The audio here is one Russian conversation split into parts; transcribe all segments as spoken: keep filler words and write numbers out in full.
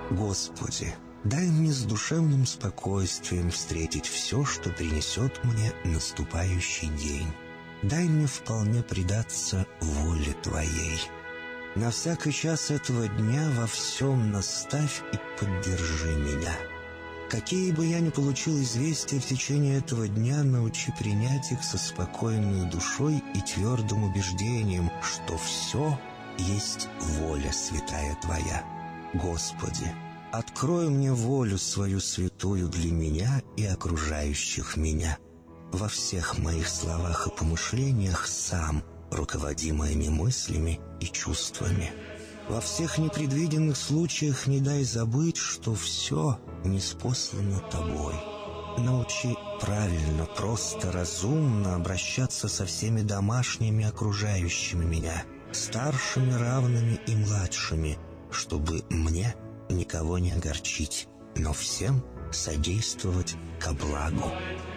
Господи, дай мне с душевным спокойствием встретить все, что принесет мне наступающий день. Дай мне вполне предаться воле Твоей. На всякий час этого дня во всем наставь и поддержи меня. Какие бы я ни получил известия в течение этого дня, научи принять их со спокойной душой и твердым убеждением, что все есть воля святая Твоя. Господи, открой мне волю свою святую для меня и окружающих меня. Во всех моих словах и помышлениях сам руководи моими мыслями и чувствами. Во всех непредвиденных случаях не дай забыть, что все ниспослано Тобой. Научи правильно, просто, разумно обращаться со всеми домашними окружающими меня, старшими, равными и младшими, чтобы мне никого не огорчить, но всем содействовать ко благу.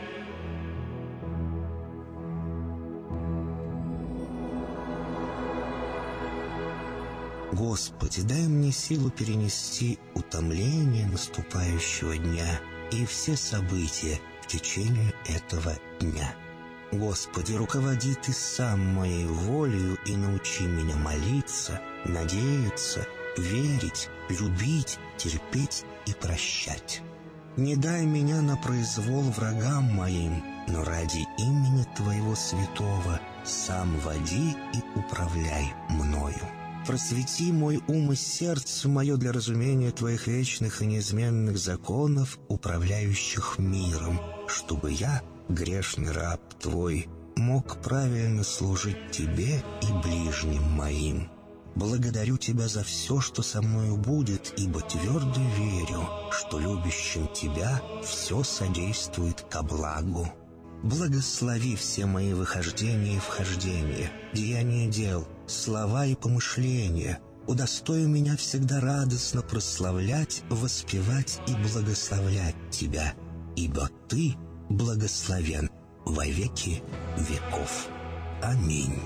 Господи, дай мне силу перенести утомление наступающего дня и все события в течение этого дня. Господи, руководи Ты сам моей волею и научи меня молиться, надеяться, верить, любить, терпеть и прощать. Не дай меня на произвол врагам моим, но ради имени Твоего святого сам води и управляй мною. Просвети мой ум и сердце мое для разумения Твоих вечных и неизменных законов, управляющих миром, чтобы я, грешный раб Твой, мог правильно служить Тебе и ближним моим. Благодарю Тебя за все, что со мною будет, ибо твердо верю, что любящим Тебя все содействует ко благу. Благослови все мои выхождения и вхождения, деяния дел, слова и помышления. Удостой меня всегда радостно прославлять, воспевать и благословлять Тебя, ибо Ты благословен во веки веков. Аминь.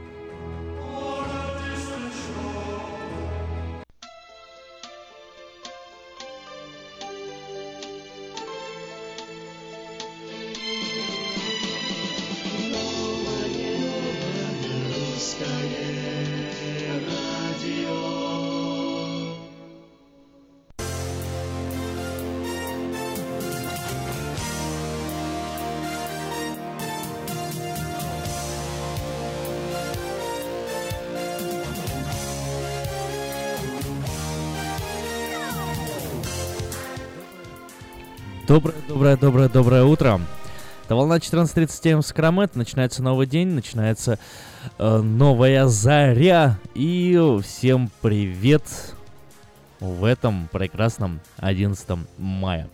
Доброе, доброе, доброе, доброе утро. Это волна четырнадцать тридцать семь в Сакраменто. Начинается новый день, начинается э, новая заря. И всем привет в этом прекрасном одиннадцатом мая.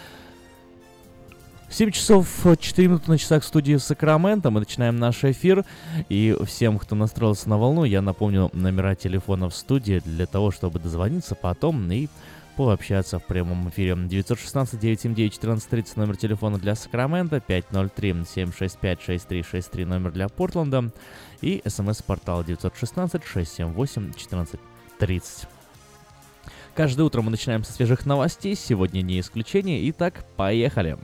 семь часов четыре минуты на часах в студии в Сакраменто. Мы начинаем наш эфир. И всем, кто настроился на волну, я напомню номера телефона в студии для того, чтобы дозвониться потом и пообщаться в прямом эфире. девять один шесть девять семь девять четырнадцать тридцать номер телефона для Сакрамента, пять ноль три семь шесть пять шесть три шесть три номер для Портленда и смс-портал девять один шесть шесть семь восемь четырнадцать тридцать. Каждое утро мы начинаем со свежих новостей, сегодня не исключение. Итак, поехали!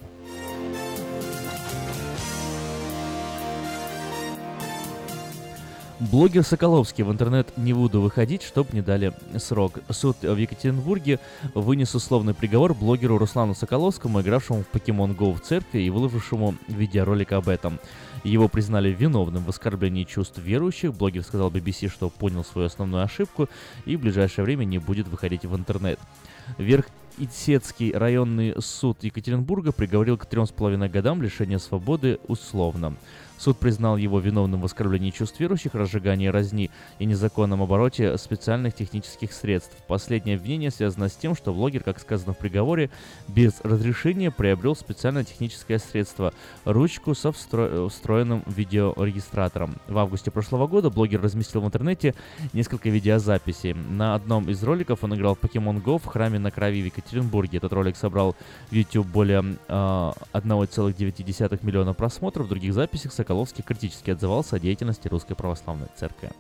Блогер Соколовский: в интернет не буду выходить, чтоб не дали срок. Суд в Екатеринбурге вынес условный приговор блогеру Руслану Соколовскому, игравшему в Pokemon Go в церкви и выложившему видеоролик об этом. Его признали виновным в оскорблении чувств верующих. Блогер сказал би би си, что понял свою основную ошибку и в ближайшее время не будет выходить в интернет. Верх-Исетский районный суд Екатеринбурга приговорил к трем с половиной годам лишения свободы условно. Суд признал его виновным в оскорблении чувств верующих, разжигании разни и незаконном обороте специальных технических средств. Последнее обвинение связано с тем, что блогер, как сказано в приговоре, без разрешения приобрел специальное техническое средство – ручку со встро... встроенным видеорегистратором. В августе прошлого года блогер разместил в интернете несколько видеозаписей. На одном из роликов он играл в Pokemon Go в храме на Крови в Екатеринбурге. Этот ролик собрал в YouTube более э, один целых девять десятых миллиона просмотров. В других записях Соколовский критически отзывался о деятельности Русской Православной Церкви.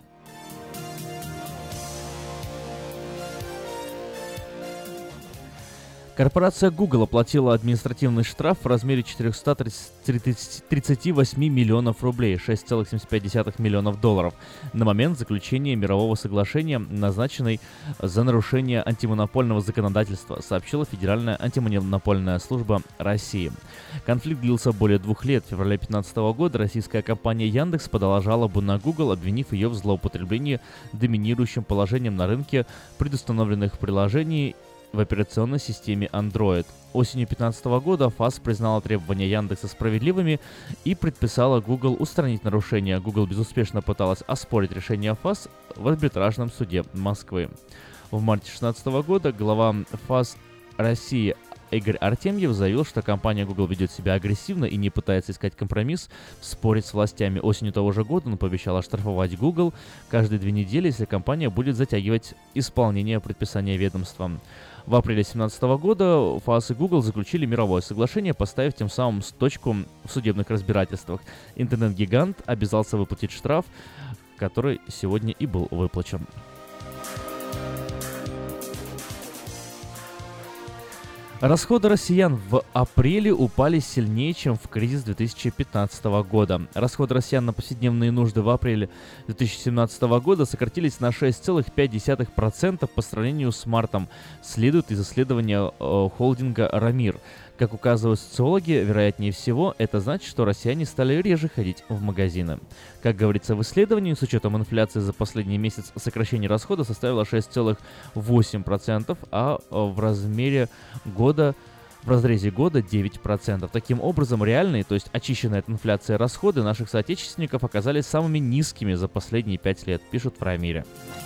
Корпорация Google оплатила административный штраф в размере четыреста тридцать восемь миллионов рублей, шесть целых семьдесят пять десятых миллионов долларов, на момент заключения мирового соглашения, назначенной за нарушение антимонопольного законодательства, сообщила Федеральная антимонопольная служба России. Конфликт длился более двух лет. В феврале две тысячи пятнадцатого года российская компания Яндекс подала жалобу на Google, обвинив ее в злоупотреблении доминирующим положением на рынке предустановленных приложений в операционной системе Android. Осенью две тысячи пятнадцатого года ФАС признала требования Яндекса справедливыми и предписала Google устранить нарушения. Google безуспешно пыталась оспорить решение ФАС в арбитражном суде Москвы. В марте две тысячи шестнадцатого года глава ФАС России Игорь Артемьев заявил, что компания Google ведет себя агрессивно и не пытается искать компромисс, спорить с властями. Осенью того же года он пообещал оштрафовать Google каждые две недели, если компания будет затягивать исполнение предписания ведомства. В апреле две тысячи семнадцатого года ФАС и Google заключили мировое соглашение, поставив тем самым точку в судебных разбирательствах. Интернет-гигант обязался выплатить штраф, который сегодня и был выплачен. Расходы россиян в апреле упали сильнее, чем в кризис две тысячи пятнадцатого года. Расходы россиян на повседневные нужды в апреле две тысячи семнадцатого года сократились на шесть целых пять десятых процента по сравнению с мартом, следует из исследования э, холдинга «Рамир». Как указывают социологи, вероятнее всего, это значит, что россияне стали реже ходить в магазины. Как говорится в исследовании, с учетом инфляции за последний месяц сокращение расхода составило шесть целых восемь десятых процента, а в размере года в разрезе года девять процентов. Таким образом, реальные, то есть очищенные от инфляции расходы наших соотечественников оказались самыми низкими за последние пять лет, пишут в «Рамире».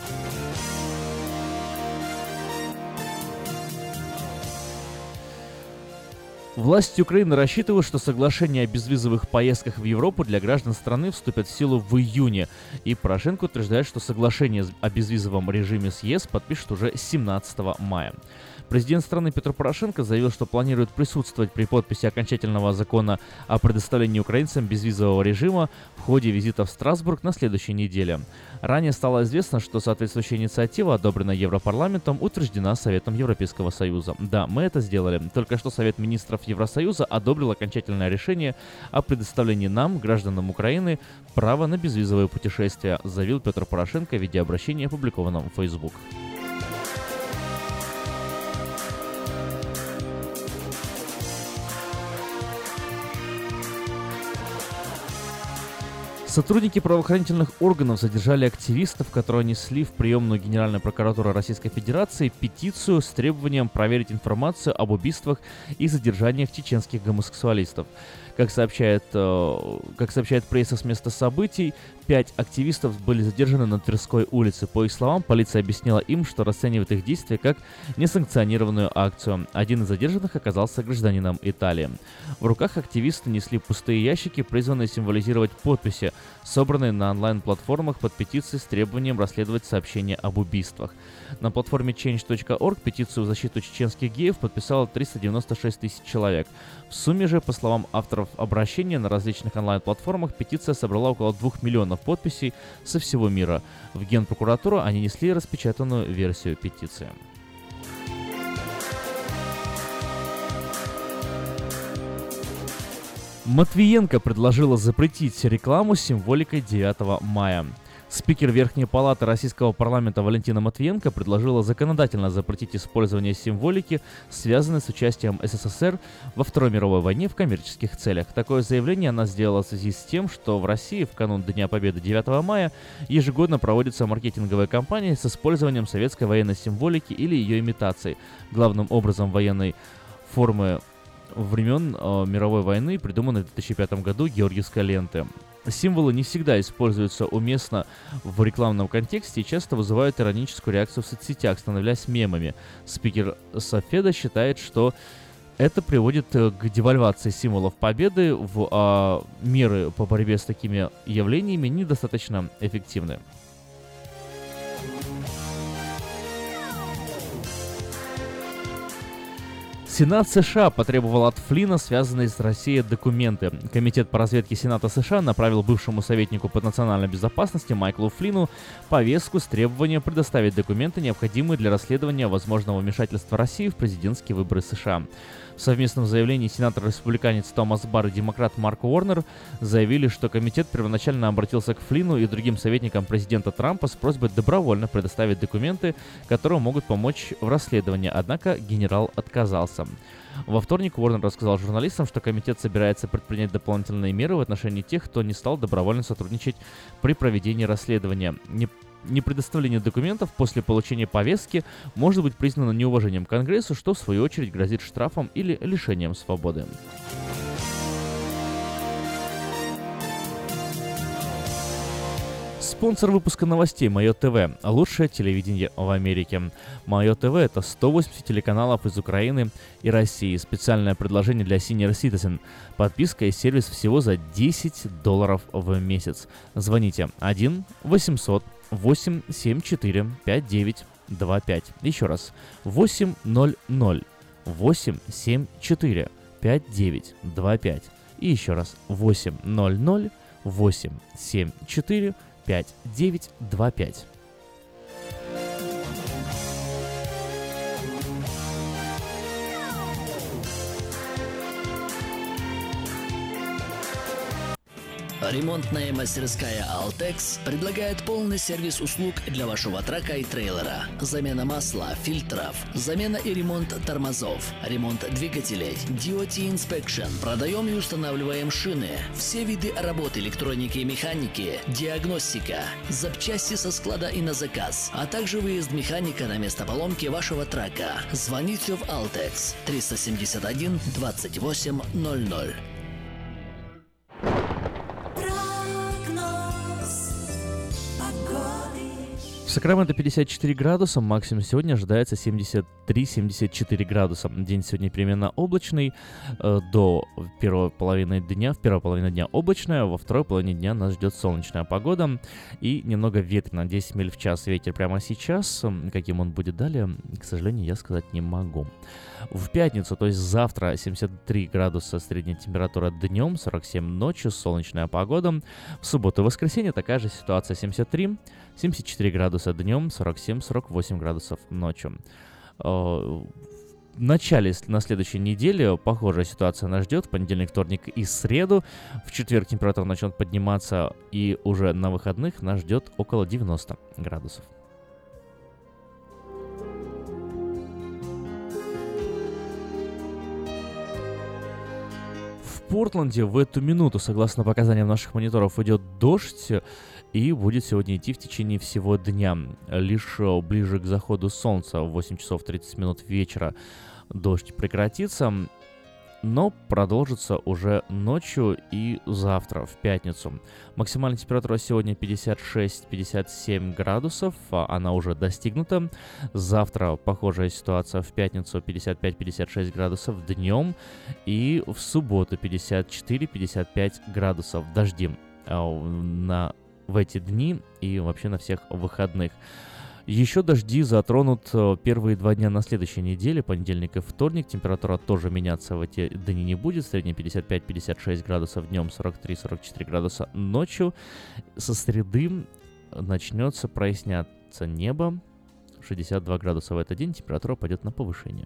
Власти Украины рассчитывают, что соглашение о безвизовых поездках в Европу для граждан страны вступит в силу в июне. И Порошенко утверждает, что соглашение о безвизовом режиме с ЕС подпишет уже семнадцатого мая. Президент страны Петр Порошенко заявил, что планирует присутствовать при подписи окончательного закона о предоставлении украинцам безвизового режима в ходе визита в Страсбург на следующей неделе. Ранее стало известно, что соответствующая инициатива, одобренная Европарламентом, утверждена Советом Европейского Союза. Да, мы это сделали. Только что Совет министров Евросоюза одобрил окончательное решение о предоставлении нам, гражданам Украины, права на безвизовые путешествия, заявил Петр Порошенко в видеообращении, опубликованном в Facebook. Сотрудники правоохранительных органов задержали активистов, которые несли в приемную Генеральной прокуратуры Российской Федерации петицию с требованием проверить информацию об убийствах и задержаниях чеченских гомосексуалистов. Как сообщает, э, как сообщает пресса с места событий, пять активистов были задержаны на Тверской улице. По их словам, полиция объяснила им, что расценивает их действия как несанкционированную акцию. Один из задержанных оказался гражданином Италии. В руках активисты несли пустые ящики, призванные символизировать подписи, собранные на онлайн-платформах под петицией с требованием расследовать сообщения об убийствах. На платформе чейндж точка орг петицию в защиту чеченских геев подписало триста девяносто шесть тысяч человек. В сумме же, по словам авторов обращения, на различных онлайн-платформах петиция собрала около двух миллионов подписей со всего мира. В Генпрокуратуру они несли распечатанную версию петиции. Матвиенко предложила запретить рекламу с символикой девятого мая. Спикер Верхней палаты Российского парламента Валентина Матвиенко предложила законодательно запретить использование символики, связанной с участием СССР во Второй мировой войне в коммерческих целях. Такое заявление она сделала в связи с тем, что в России в канун Дня Победы девятого мая ежегодно проводится маркетинговая кампания с использованием советской военной символики или ее имитацией. Главным образом военной формы времен э, мировой войны, придуманной в две тысячи пятом году Георгиевской ленты. Символы не всегда используются уместно в рекламном контексте и часто вызывают ироническую реакцию в соцсетях, становясь мемами. Спикер Софеда считает, что это приводит к девальвации символов победы, в, а меры по борьбе с такими явлениями недостаточно эффективны. Сенат США потребовал от Флина связанные с Россией документы. Комитет по разведке Сената США направил бывшему советнику по национальной безопасности Майклу Флину повестку с требованием предоставить документы, необходимые для расследования возможного вмешательства России в президентские выборы США. В совместном заявлении сенатор-республиканец Томас Барр и демократ Марк Уорнер заявили, что комитет первоначально обратился к Флину и другим советникам президента Трампа с просьбой добровольно предоставить документы, которые могут помочь в расследовании, однако генерал отказался. Во вторник Уорнер рассказал журналистам, что комитет собирается предпринять дополнительные меры в отношении тех, кто не стал добровольно сотрудничать при проведении расследования. Не Непредоставление документов после получения повестки может быть признано неуважением к Конгрессу, что в свою очередь грозит штрафом или лишением свободы. Спонсор выпуска новостей Майо ТВ. Лучшее телевидение в Америке. Майо ТВ — это сто восемьдесят телеканалов из Украины и России. Специальное предложение для Senior Citizen. Подписка и сервис всего за десять долларов в месяц. Звоните один восемьсот восемь семь четыре пять девять два пять. Еще раз. восемь ноль ноль восемь семь четыре пять девять два пять. И еще раз. восемь ноль ноль восемь семь четыре пять девять два пять. Ремонтная мастерская «Алтекс» предлагает полный сервис услуг для вашего трака и трейлера. Замена масла, фильтров, замена и ремонт тормозов, ремонт двигателей, ди о ти Inspection. Продаем и устанавливаем шины, все виды работы электроники и механики, диагностика, запчасти со склада и на заказ, а также выезд механика на место поломки вашего трака. Звоните в «Алтекс» триста семьдесят один двадцать восемь ноль ноль. В Сакраменто пятьдесят четыре градуса, максимум сегодня ожидается семьдесят три - семьдесят четыре градуса. День сегодня примерно облачный, э, до первой половины дня, в первой половине дня облачная, во второй половине дня нас ждет солнечная погода и немного ветрено, десять миль в час ветер прямо сейчас. Каким он будет далее, к сожалению, я сказать не могу. В пятницу, то есть завтра, семьдесят три градуса средняя температура днем, сорок семь ночью, солнечная погода. В субботу и воскресенье такая же ситуация, семьдесят три - семьдесят четыре градуса днем, сорок семь - сорок восемь градусов ночью. В начале, на следующей неделе, похожая ситуация нас ждет. В понедельник, вторник и среду. В четверг температура начнет подниматься, и уже на выходных нас ждет около девяноста градусов. В Портленде в эту минуту, согласно показаниям наших мониторов, идет дождь и будет сегодня идти в течение всего дня. Лишь ближе к заходу солнца в восемь часов тридцать минут вечера дождь прекратится, но продолжится уже ночью и завтра, в пятницу. Максимальная температура сегодня пятьдесят шесть - пятьдесят семь градусов, она уже достигнута. Завтра похожая ситуация, в пятницу пятьдесят пять - пятьдесят шесть градусов днем, и в субботу пятьдесят четыре - пятьдесят пять градусов. Дожди на, в эти дни и вообще на всех выходных. Еще дожди затронут первые два дня на следующей неделе, понедельник и вторник. Температура тоже меняться в эти дни не будет. Средняя пятьдесят пять - пятьдесят шесть градусов днем, сорок три - сорок четыре градуса ночью. Со среды начнется проясняться небо. шестьдесят два градуса в этот день. Температура пойдет на повышение.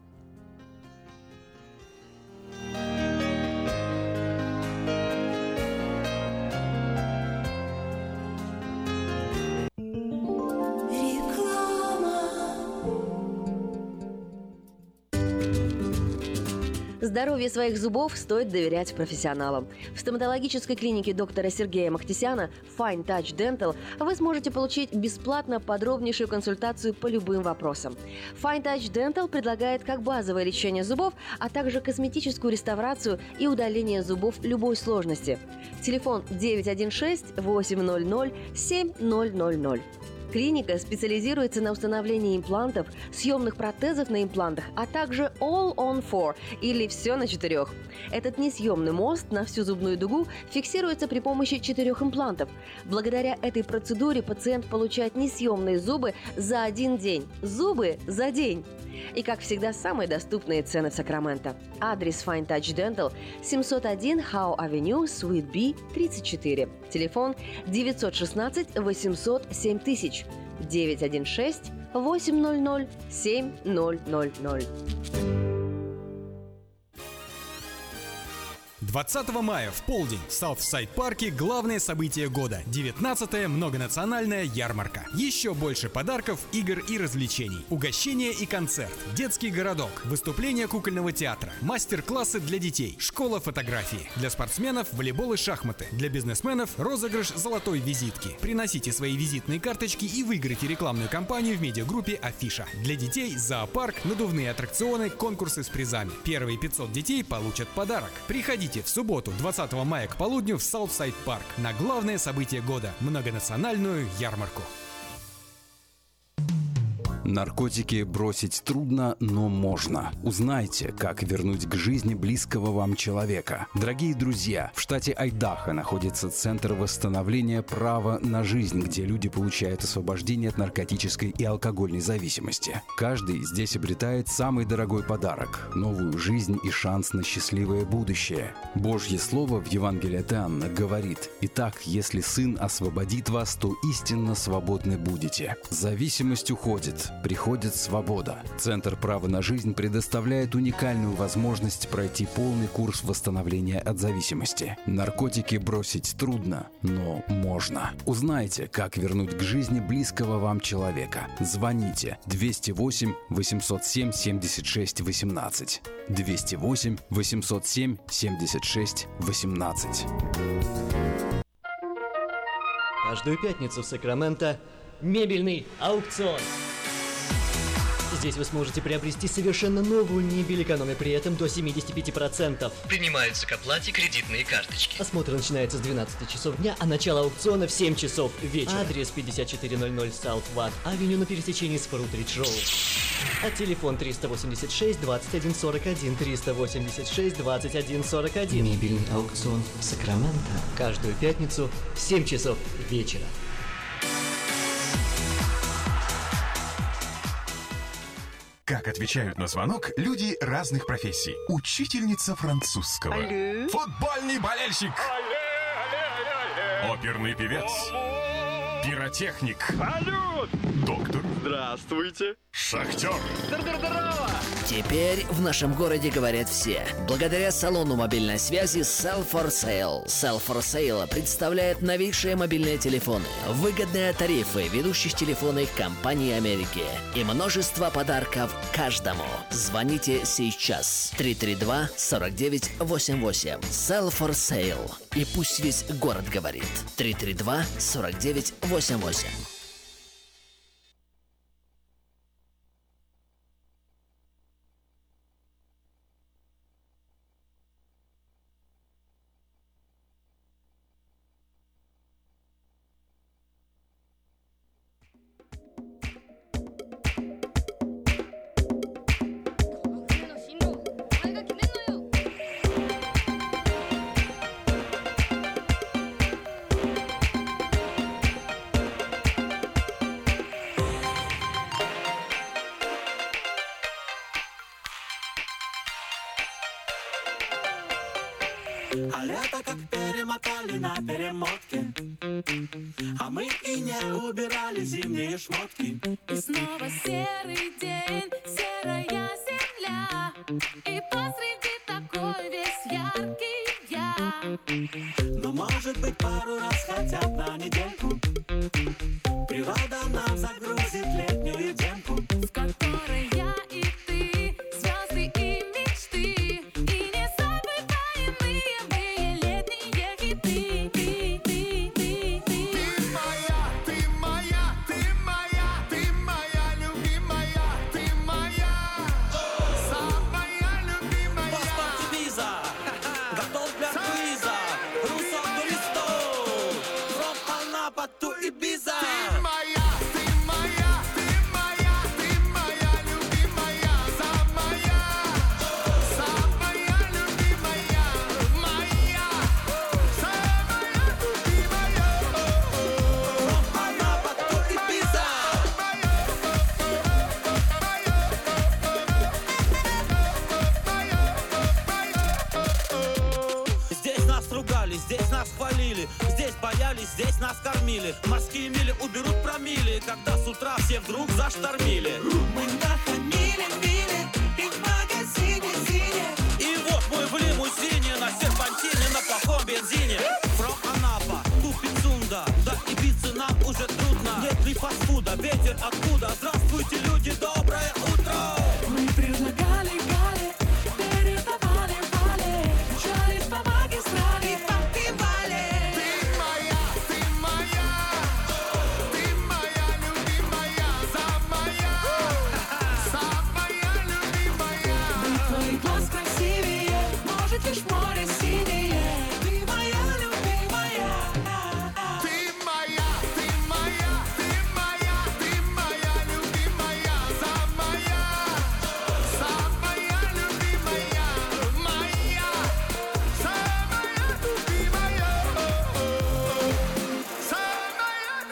Здоровье своих зубов стоит доверять профессионалам. В стоматологической клинике доктора Сергея Махтисяна Fine Touch Dental вы сможете получить бесплатно подробнейшую консультацию по любым вопросам. Fine Touch Dental предлагает как базовое лечение зубов, а также косметическую реставрацию и удаление зубов любой сложности. Телефон девять один шесть восемь ноль ноль семь ноль ноль ноль. Клиника специализируется на установлении имплантов, съемных протезов на имплантах, а также all on four или все на четырех. Этот несъемный мост на всю зубную дугу фиксируется при помощи четырех имплантов. Благодаря этой процедуре пациент получает несъемные зубы за один день. Зубы за день! И, как всегда, самые доступные цены в Сакраменто. Адрес Fine Touch Dental, семьсот один Howe Avenue, Suite B, тридцать четыре. Телефон девять один шесть восемьсот семь тысяч, девять один шесть восемьсот семь ноль ноль ноль. двадцатого мая в полдень в Саутсайд-парке главное событие года – девятнадцатая многонациональная ярмарка. Еще больше подарков, игр и развлечений. Угощение и концерт, детский городок, выступление кукольного театра, мастер-классы для детей, школа фотографии. Для спортсменов – волейбол и шахматы. Для бизнесменов – розыгрыш золотой визитки. Приносите свои визитные карточки и выиграйте рекламную кампанию в медиагруппе «Афиша». Для детей – зоопарк, надувные аттракционы, конкурсы с призами. Первые пятьсот детей получат подарок. Приходите в субботу, двадцатого мая к полудню в Саутсайд-парк на главное событие года – многонациональную ярмарку. Наркотики бросить трудно, но можно. Узнайте, как вернуть к жизни близкого вам человека. Дорогие друзья, в штате Айдахо находится Центр восстановления права на жизнь, где люди получают освобождение от наркотической и алкогольной зависимости. Каждый здесь обретает самый дорогой подарок – новую жизнь и шанс на счастливое будущее. Божье Слово в Евангелии от Иоанна говорит: «Итак, если Сын освободит вас, то истинно свободны будете». Зависимость уходит. Приходит свобода. Центр права на жизнь предоставляет уникальную возможность пройти полный курс восстановления от зависимости. Наркотики бросить трудно, но можно. Узнайте, как вернуть к жизни близкого вам человека. Звоните двести восемь восемьсот семь семьдесят шесть восемнадцать. двести восемь восемьсот семь семьдесят шесть восемнадцать. Каждую пятницу в Сакраменто мебельный аукцион. Здесь вы сможете приобрести совершенно новую мебель, экономя при этом до семьдесят пять процентов. Принимаются к оплате кредитные карточки. Осмотр начинается с двенадцати часов дня, а начало аукциона в семь часов вечера. Адрес пятьдесят четыре ноль ноль South Watt Avenue на пересечении с Фрутридж Роуд. А телефон триста восемьдесят шесть двадцать один сорок один, триста восемьдесят шесть двадцать один сорок один. Мебельный аукцион Сакраменто. Каждую пятницу в семь часов вечера. Как отвечают на звонок люди разных профессий. Учительница французского. Алле. Футбольный болельщик. Алле, алле, алле, алле. Оперный певец. Алло. Пиротехник. Салют. Доктор. Здравствуйте. Шахтер. Здорово. Теперь в нашем городе говорят все. Благодаря салону мобильной связи Sell for Sale. Sell for Sale представляет новейшие мобильные телефоны, выгодные тарифы ведущих телефонных компаний Америки и множество подарков каждому. Звоните сейчас. три три два сорок девять восемьдесят восемь. Sell for Sale. И пусть весь город говорит. три три два сорок девять восемьдесят восемь. А лето как перемотали на перемотке, а мы и не убирали зимние шмотки. И снова серый день, серая земля, и посреди такой весь яркий я. Но может быть пару раз хотя бы на недельку природа нам загрузит летнюю демку, в которой я и ты, звезды и мечты, и незабываемые были летние хиты. Ты, ты, ты, ты. Ты моя, ты моя, ты моя, ты моя любимая, ты моя, самая любимая. Паспорт Виза, готов для квиза, Руссо Туристо, from Анапа to Ibiza. Ты моя, ты били. Здесь боялись, здесь нас кормили. Морские мили уберут промили, когда с утра все вдруг заштормили. Мы нахамили, мили, и в магазине сине. И вот мы в лимузине, на серпантине, на плохом бензине. From Анапа, ту Пицунда, до Ибицы нам уже трудно. Нет ли фастфуда, ветер откуда? Здравствуйте, люди, доброе утро. Мы предлагали гали, передавали вали, мчались по магистрали и попивали. Ты моя, ты моя, ты моя любимая, самая, самая любимая. Да твой глаз красивее, может лишь море синее. Ты моя любимая. Ты моя, ты моя, ты моя, ты моя любимая, самая, самая любимая, моя, самая любимая, самая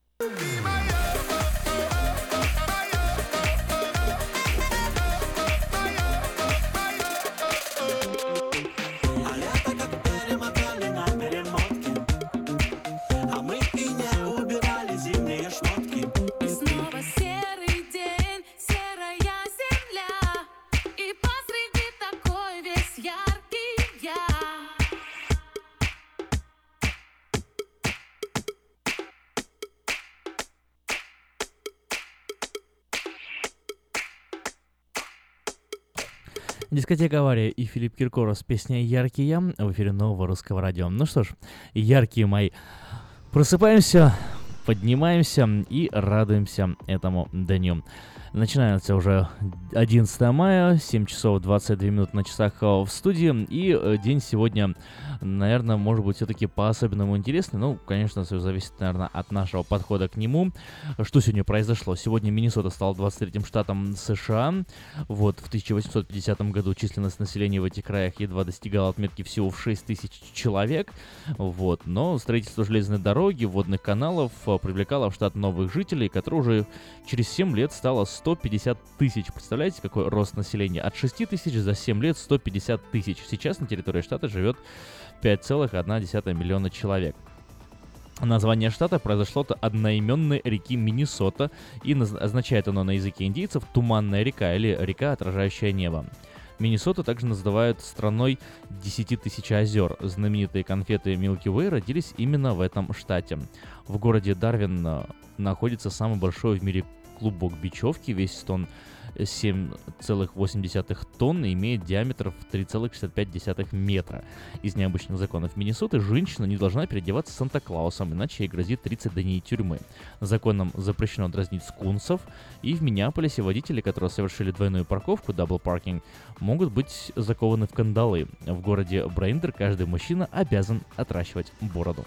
А лето как перемотали на перемотки, а мы и не убирали зимние шмотки. И снова серый день, серая земля, и посреди такой весь яркий я. Дискотека «Авария» и Филипп Киркоров с песней «Яркий я» в эфире нового русского радио. Ну что ж, яркие мои, просыпаемся, поднимаемся и радуемся этому дню. Начинается уже одиннадцатое мая, семь часов двадцать две минуты на часах в студии. И э, день сегодня, наверное, может быть все-таки по-особенному интересный. Ну, конечно, все зависит, наверное, от нашего подхода к нему. Что сегодня произошло? Сегодня Миннесота стал двадцать третьим штатом США. Вот, в тысяча восемьсот пятидесятом году численность населения в этих краях едва достигала отметки всего в шесть тысяч человек. Вот, но строительство железной дороги, водных каналов э, привлекало в штат новых жителей, которые уже через семь лет стало сто пятьдесят тысяч. Представляете, какой рост населения? От шести тысяч за семь лет сто пятьдесят тысяч. Сейчас на территории штата живет пять целых одна десятая миллиона человек. Название штата произошло от одноименной реки Миннесота, и наз- означает оно на языке индейцев «туманная река» или «река, отражающая небо». Миннесоту также называют страной десяти тысяч озер. Знаменитые конфеты Milky Way родились именно в этом штате. В городе Дарвин э, находится самый большой в мире клубок бечевки, весит он семь целых восемь десятых тонн и имеет диаметр в три целых шестьдесят пять десятых метра. Из необычных законов Миннесоты женщина не должна переодеваться Санта-Клаусом, иначе ей грозит тридцать дней тюрьмы. Законом запрещено дразнить скунсов, и в Миннеаполисе водители, которые совершили двойную парковку, дабл паркинг, могут быть закованы в кандалы. В городе Брейндер каждый мужчина обязан отращивать бороду.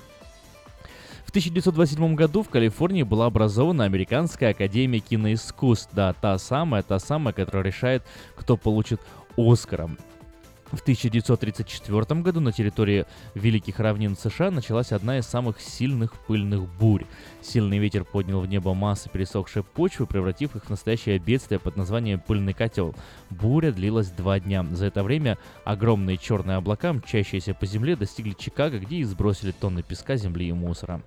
В тысяча девятьсот двадцать седьмом году в Калифорнии была образована Американская академия киноискусств. Да, та самая, та самая, которая решает, кто получит Оскара. В тысяча девятьсот тридцать четвёртом году на территории Великих равнин США началась одна из самых сильных пыльных бурь. Сильный ветер поднял в небо массы пересохшей почвы, превратив их в настоящее бедствие под названием «пыльный котел». Буря длилась два дня. За это время огромные черные облака, мчащиеся по земле, достигли Чикаго, где и сбросили тонны песка, земли и мусора.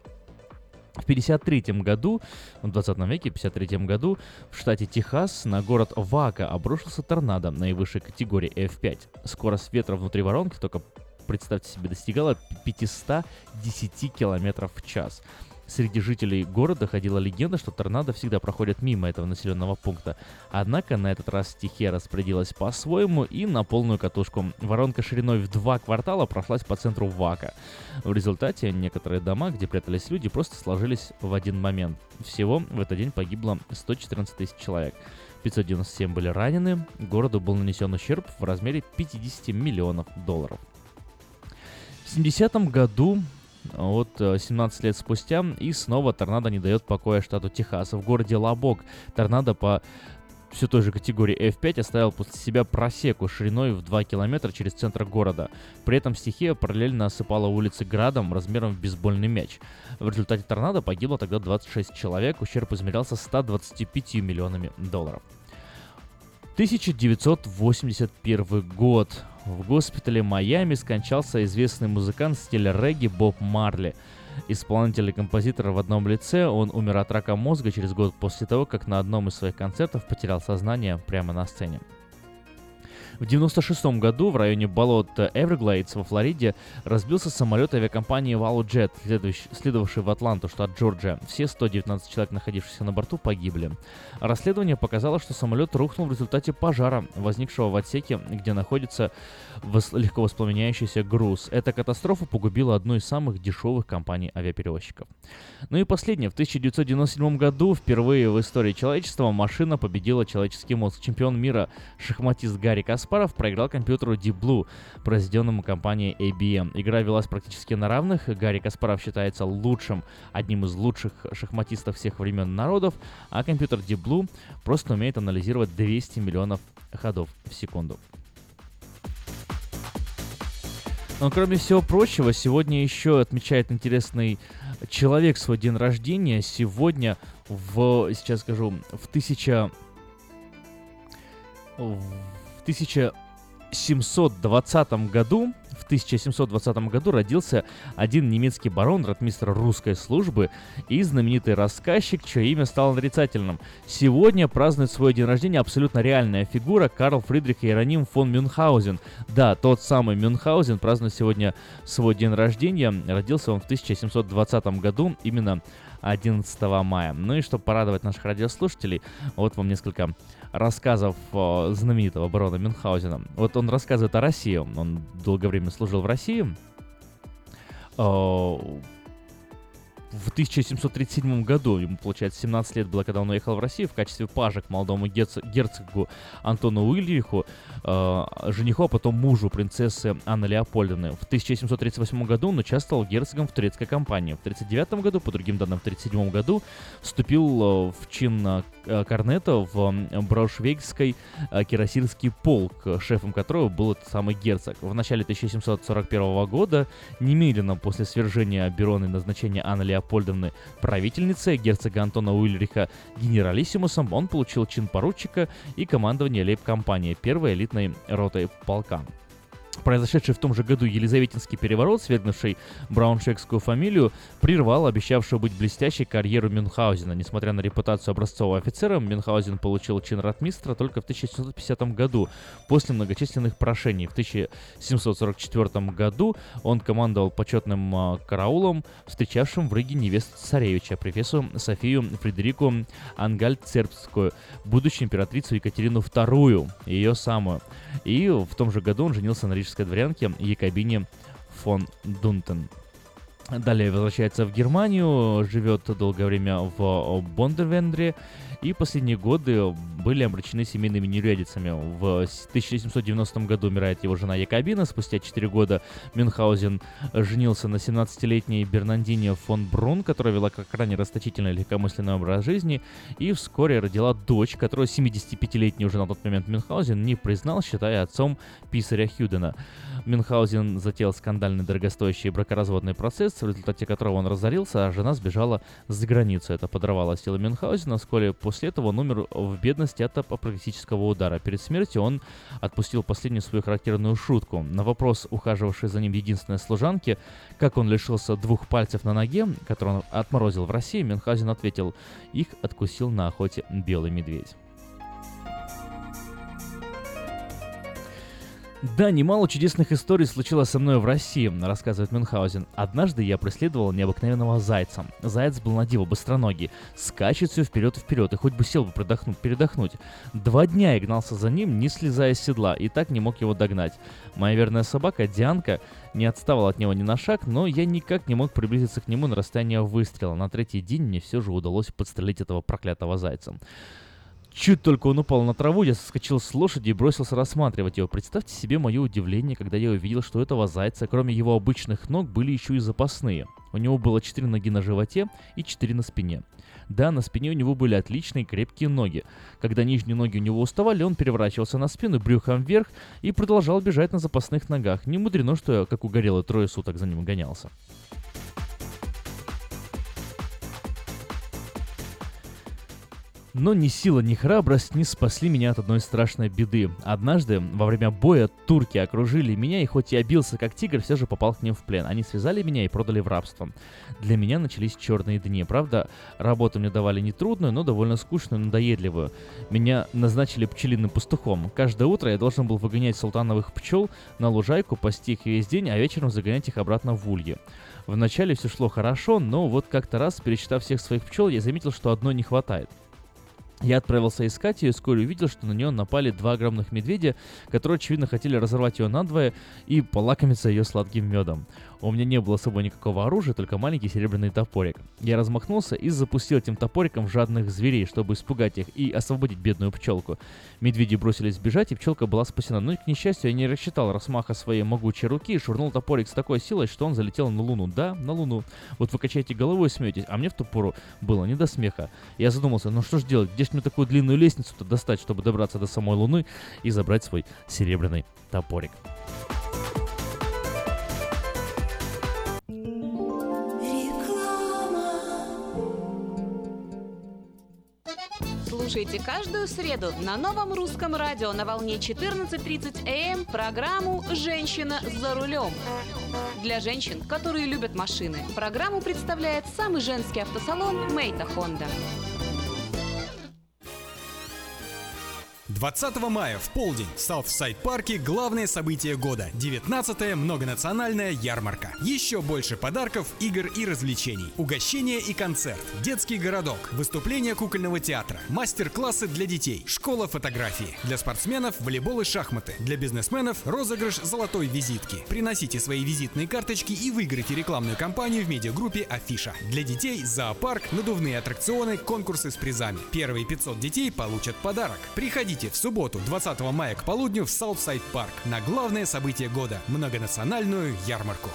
В пятьдесят третьем году, в двадцатом веке, в пятьдесят третьем году, в штате Техас на город Вака обрушился торнадо наивысшей категории эф пять. Скорость ветра внутри воронки, только представьте себе, достигала пятьсот десять километров в час. Среди жителей города ходила легенда, что торнадо всегда проходят мимо этого населенного пункта. Однако на этот раз стихия распорядилась по-своему и на полную катушку. Воронка шириной в два квартала прошлась по центру Вака. В результате некоторые дома, где прятались люди, просто сложились в один момент. Всего в этот день погибло сто четырнадцать тысяч человек. пятьсот девяносто семь были ранены. Городу был нанесен ущерб в размере пятьдесят миллионов долларов. В семидесятом году, вот семнадцать лет спустя, и снова торнадо не дает покоя штату Техас. В городе Лабок торнадо по все той же категории эф пять оставил после себя просеку шириной в два километра через центр города. При этом стихия параллельно осыпала улицы градом размером в бейсбольный мяч. В результате торнадо погибло тогда двадцать шесть человек, ущерб измерялся ста двадцатью пятью миллионами долларов. тысяча девятьсот восемьдесят первый год. В госпитале Майами скончался известный музыкант в стиле регги Боб Марли. Исполнитель и композитор в одном лице, он умер от рака мозга через год после того, как на одном из своих концертов потерял сознание прямо на сцене. В девяносто шестом году в районе болот Эверглейдс во Флориде разбился самолет авиакомпании ValueJet, следовавший в Атланту, штат Джорджия. Все сто девятнадцать человек, находившихся на борту, погибли. Расследование показало, что самолет рухнул в результате пожара, возникшего в отсеке, где находится вос- легко воспламеняющийся груз. Эта катастрофа погубила одну из самых дешевых компаний авиаперевозчиков. Ну и последнее. В тысяча девятьсот девяносто седьмом году впервые в истории человечества машина победила человеческий мозг. Чемпион мира шахматист Гарри Каспаров проиграл компьютеру Deep Blue, произведенному компанией эй би эм. Игра велась практически на равных. Гарри Каспаров считается лучшим, одним из лучших шахматистов всех времен и народов, а компьютер Deep Blue просто умеет анализировать двести миллионов ходов в секунду. Но кроме всего прочего, сегодня еще отмечает интересный человек свой день рождения. Сегодня в, сейчас скажу, в тысяча... в тысяча семьсот двадцатом году, в тысяча семьсот двадцатом году родился один немецкий барон, ротмистр русской службы и знаменитый рассказчик, чье имя стало нарицательным. Сегодня празднует свой день рождения абсолютно реальная фигура Карл Фридрих Иероним фон Мюнхгаузен. Да, тот самый Мюнхгаузен празднует сегодня свой день рождения. Родился он в тысяча семьсот двадцатом году, именно одиннадцатого мая. Ну и чтобы порадовать наших радиослушателей, вот вам несколько рассказов о, знаменитого барона Мюнхгаузена. Вот он рассказывает о России. Он долгое время служил в России. О, в тысяча семьсот тридцать седьмом году, ему, получается, семнадцать лет было, когда он уехал в Россию в качестве пажа к молодому герц- герцогу Антону Уильриху, э, жениху, а потом мужу принцессы Анны Леопольдовны. В тысяча семьсот тридцать восьмом году он участвовал герцогом в турецкой кампании. В тридцать девятом году, по другим данным, в тридцать седьмом году вступил э, в чин э, корнета в э, Брауншвейгский э, кирасирский полк, шефом которого был этот самый герцог. В начале тысяча семьсот сорок первого года, немедленно после свержения Берона и назначения Анны Леопольдовны Леопольдовны правительницей, герцога Антона Уильриха генералиссимусом, он получил чин поручика и командование лейб-компании первой элитной ротой полка. Произошедший в том же году Елизаветинский переворот, свергнувший брауншвейгскую фамилию, прервал обещавшую быть блестящей карьеру Мюнхгаузена. Несмотря на репутацию образцового офицера, Мюнхгаузен получил чин ротмистра только в тысяча семьсот пятидесятом году, после многочисленных прошений. В тысяча семьсот сорок четвёртом году он командовал почетным э, караулом, встречавшим в Риге невесту царевича, принцессу Софию Фредерику Ангальцербскую, будущую императрицу Екатерину вторую, ее самую. И в том же году он женился на рижской дворянке Якобине фон Дунтен. Далее возвращается в Германию, живет долгое время в Бондервендре, и последние годы были омрачены семейными неурядицами. В тысяча семьсот девяностом году умирает его жена Якобина. Спустя четыре года Мюнхгаузен женился на семнадцатилетней Бернандине фон Брун, которая вела как ранее расточительный легкомысленный образ жизни, и вскоре родила дочь, которую семидесятипятилетний уже на тот момент Мюнхгаузен не признал, считая отцом писаря Хюдена. Мюнхгаузен затеял скандальный дорогостоящий бракоразводный процесс, в результате которого он разорился, а жена сбежала за границу. Это подорвало силы Мюнхгаузена. Вскоре после этого он умер в бедности от апоплексического удара. Перед смертью он отпустил последнюю свою характерную шутку. На вопрос ухаживавшей за ним единственной служанки, как он лишился двух пальцев на ноге, которые он отморозил в России, Мюнхгаузен ответил: их откусил на охоте белый медведь. Да, немало чудесных историй случилось со мной в России, рассказывает Мюнхгаузен. Однажды я преследовал необыкновенного зайца. Заяц был на диво быстроногий, скачет все вперед и вперед, и хоть бы сел бы продохнуть, передохнуть. Два дня я гнался за ним, не слезая с седла, и так не мог его догнать. Моя верная собака, Дианка, не отставала от него ни на шаг, но я никак не мог приблизиться к нему на расстояние выстрела. На третий день мне все же удалось подстрелить этого проклятого зайца. Чуть только он упал на траву, я соскочил с лошади и бросился рассматривать его. Представьте себе мое удивление, когда я увидел, что у этого зайца, кроме его обычных ног, были еще и запасные. У него было четыре ноги на животе и четыре на спине. Да, на спине у него были отличные крепкие ноги. Когда нижние ноги у него уставали, он переворачивался на спину брюхом вверх и продолжал бежать на запасных ногах. Не мудрено, что я, как угорелый, трое суток за ним гонялся. Но ни сила, ни храбрость не спасли меня от одной страшной беды. Однажды, во время боя, турки окружили меня, и хоть я бился как тигр, все же попал к ним в плен. Они связали меня и продали в рабство. Для меня начались черные дни. Правда, работу мне давали не трудную, но довольно скучную, надоедливую. Меня назначили пчелиным пастухом. Каждое утро я должен был выгонять султановых пчел на лужайку, пасти их весь день, а вечером загонять их обратно в ульи. Вначале все шло хорошо, но вот как-то раз, пересчитав всех своих пчел, я заметил, что одной не хватает. Я отправился искать ее и вскоре увидел, что на нее напали два огромных медведя, которые, очевидно, хотели разорвать ее надвое и полакомиться ее сладким медом. У меня не было с собой никакого оружия, только маленький серебряный топорик. Я размахнулся и запустил этим топориком в жадных зверей, чтобы испугать их и освободить бедную пчелку. Медведи бросились бежать, и пчелка была спасена. Но, к несчастью, я не рассчитал размаха своей могучей руки и швырнул топорик с такой силой, что он залетел на Луну. Да, на Луну. Вот вы качаете головой и смеетесь, а мне в ту пору было не до смеха. Я задумался, ну что ж делать, где ж мне такую длинную лестницу-то достать, чтобы добраться до самой Луны и забрать свой серебряный топорик. Слушайте каждую среду на Новом русском радио на волне четырнадцать тридцать эй эм программу «Женщина за рулем». Для женщин, которые любят машины, программу представляет самый женский автосалон «Мейта Хонда». двадцатого мая в полдень в Саутсайд-парке главное событие года – девятнадцатая многонациональная ярмарка. Еще больше подарков, игр и развлечений. Угощение и концерт, детский городок, выступление кукольного театра, мастер-классы для детей, школа фотографии. Для спортсменов – волейбол и шахматы. Для бизнесменов – розыгрыш золотой визитки. Приносите свои визитные карточки и выиграйте рекламную кампанию в медиагруппе «Афиша». Для детей – зоопарк, надувные аттракционы, конкурсы с призами. Первые пятьсот детей получат подарок. Приходите в субботу, двадцатого мая к полудню в Саутсайд-парк на главное событие года – многонациональную ярмарку.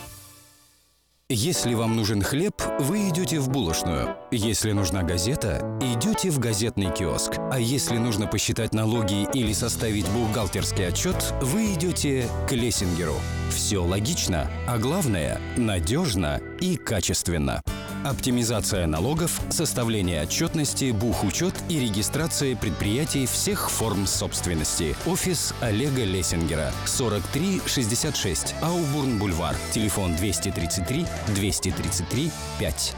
Если вам нужен хлеб, вы идете в булочную. Если нужна газета, идете в газетный киоск. А если нужно посчитать налоги или составить бухгалтерский отчет, вы идете к Лессингеру. Все логично, а главное – надежно и качественно. Оптимизация налогов, составление отчетности, бухучет и регистрация предприятий всех форм собственности. Офис Олега Лессингера. сорок три шестьдесят шесть. Аубурн-бульвар. Телефон двести тридцать три двести тридцать три пять.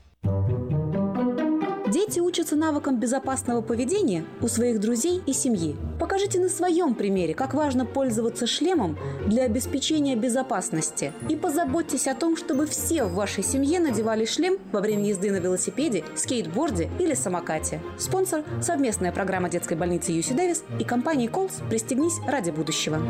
Дети учатся навыкам безопасного поведения у своих друзей и семьи. Покажите на своем примере, как важно пользоваться шлемом для обеспечения безопасности. И позаботьтесь о том, чтобы все в вашей семье надевали шлем во время езды на велосипеде, скейтборде или самокате. Спонсор – совместная программа детской больницы Ю Си Дэвис и компании «Колс. Пристегнись ради будущего».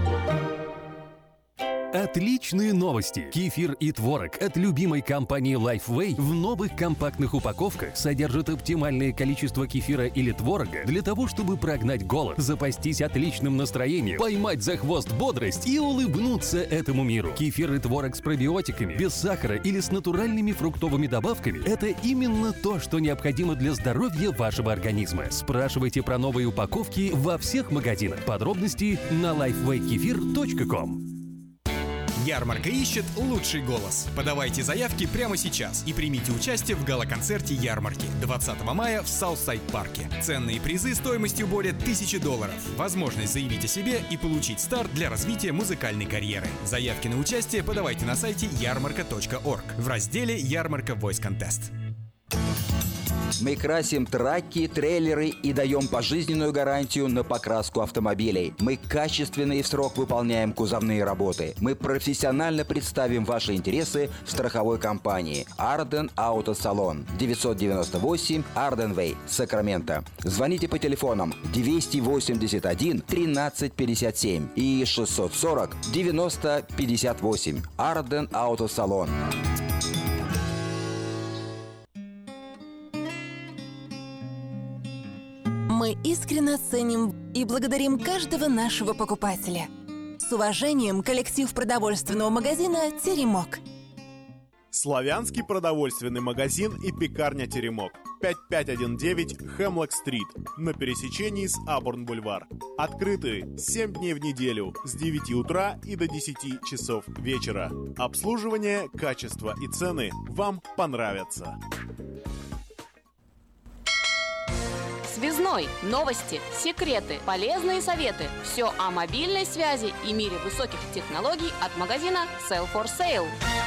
Отличные новости! Кефир и творог от любимой компании Lifeway в новых компактных упаковках содержат оптимальное количество кефира или творога для того, чтобы прогнать голод, запастись отличным настроением, поймать за хвост бодрость и улыбнуться этому миру. Кефир и творог с пробиотиками, без сахара или с натуральными фруктовыми добавками – это именно то, что необходимо для здоровья вашего организма. Спрашивайте про новые упаковки во всех магазинах. Подробности на лайфвей кефир точка ком. Ярмарка ищет лучший голос. Подавайте заявки прямо сейчас и примите участие в гала-концерте ярмарки двадцатого мая в Саутсайд-парке. Ценные призы стоимостью более тысячи долларов. Возможность заявить о себе и получить старт для развития музыкальной карьеры. Заявки на участие подавайте на сайте ярмарка точка орг в разделе «Ярмарка Voice Contest». Мы красим траки, трейлеры и даем пожизненную гарантию на покраску автомобилей. Мы качественно и в срок выполняем кузовные работы. Мы профессионально представим ваши интересы в страховой компании Арден Автосалон. девятьсот девяносто восемь Арден Вей, Сакраменто. Звоните по телефонам двести восемьдесят один тринадцать пятьдесят семь и шестьсот сорок девяносто пятьдесят восемь. Арден Автосалон. Мы искренне ценим и благодарим каждого нашего покупателя. С уважением, коллектив продовольственного магазина «Теремок». Славянский продовольственный магазин и пекарня «Теремок». пять пять один девять Хемлок-стрит на пересечении с Абурн-бульвар. Открыты семь дней в неделю с девяти утра и до десяти часов вечера. Обслуживание, качество и цены вам понравятся. Связной. Новости, секреты, полезные советы. Все о мобильной связи и мире высоких технологий от магазина Sell for Sale.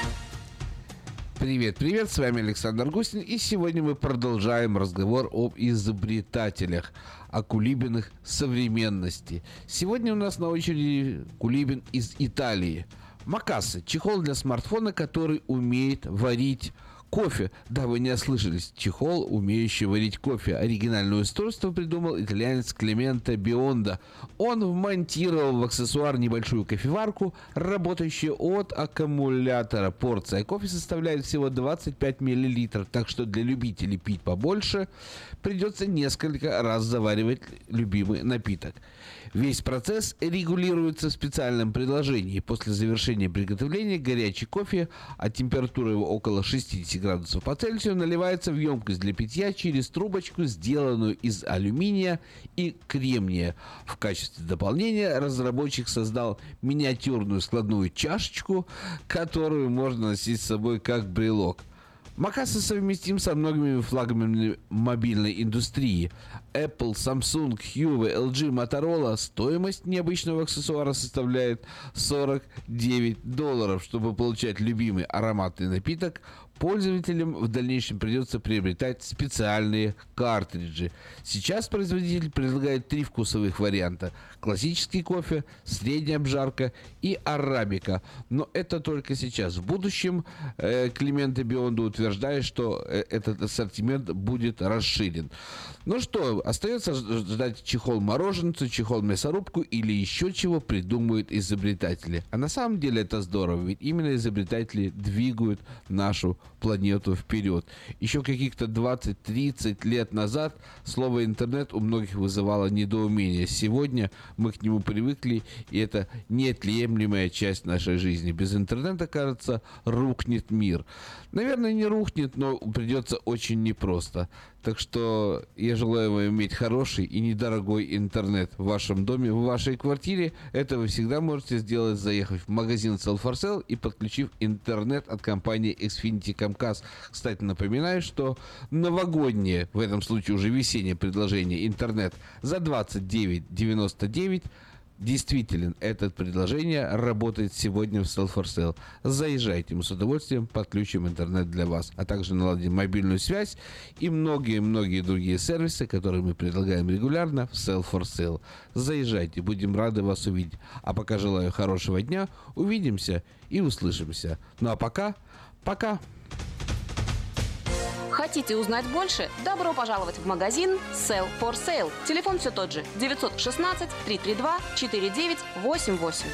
Привет, привет, с вами Александр Гусин, и сегодня мы продолжаем разговор об изобретателях, о кулибинах современности. Сегодня у нас на очереди кулибин из Италии. Макасса, чехол для смартфона, который умеет варить кофе. Да, вы не ослышались. Чехол, умеющий варить кофе. Оригинальное устройство придумал итальянец Клементо Бионда. Он вмонтировал в аксессуар небольшую кофеварку, работающую от аккумулятора. Порция кофе составляет всего двадцать пять миллилитров, так что для любителей пить побольше придется несколько раз заваривать любимый напиток. Весь процесс регулируется в специальном приложении. После завершения приготовления горячий кофе, а температура его около шестьдесят градусов по Цельсию, наливается в емкость для питья через трубочку, сделанную из алюминия и кремния. В качестве дополнения разработчик создал миниатюрную складную чашечку, которую можно носить с собой как брелок. Макасса совместим со многими флагманами мобильной индустрии. Apple, Samsung, Huawei, эл джи, Motorola. Стоимость необычного аксессуара составляет сорок девять долларов. Чтобы получать любимый ароматный напиток, пользователям в дальнейшем придется приобретать специальные картриджи. Сейчас производитель предлагает три вкусовых варианта: классический кофе, средняя обжарка и арабика. Но это только сейчас. В будущем э, Клементо Бионда утверждает, что э, этот ассортимент будет расширен. Ну что, остается ждать чехол-мороженцу, чехол-мясорубку или еще чего придумают изобретатели. А на самом деле это здорово, ведь именно изобретатели двигают нашу планету вперед. Еще каких-то двадцать-тридцать лет назад слово «интернет» у многих вызывало недоумение. Сегодня мы к нему привыкли, и это неотъемлемая часть нашей жизни. Без интернета, кажется, рухнет мир. Наверное, не рухнет, но придется очень непросто. Так что я желаю вам иметь хороший и недорогой интернет в вашем доме, в вашей квартире. Это вы всегда можете сделать, заехав в магазин Sell for Sale и подключив интернет от компании Xfinity Comcast. Кстати, напоминаю, что новогоднее, в этом случае уже весеннее предложение интернет за двадцать девять девяносто девять. Действительно, это предложение работает сегодня в Sell for Sale. Заезжайте, мы с удовольствием подключим интернет для вас, а также наладим мобильную связь и многие-многие другие сервисы, которые мы предлагаем регулярно в Sell for Sale. Заезжайте, будем рады вас увидеть. А пока желаю хорошего дня, увидимся и услышимся. Ну а пока, пока! Хотите узнать больше? Добро пожаловать в магазин Sell for Sale. Телефон все тот же: девятьсот шестнадцать триста тридцать два сорок девять восемьдесят восемь.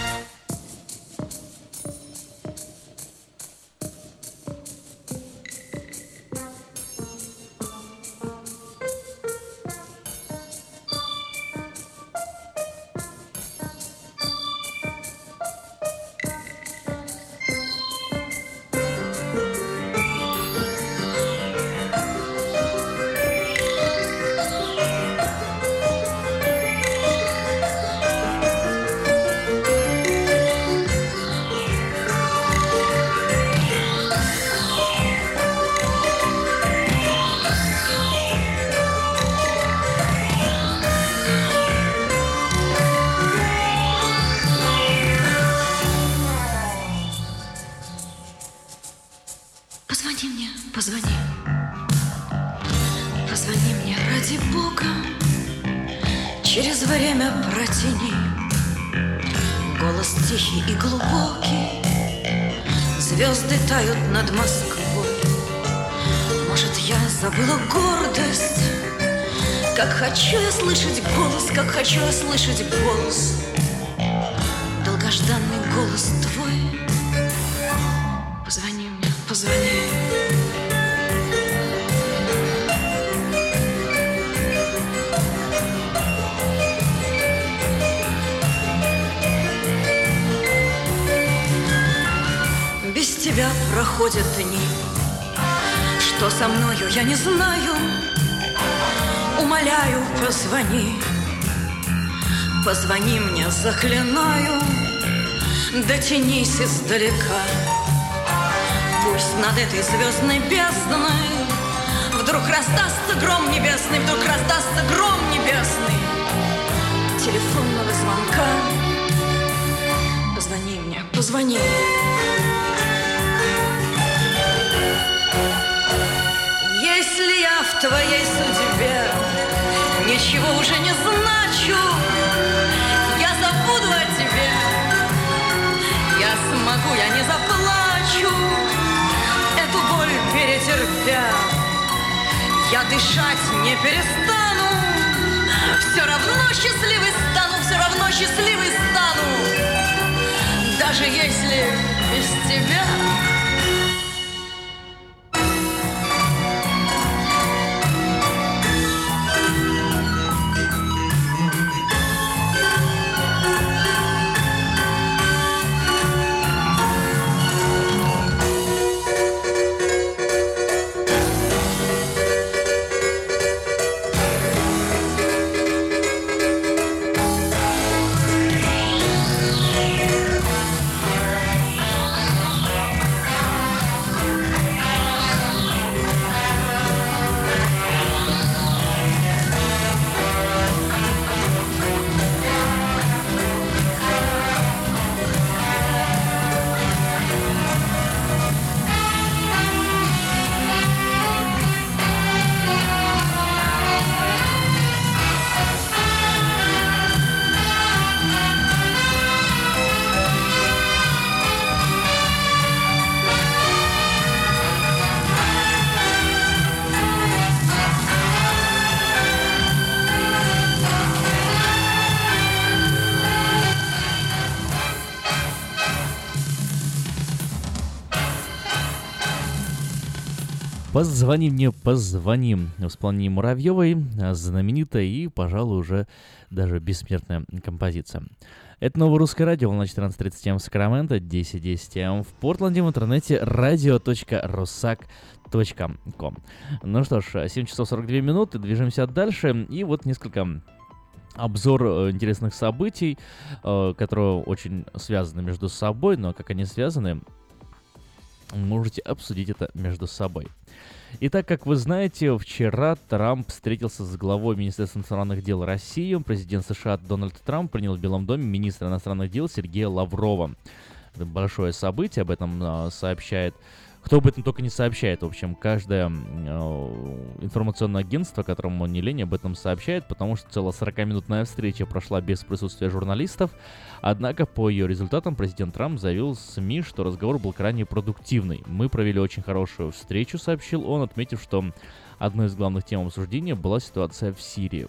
Позвони мне, позвони. Позвони мне, ради Бога. Через время протяни. Голос тихий и глубокий. Звезды тают над Москвой. Может, я забыла гордость. Как хочу я слышать голос, как хочу я слышать голос. Долгожданный голос твой. Позвони мне, позвони. Без тебя проходят дни. Что со мною, я не знаю. Умоляю, позвони. Позвони мне, заклинаю. Дотянись издалека. Пусть над этой звездной бездной вдруг Вдруг раздастся гром небесный, вдруг раздастся гром небесный телефонного звонка. Позвони мне, позвони. Если я в твоей судьбе ничего уже не значу, я забуду о тебе, я смогу, я не заплачу, эту боль перетерпя, я дышать не перестану, все равно счастливой стану, все равно счастливой стану, даже если без тебя. «Позвони мне, позвони» в исполнении Муравьевой, знаменитая и, пожалуй, уже даже бессмертная композиция. Это новое русское радио, волна четырнадцать тридцать эм в Сакраменто, десять десять эм в Портленде, в интернете радио точка руссак точка ком. Ну что ж, семь часов сорок две минуты, движемся дальше, и вот несколько обзор интересных событий, которые очень связаны между собой, но как они связаны, можете обсудить это между собой. Итак, как вы знаете, вчера Трамп встретился с главой Министерства иностранных дел России. Президент США Дональд Трамп принял в Белом доме министра иностранных дел Сергея Лаврова. Это большое событие, об этом э, сообщает... Кто об этом только не сообщает, в общем, каждое э, информационное агентство, которому не лень, об этом сообщает, потому что целая сорокаминутная встреча прошла без присутствия журналистов. Однако по ее результатам президент Трамп заявил СМИ, что разговор был крайне продуктивный. «Мы провели очень хорошую встречу», — сообщил он, отметив, что одной из главных тем обсуждения была ситуация в Сирии.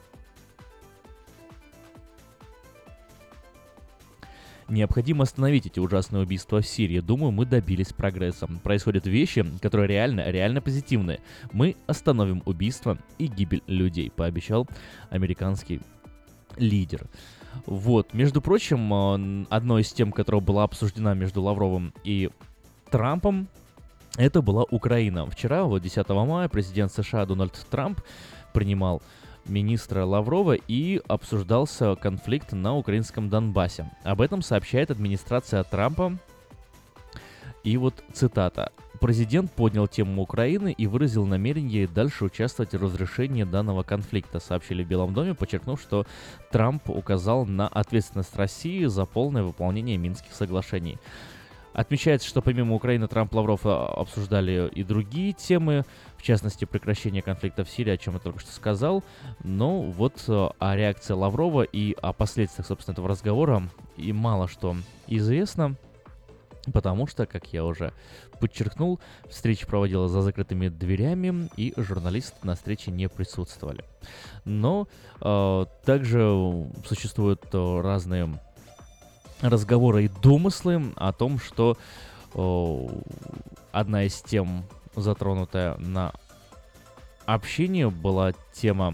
Необходимо остановить эти ужасные убийства в Сирии. Думаю, мы добились прогресса. Происходят вещи, которые реально, реально позитивные. Мы остановим убийства и гибель людей, пообещал американский лидер. Вот, между прочим, одной из тем, которая была обсуждена между Лавровым и Трампом, это была Украина. Вчера, вот десятого мая, президент США Дональд Трамп принимал министра Лаврова и обсуждался конфликт на украинском Донбассе. Об этом сообщает администрация Трампа. И вот цитата. «Президент поднял тему Украины и выразил намерение дальше участвовать в разрешении данного конфликта», сообщили в Белом доме, подчеркнув, что Трамп указал на ответственность России за полное выполнение Минских соглашений. Отмечается, что помимо Украины Трамп и Лавров обсуждали и другие темы, в частности, прекращение конфликта в Сирии, о чем я только что сказал. Но вот о реакции Лаврова и о последствиях, собственно, этого разговора и мало что известно, потому что, как я уже подчеркнул, встреча проводилась за закрытыми дверями, и журналисты на встрече не присутствовали. Но э, также существуют разные разговоры и домыслы о том, что э, одна из тем, затронутая на общении, была тема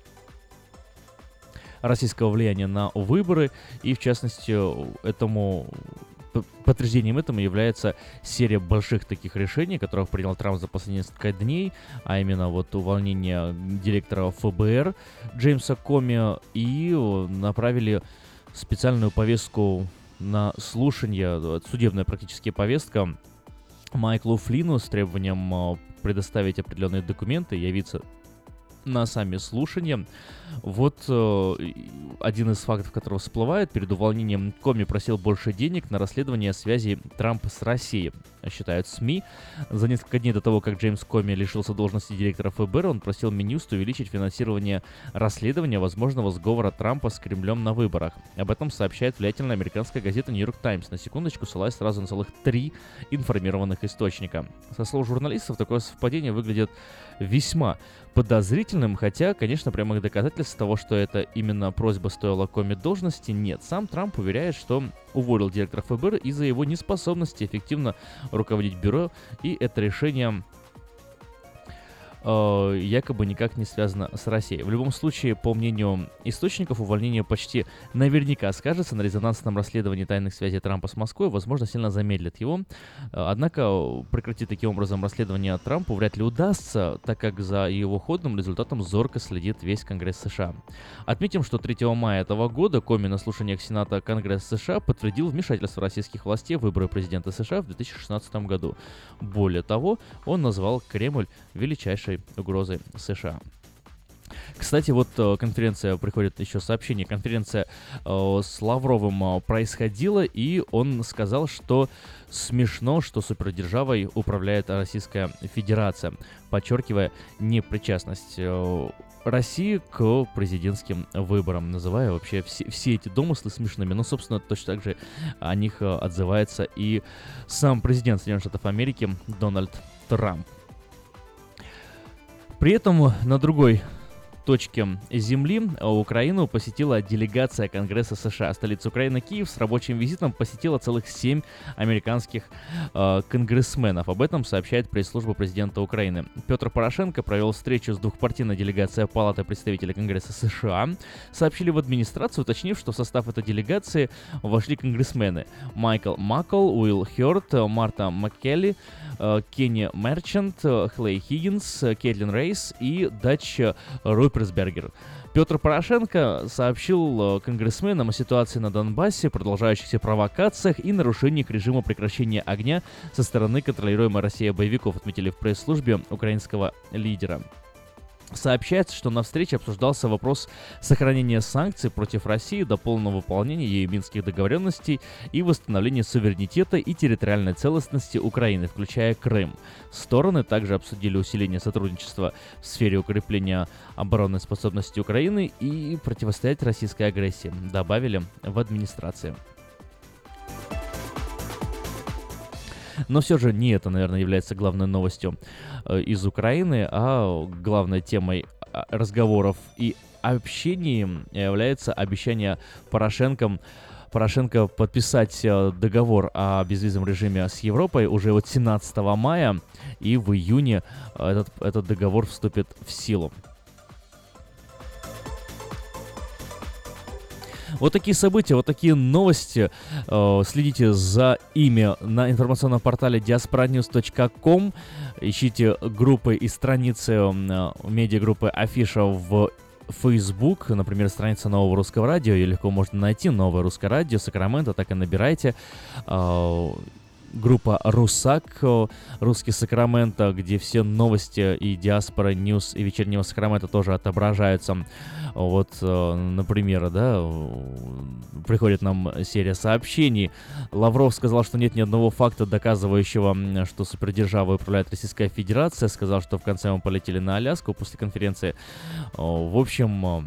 российского влияния на выборы, и в частности этому подтверждением этому является серия больших таких решений, которых принял Трамп за последние несколько дней, а именно вот увольнение директора эф бэ эр Джеймса Коми, и направили специальную повестку на слушание, судебная практически повестка, Майклу Флину с требованием э, предоставить определенные документы и явиться на сами слушания. Вот э, один из фактов, который всплывает: перед увольнением Коми просил больше денег на расследование связей Трампа с Россией, считают СМИ. За несколько дней до того, как Джеймс Коми лишился должности директора ФБР, он просил Минюст увеличить финансирование расследования возможного сговора Трампа с Кремлем на выборах. Об этом сообщает влиятельная американская газета «Нью-Йорк Таймс», на секундочку ссылаясь сразу на целых три информированных источника. Со слов журналистов, такое совпадение выглядит весьма подозрительным, хотя, конечно, прямых доказательств того, что это именно просьба стоила Коми должности, нет. Сам Трамп уверяет, что уволил директора ФБР из-за его неспособности эффективно руководить бюро, и это решение э, якобы никак не связано с Россией. В любом случае, по мнению источников, увольнение почти наверняка скажется на резонансном расследовании тайных связей Трампа с Москвой, возможно, сильно замедлит его. Однако прекратить таким образом расследование Трампу вряд ли удастся, так как за его ходным результатом зорко следит весь Конгресс США. Отметим, что третьего мая этого года Коми на слушаниях Сената Конгресса США подтвердил вмешательство российских властей в выборы президента США в две тысячи шестнадцатом году. Более того, он назвал Кремль величайшей угрозой США. Кстати, вот э, конференция, приходит еще сообщение, конференция э, с Лавровым э, происходила, и он сказал, что смешно, что супердержавой управляет Российская Федерация, подчеркивая непричастность э, России к президентским выборам, называя вообще все, все эти домыслы смешными. Но, собственно, точно так же о них э, отзывается и сам президент Соединенных Штатов Америки Дональд Трамп. При этом на другой точке земли Украину посетила делегация Конгресса США. Столица Украины, Киев, с рабочим визитом посетила целых семь американских э, конгрессменов. Об этом сообщает пресс-служба президента Украины. Петр Порошенко провел встречу с двухпартийной делегацией Палаты представителей Конгресса США. Сообщили в администрацию, уточнив, что в состав этой делегации вошли конгрессмены Майкл Маккол, Уилл Хёрд, Марта Маккелли, э, Кенни Мерчант, Хлей Хиггинс, Кейтлин Рейс и Дач Руперсбергер. Петр Порошенко сообщил конгрессменам о ситуации на Донбассе, продолжающихся провокациях и нарушениях режима прекращения огня со стороны контролируемой Россией боевиков, отметили в пресс-службе украинского лидера. Сообщается, что на встрече обсуждался вопрос сохранения санкций против России до полного выполнения ею минских договоренностей и восстановления суверенитета и территориальной целостности Украины, включая Крым. Стороны также обсудили усиление сотрудничества в сфере укрепления оборонной способности Украины и противостоять российской агрессии, добавили в администрации. Но все же не это, наверное, является главной новостью э, из Украины, а главной темой разговоров и общения является обещание Порошенко, Порошенко подписать э, договор о безвизовом режиме с Европой уже вот семнадцатого мая, и в июне этот, этот договор вступит в силу. Вот такие события, вот такие новости. Э, следите за ими на информационном портале диаспора ньюс точка ком. Ищите группы и страницы э, медиагруппы Афиша в Facebook, например, страница Нового Русского Радио. Ее легко можно найти. Новое Русское Радио, Сакраменто, так и набирайте. Э, группа Русак, Русский Сакраменто, где все новости и Диаспора Ньюс, и Вечернего Сакрамента тоже отображаются. Вот, например, да, приходит нам серия сообщений. Лавров сказал, что нет ни одного факта, доказывающего, что супердержавой управляет Российская Федерация. Сказал, что в конце мы полетели на Аляску после конференции. В общем,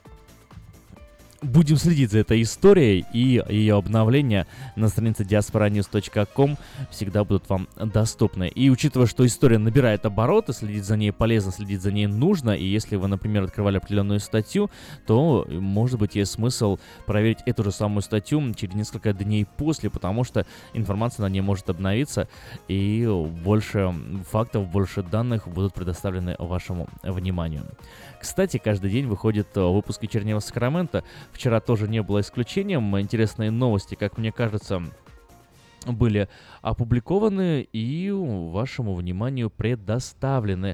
будем следить за этой историей, и ее обновления на странице диаспора ньюс точка ком всегда будут вам доступны. И учитывая, что история набирает обороты, следить за ней полезно, следить за ней нужно, и если вы, например, открывали определенную статью, то, может быть, есть смысл проверить эту же самую статью через несколько дней после, потому что информация на ней может обновиться, и больше фактов, больше данных будут предоставлены вашему вниманию. Кстати, каждый день выходит выпуск «Вечернего Сакрамента». Вчера тоже не было исключением. Интересные новости, как мне кажется, были опубликованы и вашему вниманию предоставлены.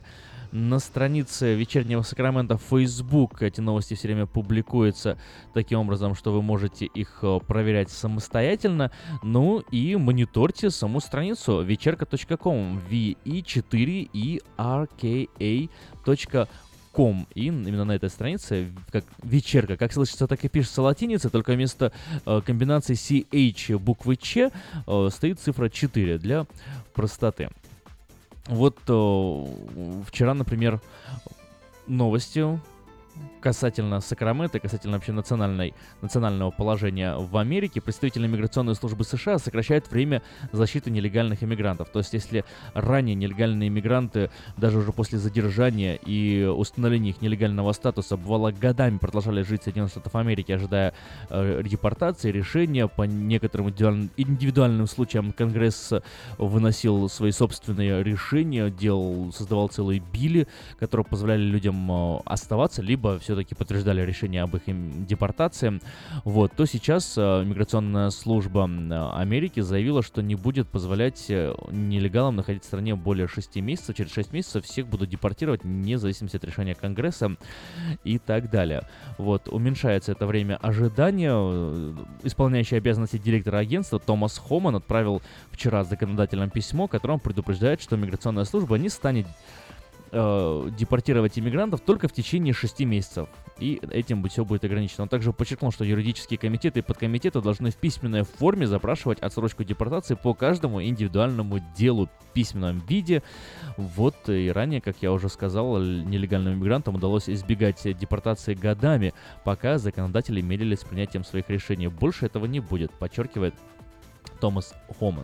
На странице вечернего Сакрамента в Facebook эти новости все время публикуются таким образом, что вы можете их э, проверять самостоятельно. Ну и мониторьте саму страницу вечерка точка ком, ви и четыре и ар кей эй точка ком. И именно на этой странице, как вечерка, как слышится, так и пишется латиница, только вместо э, комбинации си эйч буквы Ч э, стоит цифра четыре для простоты. Вот э, вчера, например, новостью касательно Сакрамента, касательно вообще национальной, национального положения в Америке, представители миграционной службы США сокращают время защиты нелегальных иммигрантов. То есть, если ранее нелегальные иммигранты, даже уже после задержания и установления их нелегального статуса, бывало, годами продолжали жить в Соединенных Штатах Америки, ожидая э, депортации, решения, по некоторым индивидуальным, индивидуальным случаям Конгресс выносил свои собственные решения, делал, создавал целые билли, которые позволяли людям э, оставаться, либо все-таки подтверждали решение об их депортации, вот, то сейчас э, миграционная служба Америки заявила, что не будет позволять э, нелегалам находиться в стране более шести месяцев. Через шесть месяцев всех будут депортировать, вне зависимости от решения Конгресса и так далее. Вот, уменьшается это время ожидания. Исполняющий обязанности директора агентства Томас Хоман отправил вчера законодательное письмо, которым предупреждает, что миграционная служба не станет депортировать иммигрантов только в течение шести месяцев. И этим все будет ограничено. Он также подчеркнул, что юридические комитеты и подкомитеты должны в письменной форме запрашивать отсрочку депортации по каждому индивидуальному делу в письменном виде. Вот и ранее, как я уже сказал, нелегальным иммигрантам удалось избегать депортации годами, пока законодатели медлили с принятием своих решений. Больше этого не будет, подчеркивает Томас Хоман.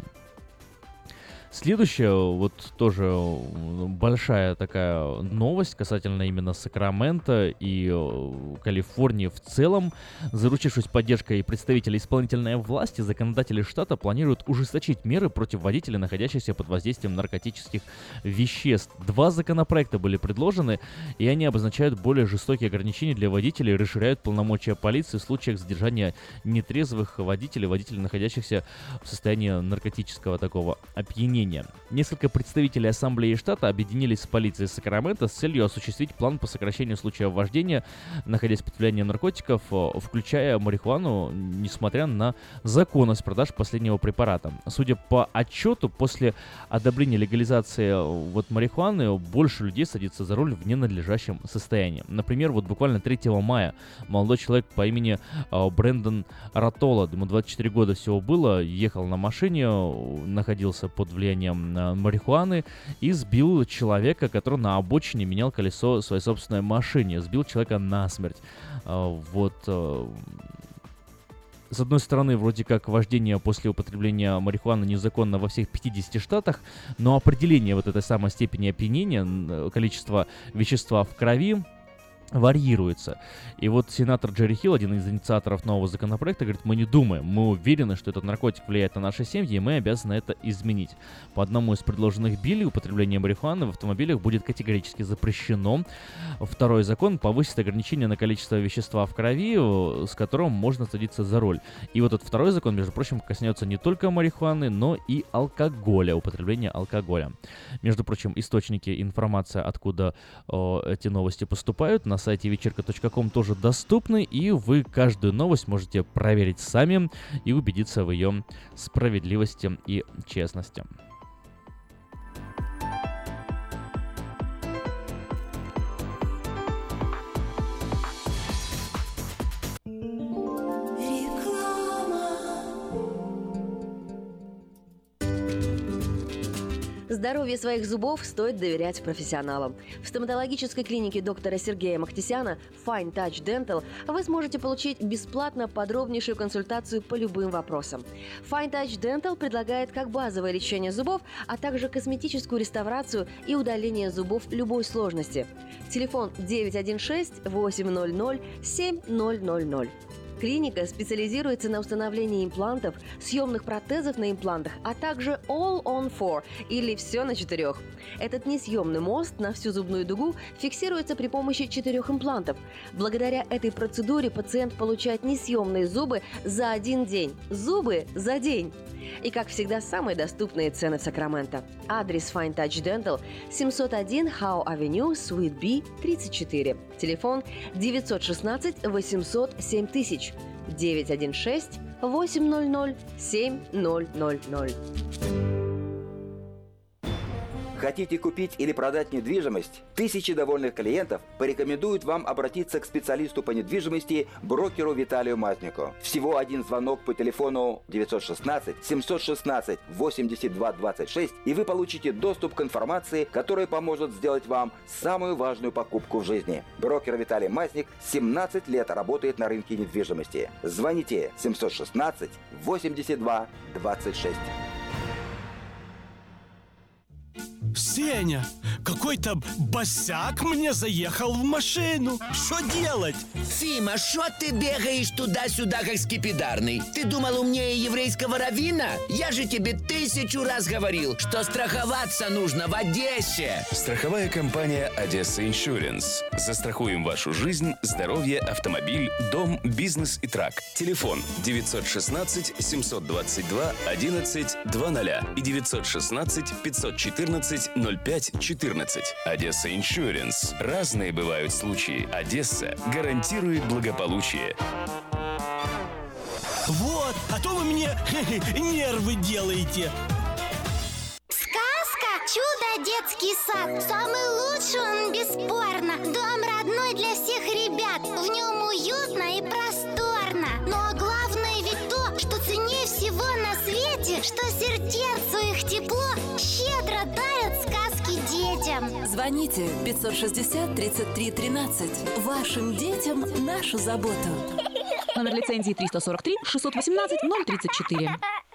Следующая, вот тоже большая такая новость касательно именно Сакрамента и Калифорнии в целом. Заручившись поддержкой представителей исполнительной власти, законодатели штата планируют ужесточить меры против водителей, находящихся под воздействием наркотических веществ. Два законопроекта были предложены, и они обозначают более жестокие ограничения для водителей, расширяют полномочия полиции в случаях задержания нетрезвых водителей, водителей, находящихся в состоянии наркотического такого опьянения. Несколько представителей Ассамблеи штата объединились с полицией Сакрамента с целью осуществить план по сокращению случаев вождения, находясь под влиянием наркотиков, включая марихуану, несмотря на законность продаж последнего препарата. Судя по отчету, после одобрения легализации вот марихуаны больше людей садится за руль в ненадлежащем состоянии. Например, вот буквально третьего мая молодой человек по имени Брэндон Ротола, ему двадцать четыре года всего было, ехал на машине, находился под влиянием марихуаны и сбил человека, который на обочине менял колесо своей собственной машине. Сбил человека насмерть. Вот. С одной стороны, вроде как вождение после употребления марихуаны незаконно во всех пятидесяти штатах, но определение вот этой самой степени опьянения, количества вещества в крови, варьируется. И вот сенатор Джерри Хилл, один из инициаторов нового законопроекта, говорит: мы не думаем, мы уверены, что этот наркотик влияет на наши семьи, и мы обязаны это изменить. По одному из предложенных биллей употребление марихуаны в автомобилях будет категорически запрещено. Второй закон повысит ограничение на количество вещества в крови, с которым можно садиться за руль. И вот этот второй закон, между прочим, коснется не только марихуаны, но и алкоголя, употребления алкоголя. Между прочим, источники, информация, откуда о, эти новости поступают, на сайте вечерка точка ком тоже доступны, и вы каждую новость можете проверить сами и убедиться в ее справедливости и честности. Здоровье своих зубов стоит доверять профессионалам. В стоматологической клинике доктора Сергея Махтисяна Fine Touch Dental вы сможете получить бесплатно подробнейшую консультацию по любым вопросам. Fine Touch Dental предлагает как базовое лечение зубов, а также косметическую реставрацию и удаление зубов любой сложности. Телефон девять один шесть восемь ноль ноль семь ноль ноль ноль. Клиника специализируется на установлении имплантов, съемных протезов на имплантах, а также All on Four или все на четырех. Этот несъемный мост на всю зубную дугу фиксируется при помощи четырех имплантов. Благодаря этой процедуре пациент получает несъемные зубы за один день. Зубы за день! И, как всегда, самые доступные цены в Сакраменто. Адрес Fine Touch Dental, семьсот один Howe Avenue, Suite B, тридцать четыре. Телефон девять один шесть восемьсот семь тысяч, девять один шесть восемьсот семь ноль ноль ноль. Хотите купить или продать недвижимость? Тысячи довольных клиентов порекомендуют вам обратиться к специалисту по недвижимости, брокеру Виталию Мазнику. Всего один звонок по телефону девять один шесть семь один шесть восемь два два шесть, и вы получите доступ к информации, которая поможет сделать вам самую важную покупку в жизни. Брокер Виталий Мазник семнадцать лет работает на рынке недвижимости. Звоните семь один шесть восемь два два шесть. Сеня, какой-то босяк мне заехал в машину. Что делать? Сима, что ты бегаешь туда-сюда, как скипидарный? Ты думал умнее еврейского раввина? Я же тебе тысячу раз говорил, что страховаться нужно в Одессе. Страховая компания «Одесса Иншуренс». Застрахуем вашу жизнь, здоровье, автомобиль, дом, бизнес и трак. Телефон девять один шесть семь два два одиннадцать двадцать и девять один шесть пятьсот четырнадцать ноль пять четырнадцать. «Одесса Иншуренс». Разные бывают случаи. «Одесса» гарантирует благополучие. Вот, а то вы мне нервы делаете. Сказка «Чудо детский сад». Самый лучший он, бесспорно. Дом родной для всех ребят. В нем уютно и просторно. Но главное ведь то, что ценнее всего на свете, что сердцу их тепло щедро дарят сказки детям. Звоните пятьсот шестьдесят тридцать три тринадцать. Вашим детям нашу заботу. Номер лицензии триста сорок три шестьсот восемнадцать ноль тридцать четыре.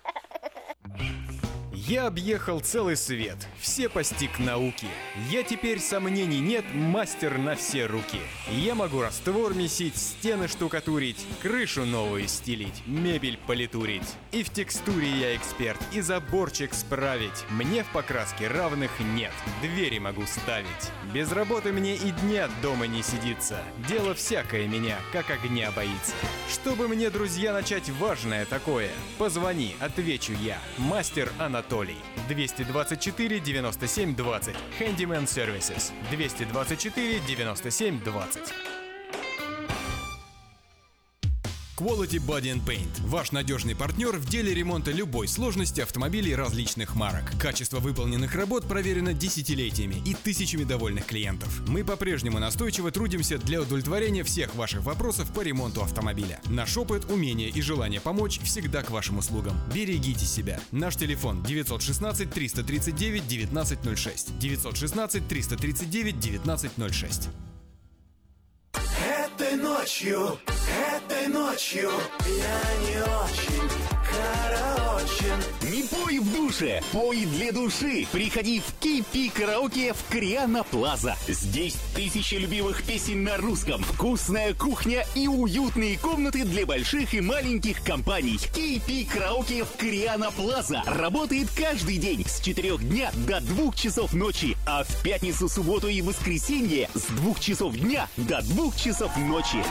Я объехал целый свет, все постиг науки. Я теперь, сомнений нет, мастер на все руки. Я могу раствор месить, стены штукатурить, крышу новую стелить, мебель политурить. И в текстуре я эксперт, и заборчик справить. Мне в покраске равных нет, двери могу ставить. Без работы мне и дня дома не сидится. Дело всякое меня, как огня боится. Чтобы мне, друзья, начать важное такое, позвони, отвечу я. Мастер Анатолий. двести двадцать четыре девяносто семь двадцать. Handyman Services. двести двадцать четыре девяносто семь двадцать. Quality Body and Paint. Ваш надежный партнер в деле ремонта любой сложности автомобилей различных марок. Качество выполненных работ проверено десятилетиями и тысячами довольных клиентов. Мы по-прежнему настойчиво трудимся для удовлетворения всех ваших вопросов по ремонту автомобиля. Наш опыт, умение и желание помочь всегда к вашим услугам. Берегите себя. Наш телефон девять один шесть триста тридцать девять девятнадцать ноль шесть. девять один шесть триста тридцать девять девятнадцать ноль шесть. Этой ночью, этой ночью я не очень караочен. Не пой в душе, пой для души. Приходи в кей пи Караоке в Криана Плаза. Здесь тысячи любимых песен на русском, вкусная кухня и уютные комнаты для больших и маленьких компаний. кей пи Караоке в Криана Плаза работает каждый день с четырёх дня до двух часов ночи, а в пятницу, субботу и воскресенье с двух часов дня до двух часов ночи.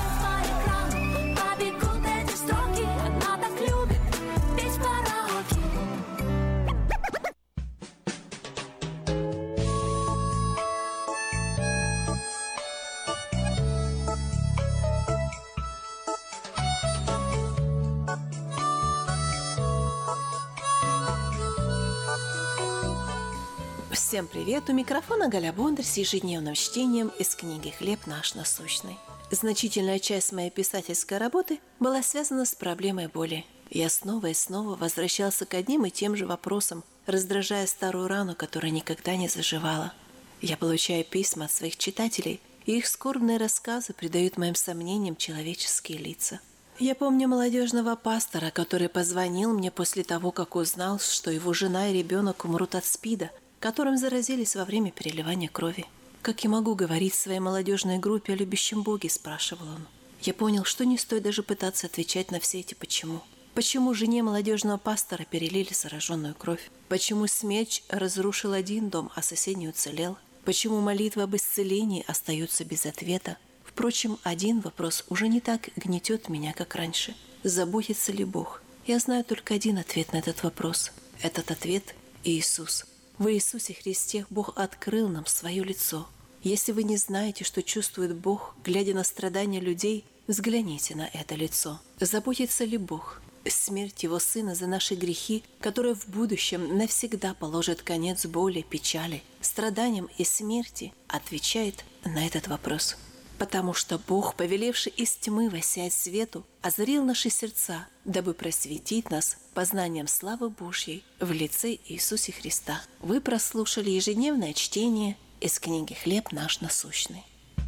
Всем привет! У микрофона Галя Бондарь с ежедневным чтением из книги «Хлеб наш насущный». Значительная часть моей писательской работы была связана с проблемой боли. Я снова и снова возвращался к одним и тем же вопросам, раздражая старую рану, которая никогда не заживала. Я получаю письма от своих читателей, и их скорбные рассказы придают моим сомнениям человеческие лица. Я помню молодежного пастора, который позвонил мне после того, как узнал, что его жена и ребенок умрут от СПИДа, которым заразились во время переливания крови. «Как я могу говорить своей молодежной группе о любящем Боге?» – спрашивал он. Я понял, что не стоит даже пытаться отвечать на все эти «почему». Почему жене молодежного пастора перелили зараженную кровь? Почему смерч разрушил один дом, а соседний уцелел? Почему молитвы об исцелении остаются без ответа? Впрочем, один вопрос уже не так гнетет меня, как раньше. Заботится ли Бог? Я знаю только один ответ на этот вопрос. Этот ответ – Иисус. В Иисусе Христе Бог открыл нам свое лицо. Если вы не знаете, что чувствует Бог, глядя на страдания людей, взгляните на это лицо. Заботится ли Бог? Смерть Его Сына за наши грехи, которая в будущем навсегда положит конец боли, печали, страданиям и смерти, отвечает на этот вопрос. Потому что Бог, повелевший из тьмы воссиять свету, озарил наши сердца, дабы просветить нас познанием славы Божьей в лице Иисуса Христа. Вы прослушали ежедневное чтение из книги «Хлеб наш насущный».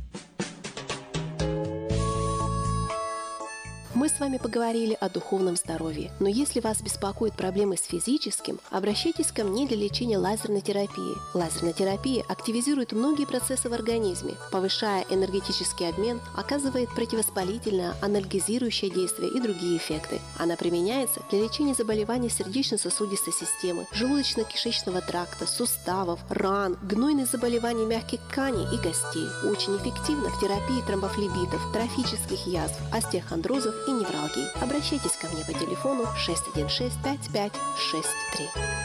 Мы с вами поговорили о духовном здоровье, но если вас беспокоят проблемы с физическим, обращайтесь ко мне для лечения лазерной терапии. Лазерная терапия активизирует многие процессы в организме, повышая энергетический обмен, оказывает противовоспалительное, анальгезирующее действие и другие эффекты. Она применяется для лечения заболеваний сердечно-сосудистой системы, желудочно-кишечного тракта, суставов, ран, гнойных заболеваний мягких тканей и костей. Очень эффективно в терапии тромбофлебитов, трофических язв, остеохондрозов и невралгии. Обращайтесь ко мне по телефону шесть один шесть пять пять шесть три.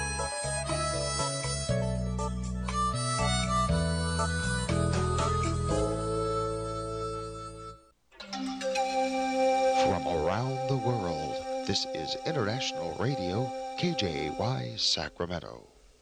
From around the world, this is International Radio, K J Y Sacramento.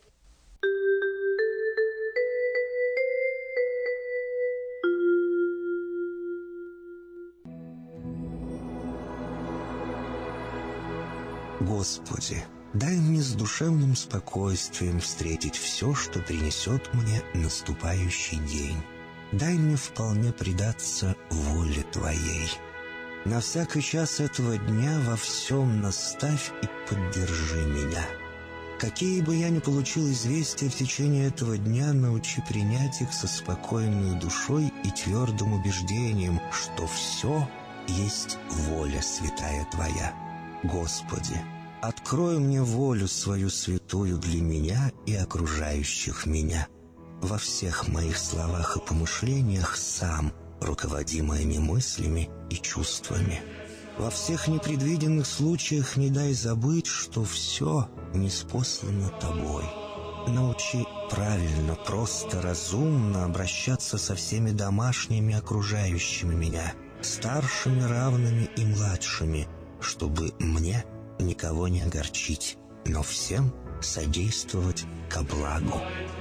Господи, дай мне с душевным спокойствием встретить все, что принесет мне наступающий день. Дай мне вполне предаться воле Твоей. На всякий час этого дня во всем наставь и поддержи меня. Какие бы я ни получил известия в течение этого дня, научи принять их со спокойной душой и твердым убеждением, что все есть воля святая Твоя. Господи, открой мне волю свою святую для меня и окружающих меня. Во всех моих словах и помышлениях сам руководи моими мыслями и чувствами. Во всех непредвиденных случаях не дай забыть, что все ниспослано Тобой. Научи правильно, просто, разумно обращаться со всеми домашними окружающими меня, старшими, равными и младшими, чтобы мне никого не огорчить, но всем содействовать ко благу.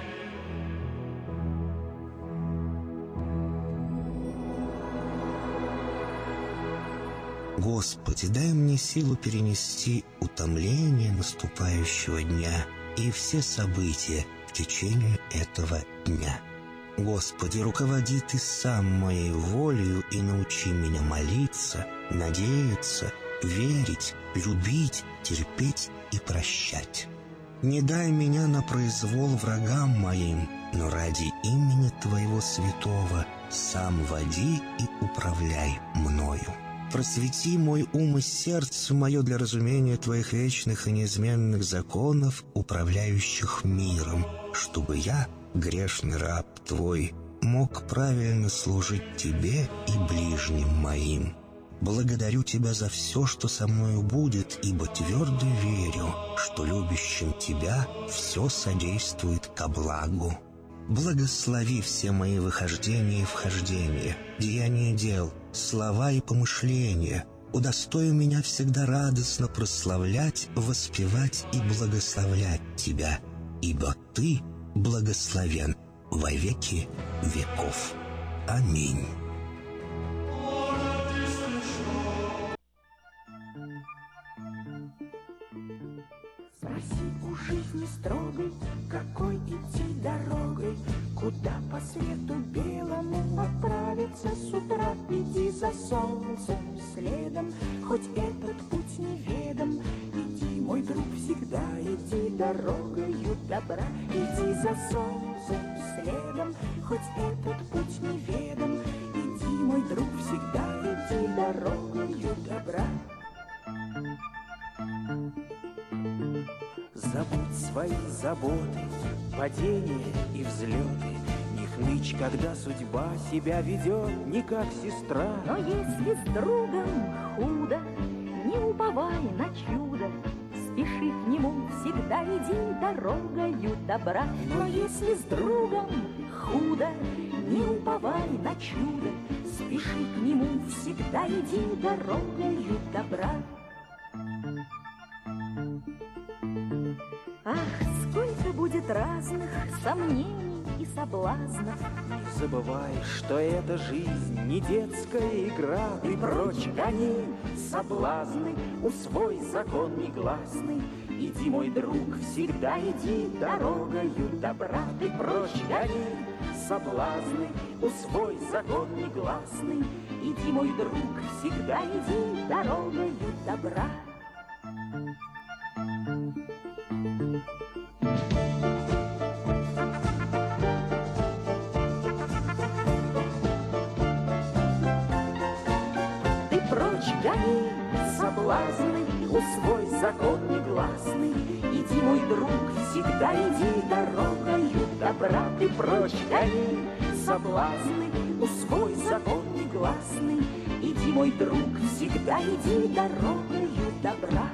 Господи, дай мне силу перенести утомление наступающего дня и все события в течение этого дня. Господи, руководи Ты сам моей волею и научи меня молиться, надеяться, верить, любить, терпеть и прощать. Не дай меня на произвол врагам моим, но ради имени Твоего святого сам води и управляй мною. Просвети мой ум и сердце мое для разумения Твоих вечных и неизменных законов, управляющих миром, чтобы я, грешный раб Твой, мог правильно служить Тебе и ближним моим. Благодарю Тебя за все, что со мною будет, ибо твердо верю, что любящим Тебя все содействует ко благу. Благослови все мои выхождения и вхождения, деяния дел, слова и помышления. Удостой меня всегда радостно прославлять, воспевать и благословлять Тебя, ибо Ты благословен во веки веков. Аминь. Спроси у жизни строгой, какой идти дорогой, куда по свету белому отправиться с утра. Иди за солнцем следом, хоть этот путь неведом. Иди, мой друг, всегда иди дорогою добра. Иди за солнцем следом, хоть этот путь неведом. Иди, мой друг, всегда иди дорогою Забудь свои заботы, падения и взлеты. Не хнычь, когда судьба себя ведет не как сестра. Но если с другом худо, не уповай на чудо, спеши к нему, всегда иди дорогою добра. Но если с другом худо, не уповай на чудо, спеши к нему, всегда иди дорогою добра. Ах, сколько будет разных сомнений и соблазнов. Не забывай, что эта жизнь не детская игра. Ты прочь гони соблазны, усвой закон негласный. Иди, мой друг, всегда иди дорогою добра. Ты прочь гони соблазны, усвой закон негласный. Иди, мой друг, всегда иди дорогою добра. Ты прочь гони соблазны, усвой закон негласный. Иди, мой друг, всегда иди дорогою добра. Ты прочь гони соблазны, усвой закон негласный. Иди, мой друг, всегда иди дорогою добра.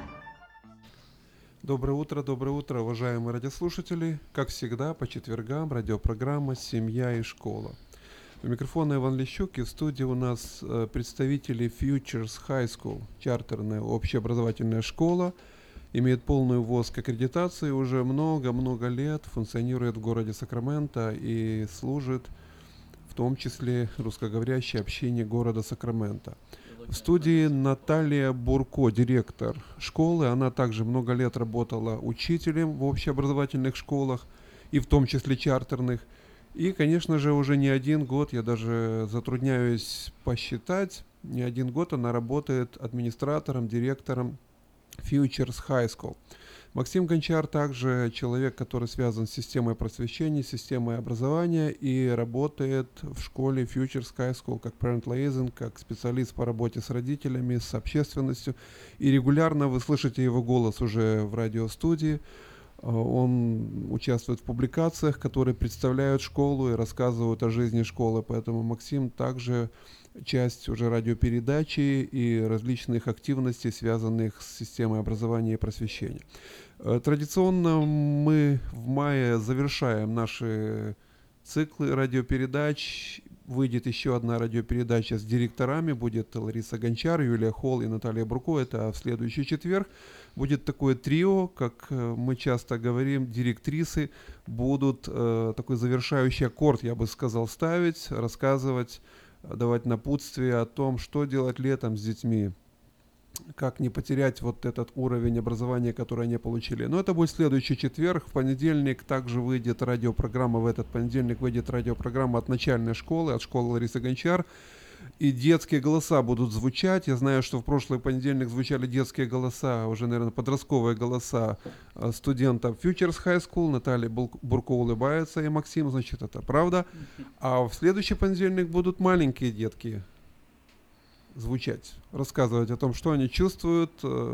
Доброе утро, доброе утро, уважаемые радиослушатели. Как всегда, по четвергам радиопрограмма «Семья и школа». У микрофона Иван Лещук, и в студии у нас представители Futures High School, чартерная общеобразовательная школа, имеет полную ВОС аккредитацию, уже много-много лет функционирует в городе Сакраменто и служит в том числе русскоговорящей общине города Сакраменто. В студии Наталья Бурко, директор школы. Она также много лет работала учителем в общеобразовательных школах, и в том числе чартерных. И, конечно же, уже не один год, я даже затрудняюсь посчитать, не один год она работает администратором, директором Futures High School. Максим Гончар также человек, который связан с системой просвещения, системой образования и работает в школе Futures High School как parent liaison, как специалист по работе с родителями, с общественностью. И регулярно вы слышите его голос уже в радиостудии. Он участвует в публикациях, которые представляют школу и рассказывают о жизни школы. Поэтому Максим также часть уже радиопередачи и различных активностей, связанных с системой образования и просвещения. Традиционно мы в мае завершаем наши циклы радиопередач. Выйдет еще одна радиопередача с директорами. Будет Лариса Гончар, Юлия Холл и Наталья Бурко. Это в следующий четверг. Будет такое трио, как мы часто говорим, директрисы будут э, такой завершающий аккорд, я бы сказал, ставить, рассказывать, давать напутствие о том, что делать летом с детьми, как не потерять вот этот уровень образования, который они получили. Но это будет следующий четверг. В понедельник также выйдет радиопрограмма, в этот понедельник выйдет радиопрограмма от начальной школы, от школы Ларисы Гончар. И детские голоса будут звучать. Я знаю, что в прошлый понедельник звучали детские голоса, уже, наверное, подростковые голоса студентов Futures High School. Наталья Бурко улыбается, и Максим, значит, это правда. А в следующий понедельник будут маленькие детки звучать, рассказывать о том, что они чувствуют,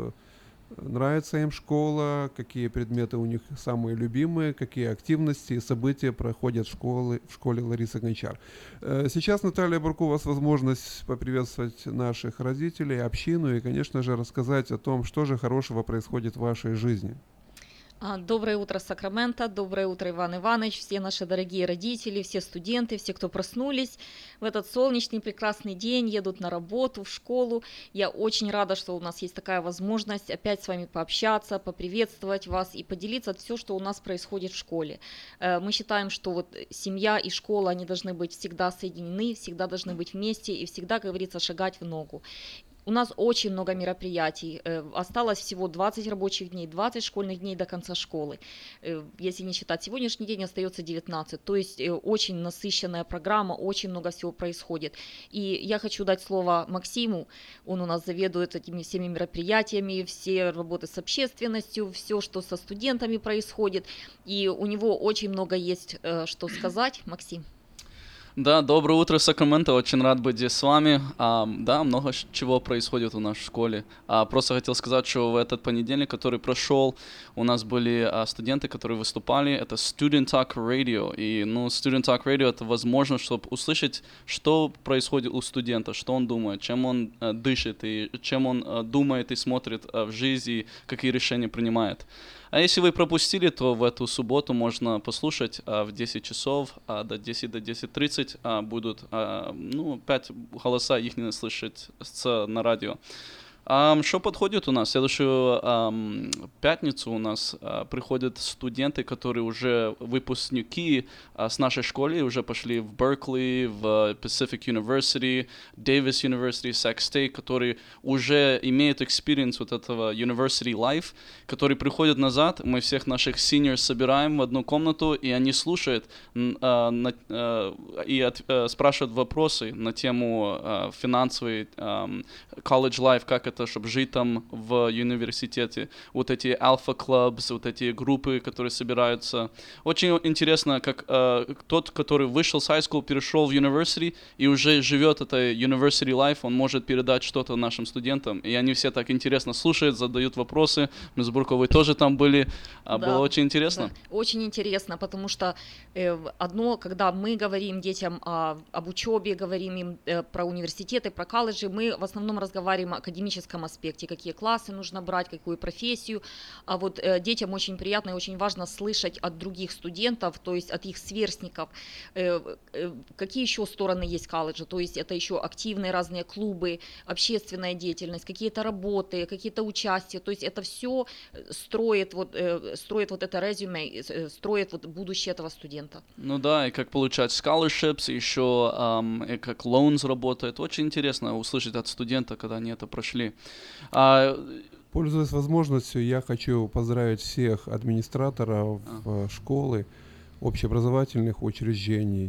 нравится им школа, какие предметы у них самые любимые, какие активности и события проходят в школе, в школе Ларисы Гончар. Сейчас, Наталья Бурко, у вас возможность поприветствовать наших родителей, общину и, конечно же, рассказать о том, что же хорошего происходит в вашей жизни. Доброе утро, Сакраменто, доброе утро, Иван Иванович, все наши дорогие родители, все студенты, все, кто проснулись в этот солнечный прекрасный день, едут на работу, в школу. Я очень рада, что у нас есть такая возможность опять с вами пообщаться, поприветствовать вас и поделиться все, что у нас происходит в школе. Мы считаем, что вот семья и школа, они должны быть всегда соединены, всегда должны быть вместе и всегда, как говорится, шагать в ногу. У нас очень много мероприятий. Осталось всего двадцать рабочих дней, двадцать школьных дней до конца школы. Если не считать сегодняшний день, остается девятнадцать. То есть очень насыщенная программа, очень много всего происходит. И я хочу дать слово Максиму. Он у нас заведует этими всеми мероприятиями, все работы с общественностью, все, что со студентами происходит. И у него очень много есть что сказать. Максим. Да, доброе утро, Сакраменто. Очень рад быть здесь с вами. А, да, много чего происходит у нас в школе. А, просто хотел сказать, что в этот понедельник, который прошел, у нас были а, студенты, которые выступали. Это Student Talk Radio. И, ну, Student Talk Radio — это возможность, чтобы услышать, что происходит у студента, что он думает, чем он а, дышит, и чем он а, думает и смотрит а, в жизни, и какие решения принимает. А если вы пропустили, то в эту субботу можно послушать а, в десять часов а, до десяти до десяти тридцати а, будут а, ну, пять голоса их не слышать с, на радио. А, что подходит у нас? В следующую а, пятницу у нас а, приходят студенты, которые уже выпускники а, с нашей школы, уже пошли в Беркли, в Pacific University, Davis University, Sac State, которые уже имеют experience вот этого University Life, которые приходят назад, мы всех наших seniors собираем в одну комнату, и они слушают а, на, а, и от, а, спрашивают вопросы на тему а, финансовой, а, college life, как это, чтобы жить там в университете. Вот эти alpha clubs, вот эти группы, которые собираются. Очень интересно, как э, тот, который вышел с high school, перешел в university и уже живет это university life, он может передать что-то нашим студентам. И они все так интересно слушают, задают вопросы. Мы с Бурковой тоже там были. А Да, было очень интересно. да, очень интересно, потому что э, одно, когда мы говорим детям о- об учебе, говорим им э, про университеты, про колледжи, мы в основном разговариваем о академическом аспекте, какие классы нужно брать, какую профессию. А вот э, детям очень приятно и очень важно слышать от других студентов, то есть от их сверстников, э, э, какие еще стороны есть колледжа, то есть это еще активные разные клубы, общественная деятельность, какие-то работы, какие-то участия, то есть это все строит вот, э, строит вот это резюме, э, строит вот будущее этого студента. Ну да, и как получать scholarships, еще ам, и как loans работает. Очень интересно услышать от студента, когда они это прошли. А, Пользуясь возможностью, я хочу поздравить всех администраторов э, школы, общеобразовательных учреждений,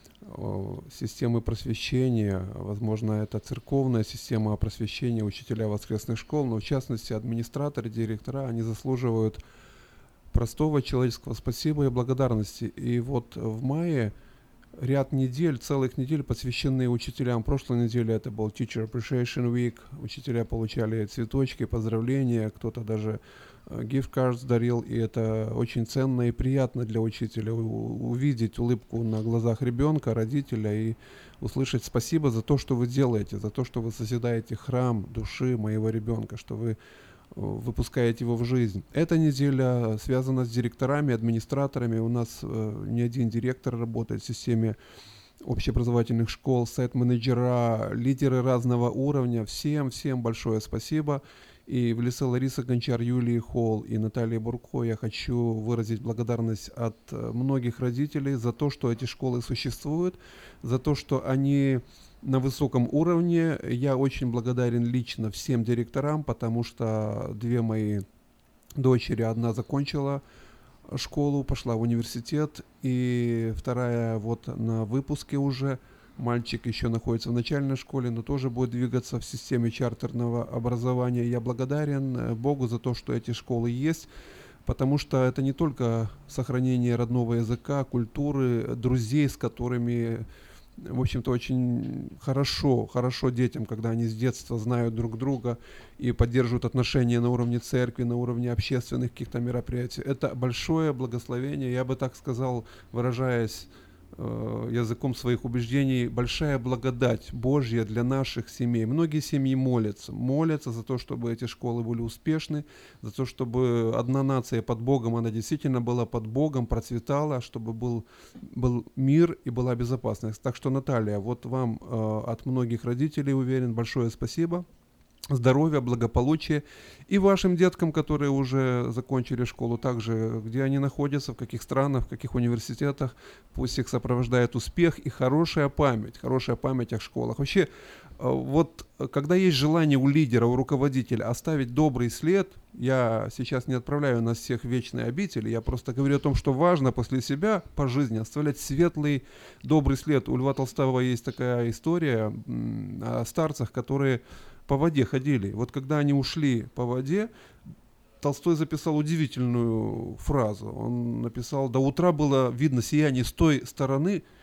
э, системы просвещения. Возможно, это церковная система просвещения, учителя воскресных школ, но в частности администраторы, директора, они заслуживают простого человеческого спасибо и благодарности. И вот в мае ряд недель, целых недель посвящены учителям. Прошлой неделе это был Teacher Appreciation Week. Учителя получали цветочки, поздравления, кто-то даже э, gift cards дарил. И это очень ценно и приятно для учителя у- увидеть улыбку на глазах ребенка, родителя и услышать спасибо за то, что вы делаете, за то, что вы созидаете храм души моего ребенка, что вы выпускаете его в жизнь. Эта неделя связана с директорами, администраторами. У нас э, не один директор работает в системе общеобразовательных школ, сайт-менеджера, лидеры разного уровня. Всем, всем большое спасибо. И в лице Ларисы Гончар, Юлии Холл и Натальи Бурко я хочу выразить благодарность от э, многих родителей за то, что эти школы существуют, за то, что они на высоком уровне. Я очень благодарен лично всем директорам, потому что две мои дочери, одна закончила школу, пошла в университет, и вторая вот на выпуске уже. Мальчик еще находится в начальной школе, но тоже будет двигаться в системе чартерного образования. Я благодарен Богу за то, что эти школы есть, потому что это не только сохранение родного языка, культуры, друзей, с которыми, в общем-то, очень хорошо, хорошо детям, когда они с детства знают друг друга и поддерживают отношения на уровне церкви, на уровне общественных каких-то мероприятий. Это большое благословение, я бы так сказал, выражаясь э, языком своих убеждений, большая благодать Божья для наших семей. Многие семьи молятся, молятся за то, чтобы эти школы были успешны, за то, чтобы одна нация под Богом, она действительно была под Богом, процветала, чтобы был, был мир и была безопасность. Так что, Наталья, вот вам э, от многих родителей, уверен, большое спасибо. Здоровья, благополучия и вашим деткам, которые уже закончили школу, также где они находятся, в каких странах, в каких университетах, пусть их сопровождает успех и хорошая память, хорошая память о школах. Вообще, вот когда есть желание у лидера, у руководителя оставить добрый след, я сейчас не отправляю нас всех в вечные обители, я просто говорю о том, что важно после себя по жизни оставлять светлый, добрый след. У Льва Толстого есть такая история м, о старцах, которые по воде ходили. Вот когда они ушли по воде, Толстой записал удивительную фразу. Он написал: до утра было видно сияние с той стороны,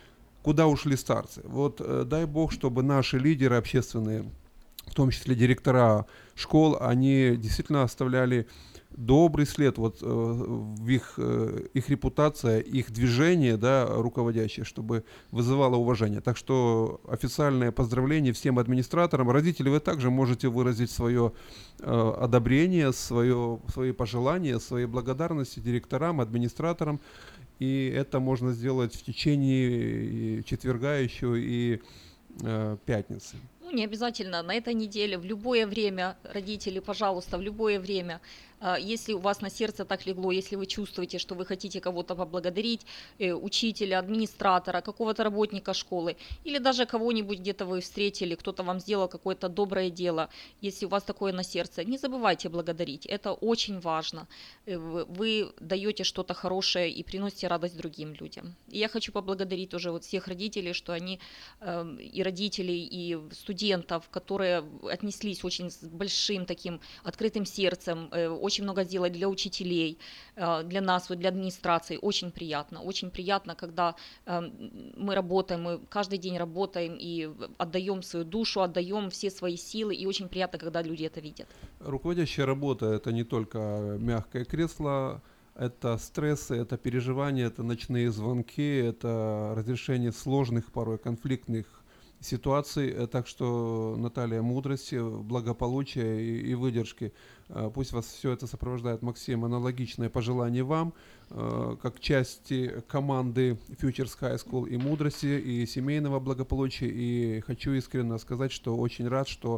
куда ушли старцы. Вот э, дай бог, чтобы наши лидеры общественные, в том числе директора школ, они действительно оставляли добрый след вот, э, в их, э, их репутация, их движение, да, руководящее, чтобы вызывало уважение. Так что официальное поздравление всем администраторам. Родители, вы также можете выразить свое э, одобрение, свое, свои пожелания, свои благодарности директорам, администраторам. И это можно сделать в течение четверга еще и э, пятницы. Ну, не обязательно на этой неделе, в любое время, родители, пожалуйста, в любое время. Если у вас на сердце так легло, если вы чувствуете, что вы хотите кого-то поблагодарить, учителя, администратора, какого-то работника школы, или даже кого-нибудь где-то вы встретили, кто-то вам сделал какое-то доброе дело, если у вас такое на сердце, не забывайте благодарить, это очень важно. Вы даете что-то хорошее и приносите радость другим людям. И я хочу поблагодарить тоже вот всех родителей, что они, и родителей, и студентов, которые отнеслись очень с большим таким открытым сердцем, очень очень много сделать для учителей, для нас, для администрации. Очень приятно. Очень приятно, когда мы работаем, мы каждый день работаем и отдаем свою душу, отдаем все свои силы. И очень приятно, когда люди это видят. Руководящая работа – это не только мягкое кресло, это стрессы, это переживания, это ночные звонки, это разрешение сложных, порой конфликтных ситуаций. Так что, Наталья, мудрости, благополучия и, и выдержки. Пусть вас все это сопровождает, Максим. Аналогичное пожелание вам, как части команды Futures High School, и мудрости, и семейного благополучия. И хочу искренне сказать, что очень рад, что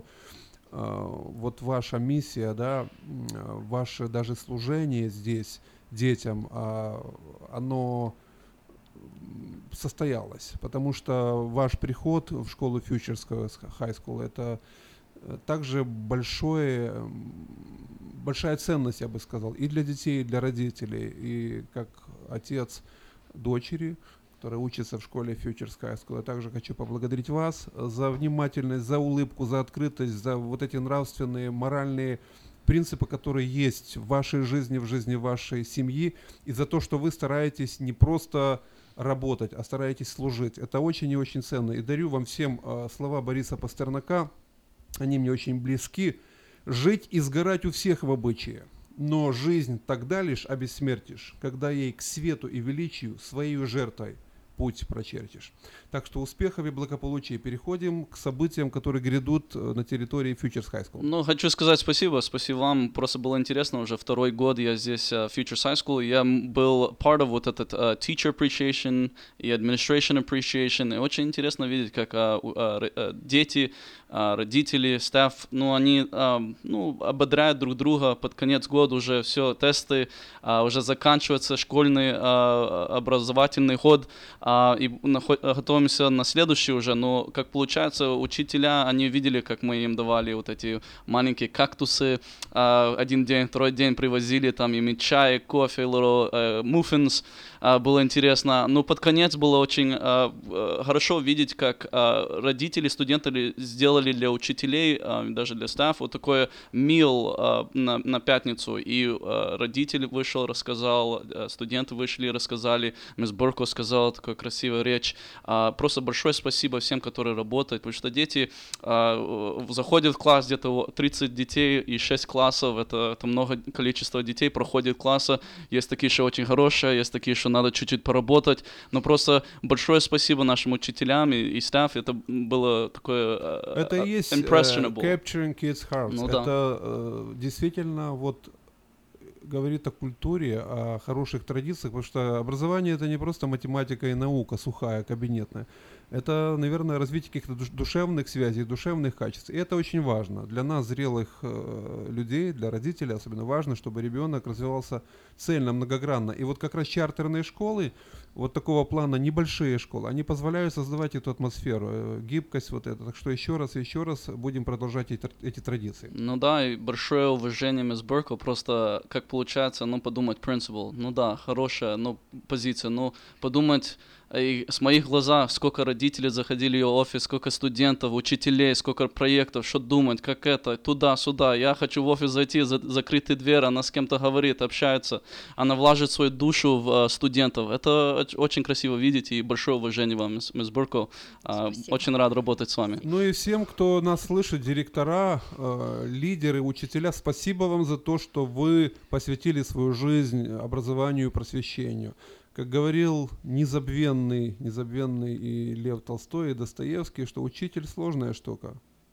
вот ваша миссия, да, ваше даже служение здесь детям, оно состоялось, потому что ваш приход в школу Futures High School – это также большое, большая ценность, я бы сказал, и для детей, и для родителей, и как отец дочери, которая учится в школе Futures High School. Я также хочу поблагодарить вас за внимательность, за улыбку, за открытость, за вот эти нравственные, моральные принципы, которые есть в вашей жизни, в жизни вашей семьи, и за то, что вы стараетесь не просто работать, а стараетесь служить. Это очень и очень ценно. И дарю вам всем э, слова Бориса Пастернака, они мне очень близки. «Жить и сгорать у всех в обычае, но жизнь тогда лишь обессмертишь, когда ей к свету и величию своей жертвой путь прочертишь». Так что успехов и благополучия. Переходим к событиям, которые грядут на территории Futures High School. Ну, хочу сказать спасибо. Спасибо вам. Просто было интересно. Уже второй год я здесь в uh, Futures High School. Я был part of вот этот uh, teacher appreciation и administration appreciation. И очень интересно видеть, как uh, uh, uh, дети, uh, родители, стафф, ну, они uh, ну, ободряют друг друга. Под конец года уже все, тесты, uh, уже заканчивается школьный uh, образовательный год. Uh, и наход- готовимся на следующий уже, но как получается, учителя, они видели, как мы им давали вот эти маленькие кактусы, uh, один день, второй день привозили там им чай, кофе, little uh, muffins, uh, было интересно, но под конец было очень uh, хорошо видеть, как uh, родители, студенты сделали для учителей, uh, даже для стаффа вот такой meal uh, на, на пятницу, и uh, родитель вышел, рассказал, uh, студенты вышли, рассказали, мисс Борко сказала такую красивую речь. Uh, Просто большое спасибо всем, которые работают, потому что дети uh, заходят в класс, где-то тридцать детей и шесть классов, это, это много количество детей проходит класса, есть такие, что очень хорошие, есть такие, что надо чуть-чуть поработать, но просто большое спасибо нашим учителям и, и стафф, это было такое uh, это и есть impressionable. Uh, capturing kids' hearts, ну, это да. uh, действительно вот говорит о культуре, о хороших традициях, потому что образование — это не просто математика и наука сухая, кабинетная. Это, наверное, развитие каких-то душевных связей, душевных качеств. И это очень важно. Для нас, зрелых э, людей, для родителей особенно важно, чтобы ребенок развивался цельно, многогранно. И вот как раз чартерные школы, вот такого плана, небольшие школы, они позволяют создавать эту атмосферу, э, гибкость вот эту. Так что еще раз и еще раз будем продолжать эти, эти традиции. Ну да, и большое уважение, мисс Берко, просто как получается, ну подумать, принцип, ну да, хорошая, ну позиция, ну подумать, и с моих глазах, сколько родителей заходили в ее офис, сколько студентов, учителей, сколько проектов, что думать, как это, туда-сюда. Я хочу в офис зайти, за, закрытые двери, она с кем-то говорит, общается, она влажит свою душу в uh, студентов. Это очень красиво видеть, и большое уважение вам, мисс Бурко. Uh, очень рад работать с вами. Ну и всем, кто нас слышит, директора, э, лидеры, учителя, спасибо вам за то, что вы посвятили свою жизнь образованию и просвещению. Как говорил незабвенный, незабвенный и Лев Толстой, и Достоевский, что учитель сложная штука.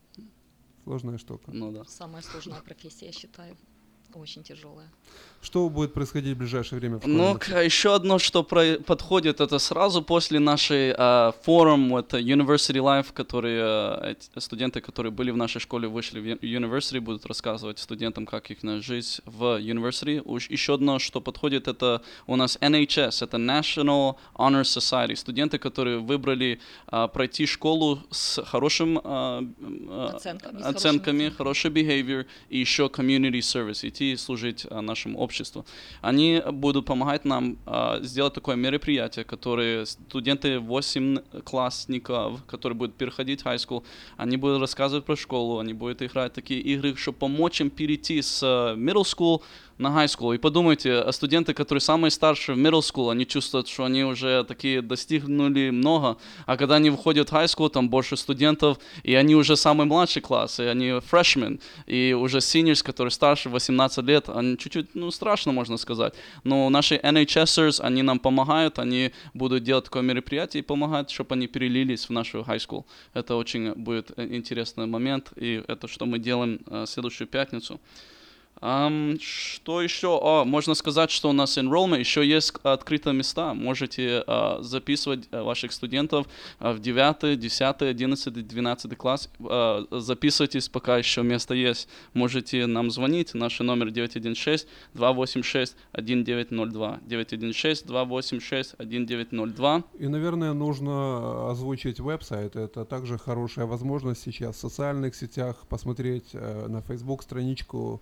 Сложная штука. Ну да. Самая сложная профессия, я считаю. Очень тяжелая. Что будет происходить в ближайшее время в школе? Ну, еще одно, что про- подходит, это сразу после нашей uh, форум, это University Life, которые uh, студенты, которые были в нашей школе, вышли в University, будут рассказывать студентам, как их жизнь в University. Еще одно, что подходит, это у нас эн эйч эс, это National Honor Society, студенты, которые выбрали uh, пройти школу с хорошим uh, uh, оценками, оценками, хороший behavior и еще community service, идти служить uh, нашему обществу. Они будут помогать нам uh, сделать такое мероприятие, которое студенты восьмиклассников, которые будут переходить в high school, они будут рассказывать про школу, они будут играть такие игры, чтобы помочь им перейти с uh, middle school на high school. И подумайте, студенты, которые самые старшие в middle school, они чувствуют, что они уже такие достигнули много, а когда они выходят в high school, там больше студентов, и они уже самый младший класс, и они freshmen, и уже seniors, которые старше восемнадцать лет, они чуть-чуть, ну, страшно, можно сказать. Но наши эн эйч эсерс, они нам помогают, они будут делать такое мероприятие и помогать, чтобы они перелились в нашу high school. Это очень будет интересный момент, и это что мы делаем в следующую пятницу. Um, что еще? О, можно сказать, что у нас enrollment, еще есть открытые места. Можете uh, записывать uh, ваших студентов uh, в девятый, десятый, одиннадцатый, двенадцатый класс. Uh, записывайтесь, пока еще место есть. Можете нам звонить. Наш номер девять один шесть два восемь шесть один девять ноль два. девять один шесть два восемь шесть один девять ноль два. И, наверное, нужно озвучить веб-сайт. Это также хорошая возможность сейчас в социальных сетях посмотреть uh, на Facebook страничку,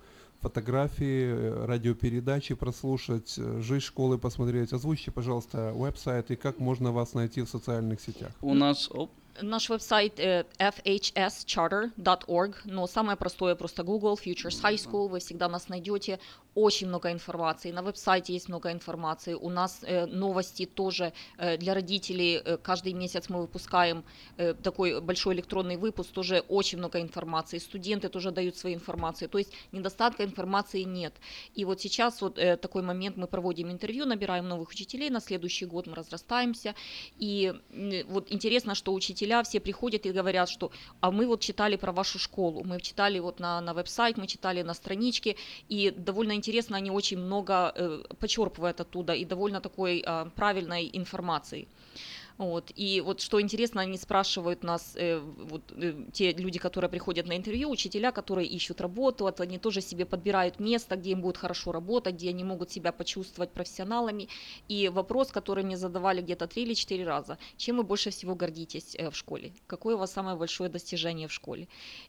фотографии, радиопередачи прослушать, жизнь школы посмотреть. Озвучьте, пожалуйста, веб-сайт и как можно вас найти в социальных сетях. У нас... Наш веб-сайт э, эф эйч эс чартер точка орг, но самое простое просто Google, Futures High School, вы всегда нас найдете. Очень много информации, на веб-сайте есть много информации. У нас э, новости тоже э, для родителей. Э, каждый месяц мы выпускаем э, такой большой электронный выпуск, тоже очень много информации. Студенты тоже дают свои информации, то есть недостатка информации нет. И вот сейчас вот э, такой момент, мы проводим интервью, набираем новых учителей, на следующий год мы разрастаемся. И э, вот интересно, что учителя все приходят и говорят, что а мы вот читали про вашу школу, мы читали вот на, на веб-сайт, мы читали на страничке, и довольно интересно, они очень много э, почерпывают оттуда и довольно такой э, правильной информации. Вот. И вот что интересно, они спрашивают нас, э, вот, э, те люди, которые приходят на интервью, учителя, которые ищут работу, вот, они тоже себе подбирают место, где им будет хорошо работать, где они могут себя почувствовать профессионалами. И вопрос, который мне задавали где-то три или четыре раза: чем вы больше всего гордитесь э, в школе? Какое у вас самое большое достижение в школе?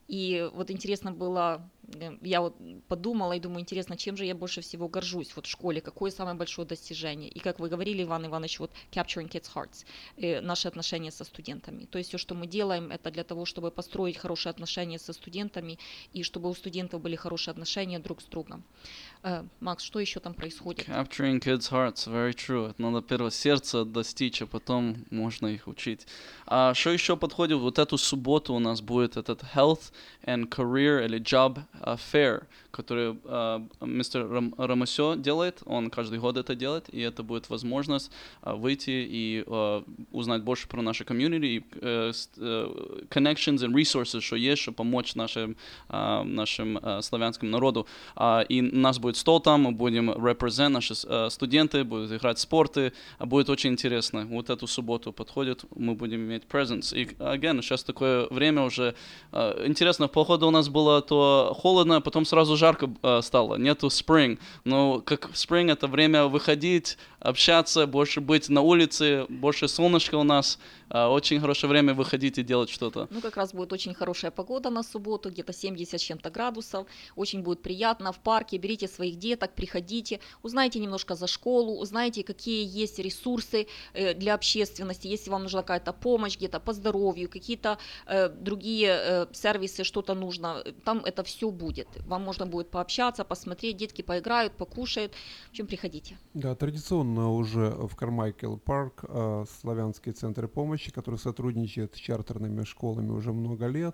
И вот интересно было, э, я вот подумала и думаю, интересно, чем же я больше всего горжусь вот в школе, какое самое большое достижение? И как вы говорили, Иван Иванович, вот Capturing Kids' Hearts, наши отношения со студентами. То есть все, что мы делаем, это для того, чтобы построить хорошие отношения со студентами и чтобы у студентов были хорошие отношения друг с другом. Uh, Макс, что еще там происходит? Capturing kids' hearts, very true. Это надо первое сердце достичь, а потом можно их учить. А что еще подходит? Вот эту субботу у нас будет этот Health and Career или Job uh, Fair, который uh, мистер Рам- Рамосё делает. Он каждый год это делает, и это будет возможность uh, выйти и uh, узнать больше про наше комьюнити, и uh, uh, connections and resources, что есть, чтобы помочь нашим, uh, нашим uh, славянским народу. Uh, и у нас будет стол там, мы будем represent, наши uh, студенты будут играть в спорты, будет очень интересно. Вот эту субботу подходит, мы будем иметь presence. И, again, сейчас такое время уже uh, интересно, походу у нас было то холодно, а потом сразу жарко э, стало, нету spring. Но как spring — это время выходить, общаться, больше быть на улице, больше солнышка у нас. Э, очень хорошее время выходить и делать что-то. Ну, как раз будет очень хорошая погода на субботу, где-то семьдесят с чем-то градусов. Очень будет приятно в парке. Берите своих деток, приходите, узнайте немножко за школу, узнайте, какие есть ресурсы э, для общественности, если вам нужна какая-то помощь где-то по здоровью, какие-то э, другие э, сервисы, что-то нужно, там это все будет. Вам можно будет пообщаться, посмотреть, детки поиграют, покушают. В общем, приходите. Да, традиционно уже в Кармайкл парк э, славянские центры помощи, которые сотрудничают с чартерными школами уже много лет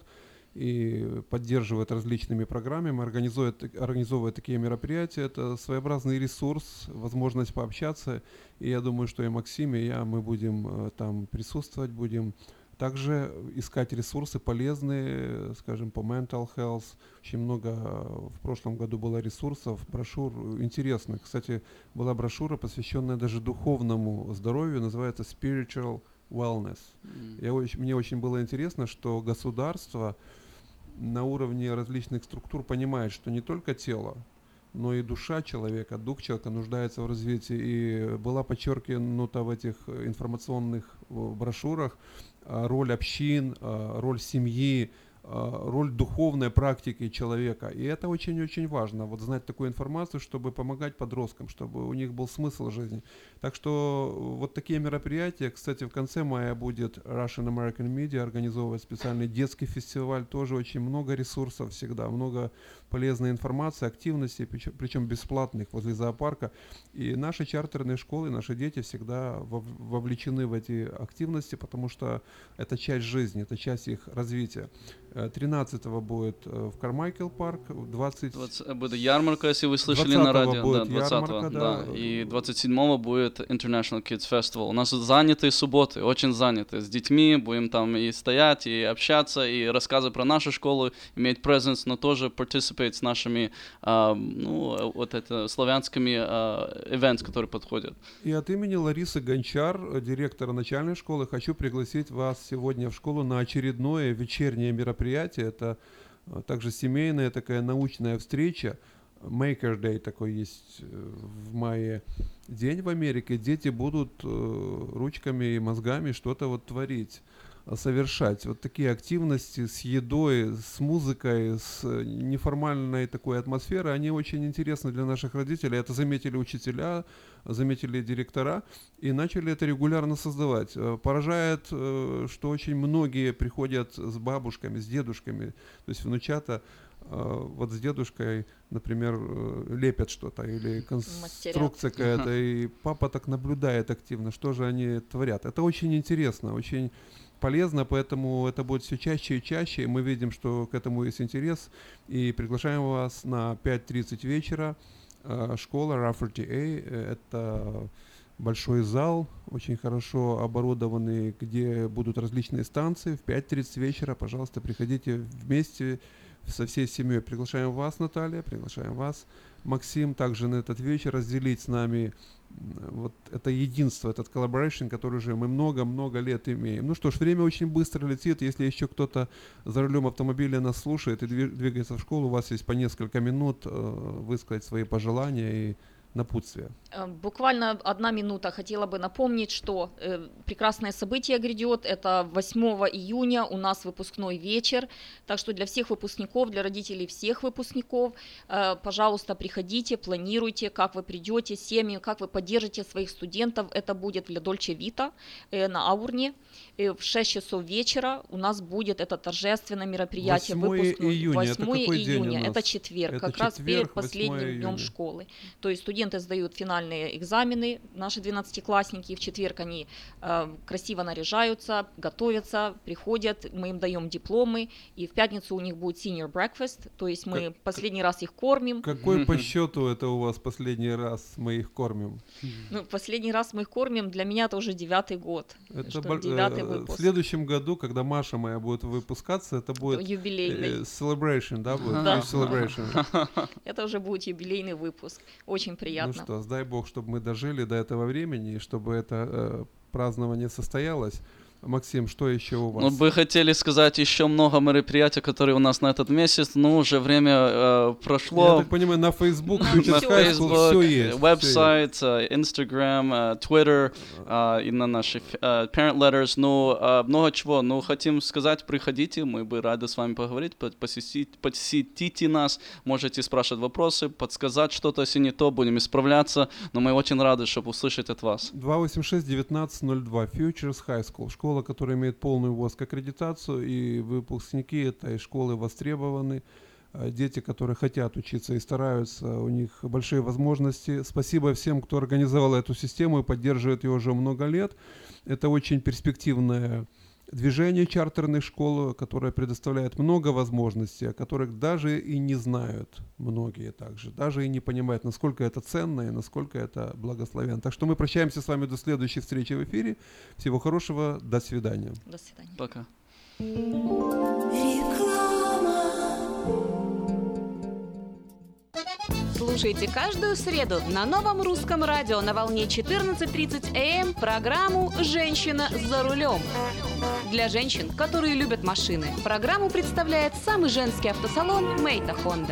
и поддерживают различными программами, организуют, организовывают такие мероприятия. Это своеобразный ресурс, возможность пообщаться. И я думаю, что и Максим, и я, мы будем э, там присутствовать, будем также искать ресурсы полезные, скажем, по mental health. Очень много в прошлом году было ресурсов, брошюр интересных. Кстати, была брошюра, посвященная даже духовному здоровью, называется Spiritual Wellness. Mm. Я очень, мне очень было интересно, что государство на уровне различных структур понимает, что не только тело, но и душа человека, дух человека нуждается в развитии. И была подчеркнута в этих информационных брошюрах роль общин, роль семьи, роль духовной практики человека. И это очень-очень важно, вот знать такую информацию, чтобы помогать подросткам, чтобы у них был смысл жизни. Так что вот такие мероприятия. Кстати, в конце мая будет Russian American Media организовывать специальный детский фестиваль. Тоже очень много ресурсов всегда, много полезной информации, активностей, причем, причем бесплатных возле зоопарка. И наши чартерные школы, наши дети всегда вовлечены в эти активности, потому что это часть жизни, это часть их развития. тринадцатого будет в Кармайкл парк, двадцатого будет ярмарка, если вы слышали на радио, будет да, двадцатого, ярмарка, да, да. И двадцать седьмого будет International Kids Festival. У нас занятые субботы, очень заняты, с детьми, будем там и стоять, и общаться, и рассказывать про нашу школу, иметь presence, но тоже participate с нашими, uh, ну, вот это, славянскими uh, events, которые подходят. И от имени Ларисы Гончар, директора начальной школы, хочу пригласить вас сегодня в школу на очередное вечернее мероприятие. Это также семейная такая научная встреча. Maker Day такой есть в мае день в Америке. Дети будут ручками и мозгами что-то вот творить, совершать. Вот такие активности с едой, с музыкой, с неформальной такой атмосферой, они очень интересны для наших родителей. Это заметили учителя, заметили директора и начали это регулярно создавать. Поражает, что очень многие приходят с бабушками, с дедушками, то есть внучата вот с дедушкой, например, лепят что-то или конструкция какая-то, и папа так наблюдает активно, что же они творят. Это очень интересно, очень полезно, поэтому это будет все чаще и чаще, и мы видим, что к этому есть интерес, и приглашаем вас на пять тридцать вечера. Школа Рафферти Эй, это большой зал, очень хорошо оборудованный, где будут различные станции. В пять тридцать вечера, пожалуйста, приходите вместе со всей семьей. Приглашаем вас, Наталья, приглашаем вас, Максим, также на этот вечер разделить с нами вот это единство, этот collaboration, который уже мы много-много лет имеем. Ну что ж, время очень быстро летит. Если еще кто-то за рулем автомобиля нас слушает и двигается в школу, у вас есть по несколько минут э, высказать свои пожелания и напутствия. Буквально одна минута. Хотела бы напомнить, что э, прекрасное событие грядет. Это восьмого июня у нас выпускной вечер. Так что для всех выпускников, для родителей всех выпускников, э, пожалуйста, приходите, планируйте, как вы придете, семьи, как вы поддержите своих студентов. Это будет в Ля Дольче Вита э, на Аурне. Э, в шесть часов вечера у нас будет это торжественное мероприятие. восьмого июня. восьмого это июня. Это четверг, это как четверг, раз перед последним днем школы. То есть студенты сдают финальные экзамены, наши двенадцатиклассники, в четверг они э, красиво наряжаются, готовятся, приходят, мы им даем дипломы, и в пятницу у них будет senior breakfast, то есть мы как, последний раз их кормим. Какой по счету это у вас последний раз мы их кормим? Ну, последний раз мы их кормим, для меня это уже девятый год. Это бо- девятый выпуск. В следующем году, когда Маша моя будет выпускаться, это будет юбилейный. Э, celebration, да, будет? Да. Celebration. Это уже будет юбилейный выпуск. Очень приятно. Ну что, дай Бог, чтобы мы дожили до этого времени, и чтобы это э, празднование состоялось. Максим, что еще у вас? Ну, бы хотели сказать еще много мероприятий, которые у нас на этот месяц, но уже время э, прошло. Я так понимаю, на Facebook, на Facebook все есть. Веб-сайт, Instagram, Twitter и на наши uh, parent letters. Ну, uh, много чего. Ну, хотим сказать, приходите, мы бы рады с вами поговорить, посетить, посетите нас, можете спрашивать вопросы, подсказать что-то, если не то, будем исправляться, но мы очень рады, чтобы услышать от вас. два восемь шесть девятнадцать ноль два Futures High School, школа, которая имеет полную ВОСК аккредитацию, и выпускники этой школы востребованы. Дети, которые хотят учиться и стараются, у них большие возможности. Спасибо всем, кто организовал эту систему и поддерживает ее уже много лет. Это очень перспективное движение чартерных школ, которое предоставляет много возможностей, о которых даже и не знают многие также, даже и не понимают, насколько это ценно и насколько это благословенно. Так что мы прощаемся с вами до следующей встречи в эфире. Всего хорошего, до свидания. До свидания. Пока. Слушайте каждую среду на Новом русском радио на волне четырнадцать тридцать эй эм программу «Женщина за рулем». Для женщин, которые любят машины, программу представляет самый женский автосалон «Мейта Хонда».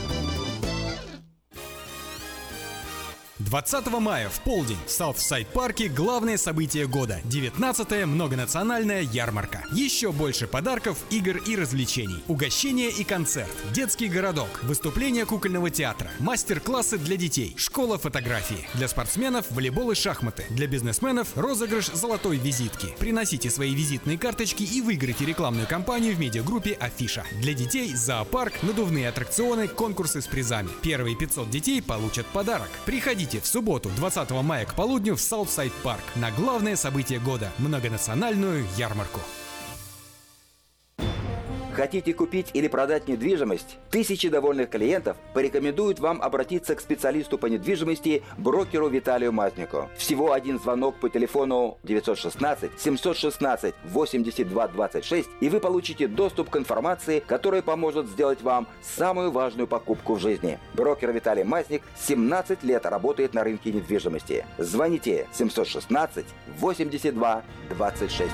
двадцатого мая в полдень в Саутсайд-парке главное событие года – девятнадцатая многонациональная ярмарка. Еще больше подарков, игр и развлечений. Угощение и концерт, детский городок, выступление кукольного театра, мастер-классы для детей, школа фотографии. Для спортсменов – волейбол и шахматы. Для бизнесменов – розыгрыш золотой визитки. Приносите свои визитные карточки и выиграйте рекламную кампанию в медиагруппе «Афиша». Для детей – зоопарк, надувные аттракционы, конкурсы с призами. Первые пятьсот детей получат подарок. Приходите в субботу, двадцатого мая к полудню в Саутсайд-парк на главное событие года – многонациональную ярмарку. Хотите купить или продать недвижимость? Тысячи довольных клиентов порекомендуют вам обратиться к специалисту по недвижимости, брокеру Виталию Мазнику. Всего один звонок по телефону девятьсот шестнадцать семьсот шестнадцать восемьдесят два двадцать шесть, и вы получите доступ к информации, которая поможет сделать вам самую важную покупку в жизни. Брокер Виталий Мазник семнадцать лет работает на рынке недвижимости. Звоните семьсот шестнадцать восемьдесят два двадцать шесть.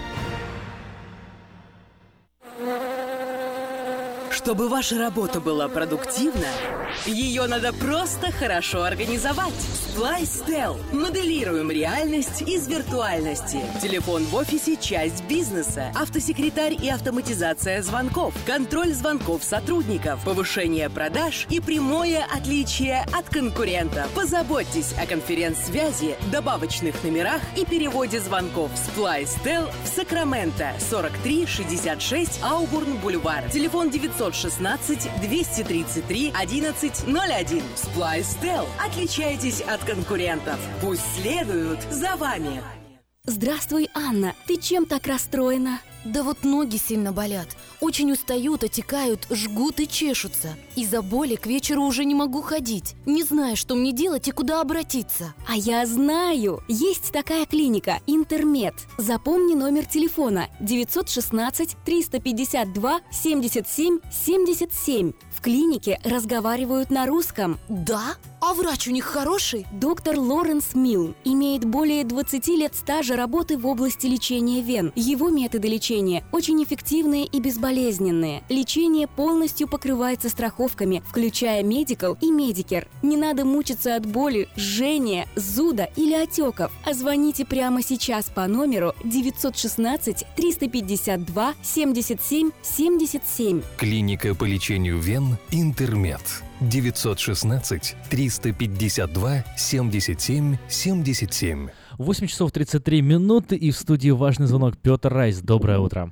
Чтобы ваша работа была продуктивна, ее надо просто хорошо организовать. SplyceTel. Моделируем реальность из виртуальности. Телефон в офисе – часть бизнеса. Автосекретарь и автоматизация звонков. Контроль звонков сотрудников. Повышение продаж и прямое отличие от конкурентов. Позаботьтесь о конференц-связи, добавочных номерах и переводе звонков. SplyceTel в Сакраменто. сорок три шестьдесят шесть Аубурн-Бульвар. Телефон девятьсот шестнадцать двести тридцать три одиннадцать ноль один. SplyceTel. Отличайтесь от конкурентов. Пусть следуют за вами. Здравствуй, Анна. Ты чем так расстроена? Да вот ноги сильно болят. Очень устают, отекают, жгут и чешутся. Из-за боли к вечеру уже не могу ходить. Не знаю, что мне делать и куда обратиться. А я знаю! Есть такая клиника «Интермед». Запомни номер телефона девятьсот шестнадцать триста пятьдесят два семьдесят семь семьдесят семь. В клинике разговаривают на русском. Да? А врач у них хороший? Доктор Лоренс Милн имеет более двадцати лет стажа работы в области лечения вен. Его методы лечения очень эффективные и безболезненные. Лечение полностью покрывается страховками, включая Medical и Medicare. Не надо мучиться от боли, жжения, зуда или отеков. А звоните прямо сейчас по номеру девятьсот шестнадцать триста пятьдесят два семьдесят семь семьдесят семь. Клиника по лечению вен «Интермед». девятьсот шестнадцать триста пятьдесят два семьдесят семь семьдесят семь. восемь часов тридцать три минуты, и в студии важный звонок. Петр Райс, доброе утро.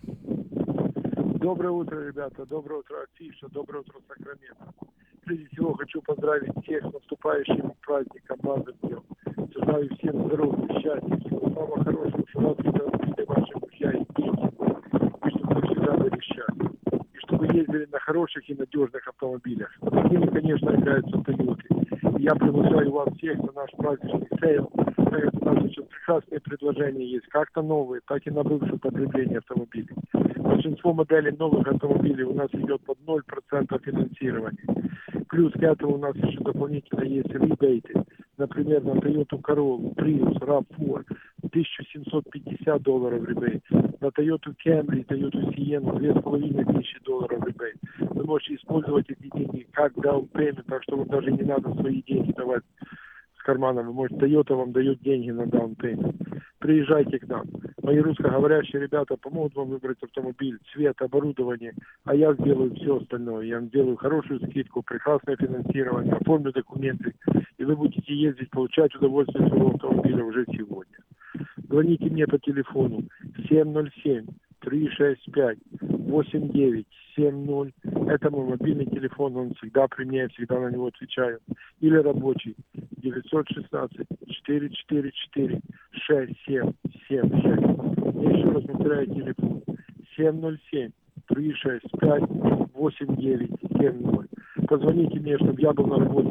Доброе утро, ребята. Доброе утро, Афиша. Доброе утро, Сакраменто. Прежде всего хочу поздравить всех с наступающим праздником Мазер Днем. Желаю всем здоровья, счастья, всего самого хорошего, чтобы вас всегда ваши мужья и дети, и чтобы вы всегда были счастливы. И чтобы ездили на хороших и надежных автомобилях. Такими, конечно, являются Toyota. Я приглашаю вас всех на наш праздничный сейл. У нас очень прекрасные предложения есть, как-то новые, так и на бывшее потребление автомобилей. Большинство моделей новых автомобилей у нас идет под ноль процентов финансирования. Плюс к этому у нас еще дополнительно есть ребейты. Например, на Toyota Corolla, Prius, рав фор, тысяча семьсот пятьдесят долларов ребейт. На Toyota Camry, Toyota Sienna две с половиной тысячи долларов ребейт. Вы можете использовать эти деньги как down payment, так что вам даже не надо свои деньги давать с кармана. Вы можете, Toyota вам дает деньги на down payment. Приезжайте к нам. Мои русскоговорящие ребята помогут вам выбрать автомобиль, цвет, оборудование, а я сделаю все остальное. Я вам сделаю хорошую скидку, прекрасное финансирование, оформлю документы, и вы будете ездить, получать удовольствие от своего автомобиля уже сегодня. Звоните мне по телефону семь ноль семь три шесть пять восемь девять семь ноль. Это мой мобильный телефон, он всегда при мне, я всегда на него отвечаю. Или рабочий девятьсот шестнадцать четыре четыре четыре шесть семь семь шесть. Я еще раз повторяю телефон семь ноль семь три шесть пять восемь девять семь ноль. Позвоните мне, чтобы я был на работе,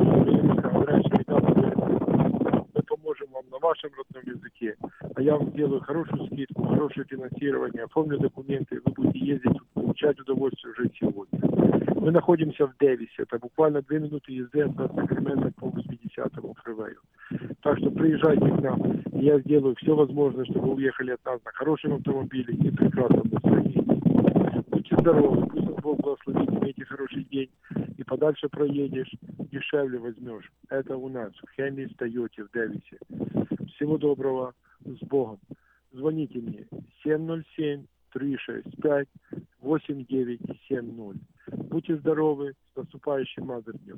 мы поможем вам на вашем родном языке, а я вам сделаю хорошую скидку, хорошее финансирование, оформлю документы, и вы будете ездить, получать удовольствие уже сегодня. Мы находимся в Дэвисе, это буквально две минуты езды от нас Сакрамента по восьмидесятому фривею. Так что приезжайте к нам, и я сделаю все возможное, чтобы вы уехали от нас на хорошем автомобиле и прекрасном настроении. Будьте здоровы, пусть Бог благословит, имейте хороший день, и подальше проедешь, дешевле возьмешь. Это у нас в Хэмис Тойоте в Дэвисе. Всего доброго, с Богом. Звоните мне семь ноль семь три шесть пять восемь девять семь ноль. Будьте здоровы, с наступающим Мазер днем.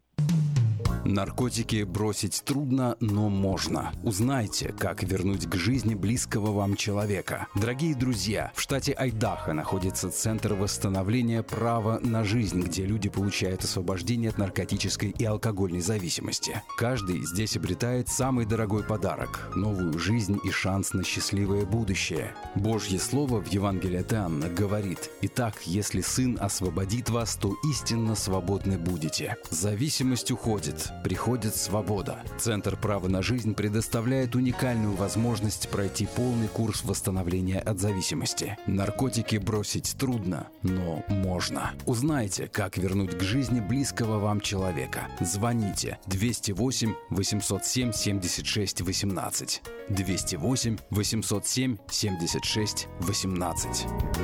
Наркотики бросить трудно, но можно. Узнайте, как вернуть к жизни близкого вам человека. Дорогие друзья, в штате Айдахо находится Центр восстановления права на жизнь, где люди получают освобождение от наркотической и алкогольной зависимости. Каждый здесь обретает самый дорогой подарок – новую жизнь и шанс на счастливое будущее. Божье Слово в Евангелии от Иоанна говорит: «Итак, если Сын освободит вас, то истинно свободны будете». Зависимость уходит. Приходит свобода. Центр права на жизнь предоставляет уникальную возможность пройти полный курс восстановления от зависимости. Наркотики бросить трудно, но можно. Узнайте, как вернуть к жизни близкого вам человека. Звоните двести восемь восемьсот семь семьдесят шесть восемнадцать. двести восемь восемьсот семь семьдесят шесть восемнадцать.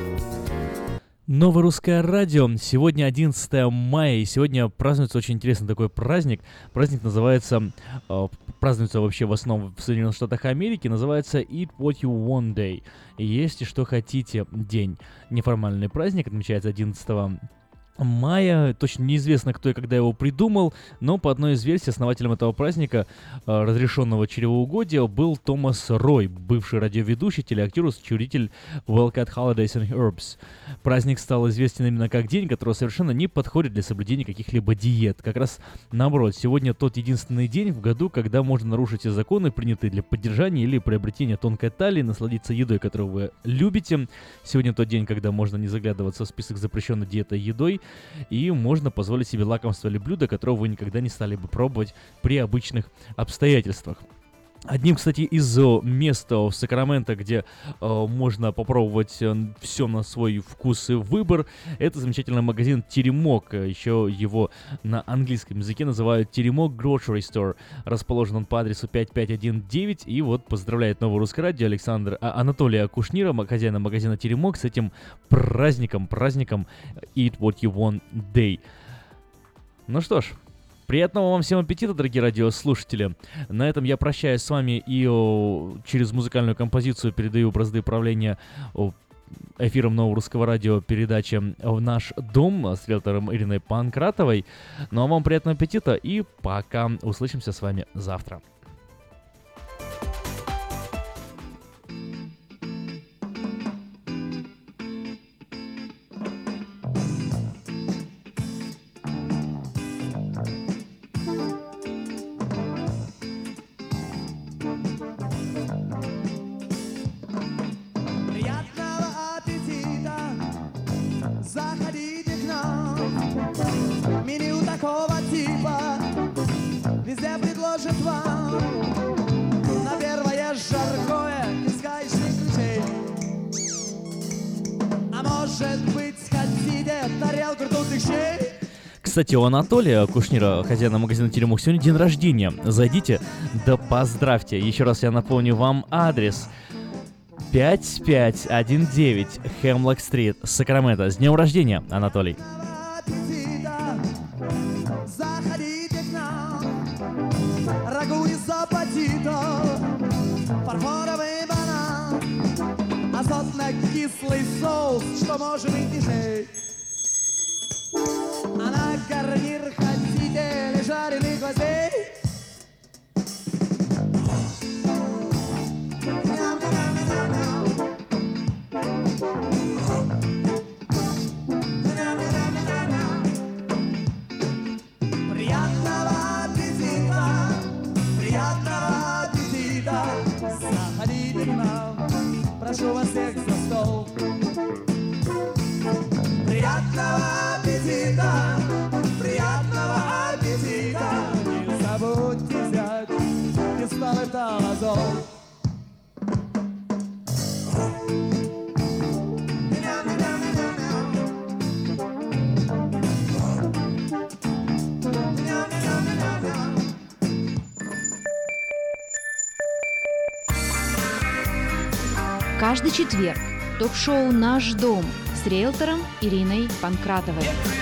Новое русское радио. Сегодня одиннадцатое мая, и сегодня празднуется очень интересный такой праздник. Праздник называется, э, празднуется вообще в основном в Соединенных Штатах Америки, называется Eat What You Want Day. Есть что хотите день. Неформальный праздник, отмечается одиннадцатого мая. Точно неизвестно, кто и когда его придумал, но по одной из версий основателем этого праздника, э, разрешенного чревоугодия, был Томас Рой, бывший радиоведущий, телеактер, учредитель Wildcat Holidays and Herbs. Праздник стал известен именно как день, который совершенно не подходит для соблюдения каких-либо диет. Как раз наоборот, сегодня тот единственный день в году, когда можно нарушить все законы, принятые для поддержания или приобретения тонкой талии, насладиться едой, которую вы любите. Сегодня тот день, когда можно не заглядываться в список запрещенной диетой едой, и можно позволить себе лакомство или блюдо, которого вы никогда не стали бы пробовать при обычных обстоятельствах. Одним, кстати, из мест в Сакраменто, где э, можно попробовать э, все на свой вкус и выбор, это замечательный магазин Теремок. Еще его на английском языке называют Теремок Grocery Store. Расположен он по адресу пять пять один девять. И вот поздравляет Новое Русское Радио Александр а, Анатолия Кушнира, хозяина магазина Теремок, с этим праздником, праздником Eat What You Want Day. Ну что ж, приятного вам всем аппетита, дорогие радиослушатели. На этом я прощаюсь с вами и о, через музыкальную композицию передаю бразды правления о, эфиром Нового Русского Радио передачи «В наш дом» с риэлтором Ириной Панкратовой. Ну а вам приятного аппетита и пока. Услышимся с вами завтра. Кстати, у Анатолия Кушнира, хозяина магазина Теремок, сегодня день рождения. Зайдите, да поздравьте. Еще раз я напомню вам адрес. пять пять один девять Хемлок-стрит, Сакраменто. С днем рождения, Анатолий. Заходите к нам, рагу из апатита, фарфоровый банан, азотно-кислый соус, что может быть нежней. А на гарнир хотите ли жареных гвоздей? Приятного аппетита, приятного аппетита. Заходите к нам, прошу вас всех за стол. Приятного аппетита, приятного аппетита. Не забудьте взять пистолет-алазол. Каждый четверг ток-шоу «Наш дом» с риэлтором Ириной Панкратовой.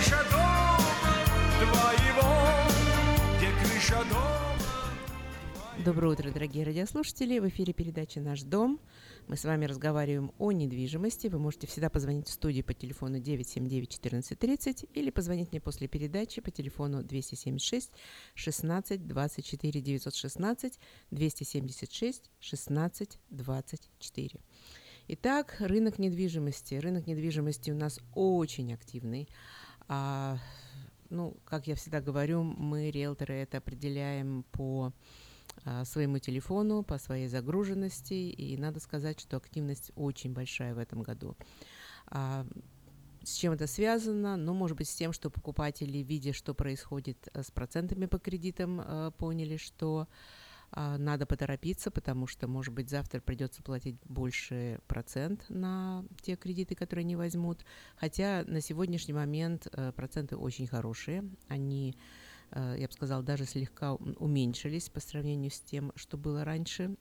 Доброе утро, дорогие радиослушатели. В эфире передача «Наш дом». Мы с вами разговариваем о недвижимости. Вы можете всегда позвонить в студию по телефону девять семь девять четырнадцать тридцать или позвонить мне после передачи по телефону двести семьдесят шесть шестнадцать двадцать четыре девятьсот шестнадцать двести семьдесят шесть шестнадцать двадцать четыре. Итак, рынок недвижимости. Рынок недвижимости у нас очень активный. А, ну, как я всегда говорю, мы, риэлторы, это определяем по а, своему телефону, по своей загруженности. И надо сказать, что активность очень большая в этом году. А, с чем это связано? Ну, может быть, с тем, что покупатели, видя, что происходит с процентами по кредитам, а, поняли, что надо поторопиться, потому что, может быть, завтра придется платить больше процент на те кредиты, которые они возьмут. Хотя на сегодняшний момент проценты очень хорошие. Они, я бы сказала, даже слегка уменьшились по сравнению с тем, что было раньше.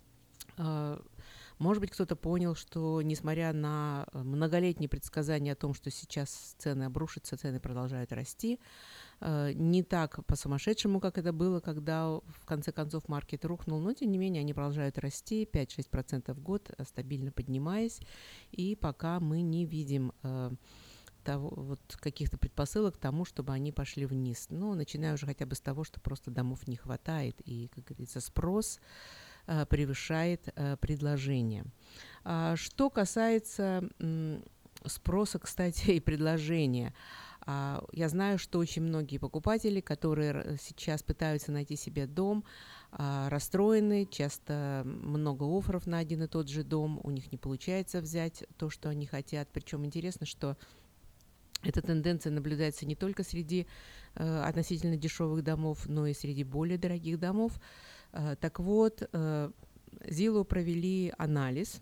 Может быть, кто-то понял, что, несмотря на многолетние предсказания о том, что сейчас цены обрушатся, цены продолжают расти, не так по-сумасшедшему, как это было, когда в конце концов маркет рухнул, но, тем не менее, они продолжают расти пять-шесть процентов в год, стабильно поднимаясь, и пока мы не видим того, вот, каких-то предпосылок к тому, чтобы они пошли вниз. Ну, начиная уже хотя бы с того, что просто домов не хватает, и, как говорится, спрос превышает э, предложение. А, что касается м, спроса, кстати, и предложения, а, я знаю, что очень многие покупатели, которые сейчас пытаются найти себе дом, а, расстроены, часто много офферов на один и тот же дом, у них не получается взять то, что они хотят. Причем интересно, что эта тенденция наблюдается не только среди э, относительно дешевых домов, но и среди более дорогих домов. Э, так вот, э, Zillow провели анализ.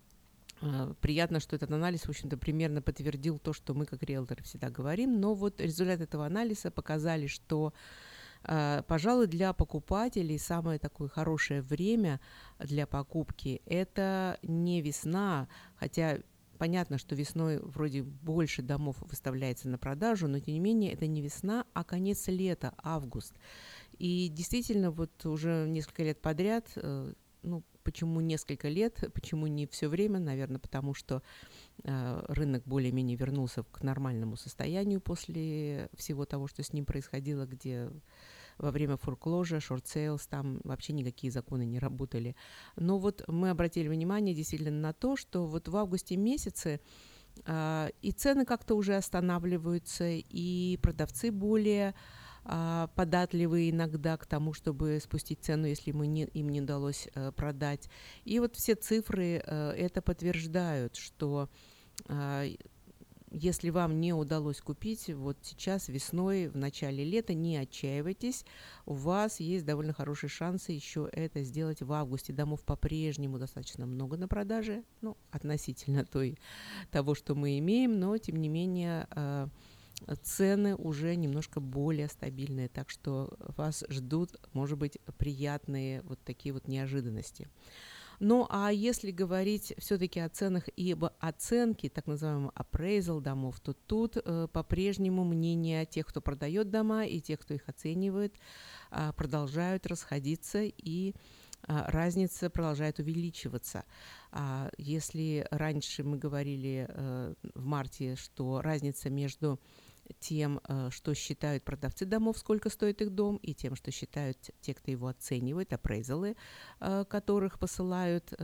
Э, приятно, что этот анализ, в общем-то, примерно подтвердил то, что мы, как риэлторы, всегда говорим. Но вот результаты этого анализа показали, что, э, пожалуй, для покупателей самое такое хорошее время для покупки – это не весна, хотя понятно, что весной вроде больше домов выставляется на продажу, но тем не менее это не весна, а конец лета, август. И действительно вот уже несколько лет подряд, э, ну почему несколько лет, почему не все время, наверное, потому что э, рынок более-менее вернулся к нормальному состоянию после всего того, что с ним происходило, где во время форкложа, шорт-сейлс, там вообще никакие законы не работали. Но вот мы обратили внимание действительно на то, что вот в августе месяце э, и цены как-то уже останавливаются, и продавцы более э, податливые иногда к тому, чтобы спустить цену, если мы не, им не удалось э, продать. И вот все цифры э, это подтверждают, что э, если вам не удалось купить, вот сейчас весной, в начале лета, не отчаивайтесь, у вас есть довольно хорошие шансы еще это сделать в августе. Домов по-прежнему достаточно много на продаже, ну, относительно той, того, что мы имеем, но, тем не менее, цены уже немножко более стабильные, так что вас ждут, может быть, приятные вот такие вот неожиданности. Ну, а если говорить все-таки о ценах и об оценке, так называемом appraisal домов, то тут э, по-прежнему мнения тех, кто продает дома, и тех, кто их оценивает, э, продолжают расходиться, и э, разница продолжает увеличиваться. А если раньше мы говорили э, в марте, что разница между тем, что считают продавцы домов, сколько стоит их дом, и тем, что считают те, кто его оценивает, апрейзалы, которых посылают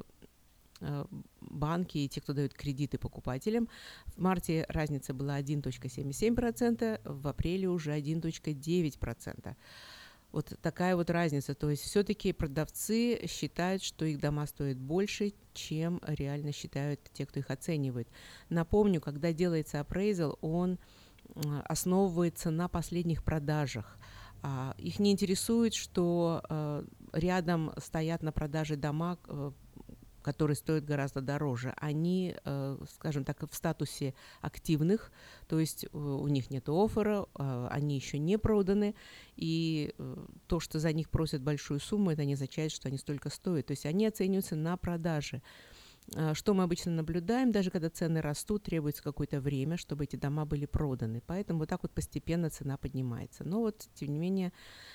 банки и те, кто дают кредиты покупателям. В марте разница была один целых семьдесят семь сотых процента, в апреле уже один целых девять десятых процента. Вот такая вот разница. То есть все-таки продавцы считают, что их дома стоят больше, чем реально считают те, кто их оценивает. Напомню, когда делается appraisal, он основывается на последних продажах. А, их не интересует, что а, рядом стоят на продаже дома, а, которые стоят гораздо дороже. Они, а, скажем так, в статусе активных, то есть у них нет оффера, а, они еще не проданы, и а, то, что за них просят большую сумму, это не означает, что они столько стоят. То есть они оцениваются на продаже. Что мы обычно наблюдаем, даже когда цены растут, требуется какое-то время, чтобы эти дома были проданы. Поэтому вот так вот постепенно цена поднимается. Но вот, тем не менее,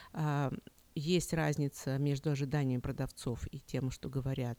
есть разница между ожиданиями продавцов и тем, что говорят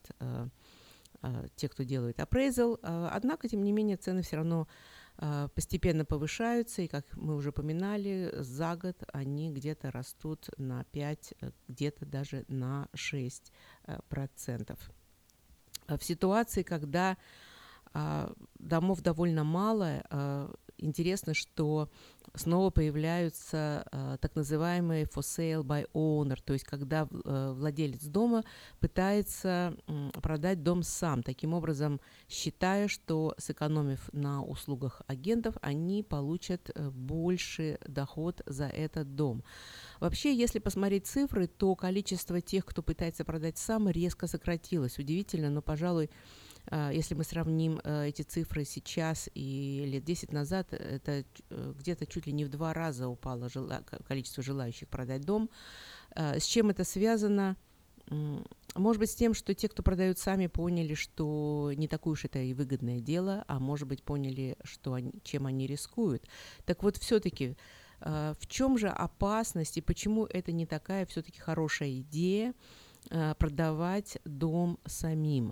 те, кто делает appraisal. Однако, тем не менее, цены все равно постепенно повышаются, и, как мы уже упоминали, за год они где-то растут на пять, где-то даже на шесть процентов. В ситуации, когда а, домов довольно мало, а, интересно, что снова появляются а, так называемые for sale by owner, то есть когда а, владелец дома пытается м, продать дом сам, таким образом считая, что сэкономив на услугах агентов, они получат а, больше доход за этот дом. Вообще, если посмотреть цифры, то количество тех, кто пытается продать сам, резко сократилось. Удивительно, но, пожалуй, если мы сравним эти цифры сейчас и лет десять назад, это где-то чуть ли не в два раза упало количество желающих продать дом. С чем это связано? Может быть, с тем, что те, кто продают сами, поняли, что не такое уж это и выгодное дело, а может быть, поняли, что они, чем они рискуют. Так вот, все-таки, в чем же опасность и почему это не такая все-таки хорошая идея продавать дом самим?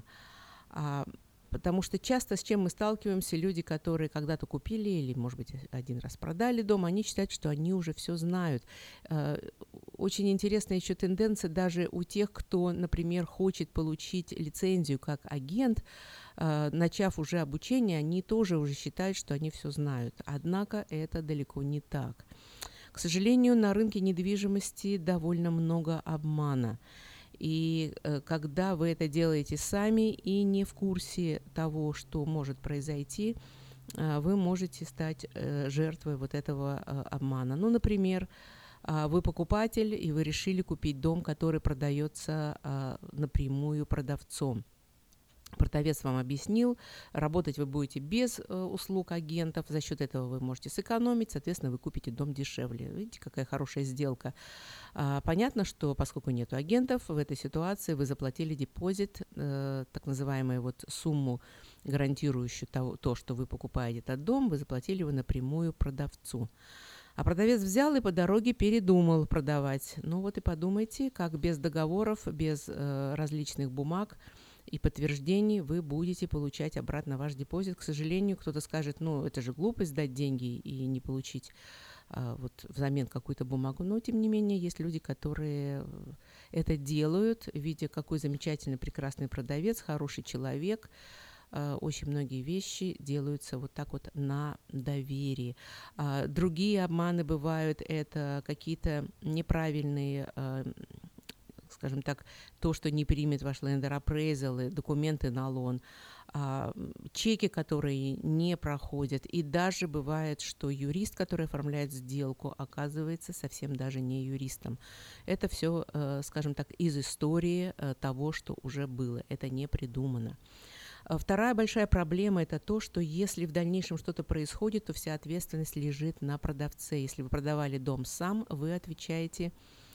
Потому что часто с чем мы сталкиваемся, люди, которые когда-то купили или, может быть, один раз продали дом, они считают, что они уже все знают. Очень интересная еще тенденция даже у тех, кто, например, хочет получить лицензию как агент, начав уже обучение, они тоже уже считают, что они все знают. Однако это далеко не так. К сожалению, на рынке недвижимости довольно много обмана. И э, когда вы это делаете сами и не в курсе того, что может произойти, э, вы можете стать э, жертвой вот этого э, обмана. Ну, например, э, вы покупатель, и вы решили купить дом, который продается э, напрямую продавцом. Продавец вам объяснил, работать вы будете без э, услуг агентов, за счет этого вы можете сэкономить, соответственно, вы купите дом дешевле. Видите, какая хорошая сделка. А, понятно, что поскольку нет агентов, в этой ситуации вы заплатили депозит, э, так называемую вот сумму, гарантирующую то, то, что вы покупаете этот дом, вы заплатили его напрямую продавцу. А продавец взял и по дороге передумал продавать. Ну вот и подумайте, как без договоров, без э, различных бумаг и подтверждений вы будете получать обратно ваш депозит. К сожалению, кто-то скажет, ну, это же глупость дать деньги и не получить а, вот взамен какую-то бумагу. Но, тем не менее, есть люди, которые это делают, видя, какой замечательный, прекрасный продавец, хороший человек. А, очень многие вещи делаются вот так вот на доверии. А, другие обманы бывают, это какие-то неправильные, а, скажем так, то, что не примет ваш лендер appraisal, документы на лон, а, чеки, которые не проходят. И даже бывает, что юрист, который оформляет сделку, оказывается совсем даже не юристом. Это все, э, скажем так, из истории э, того, что уже было. Это не придумано. Вторая большая проблема – это то, что если в дальнейшем что-то происходит, то вся ответственность лежит на продавце. Если вы продавали дом сам, вы отвечаете,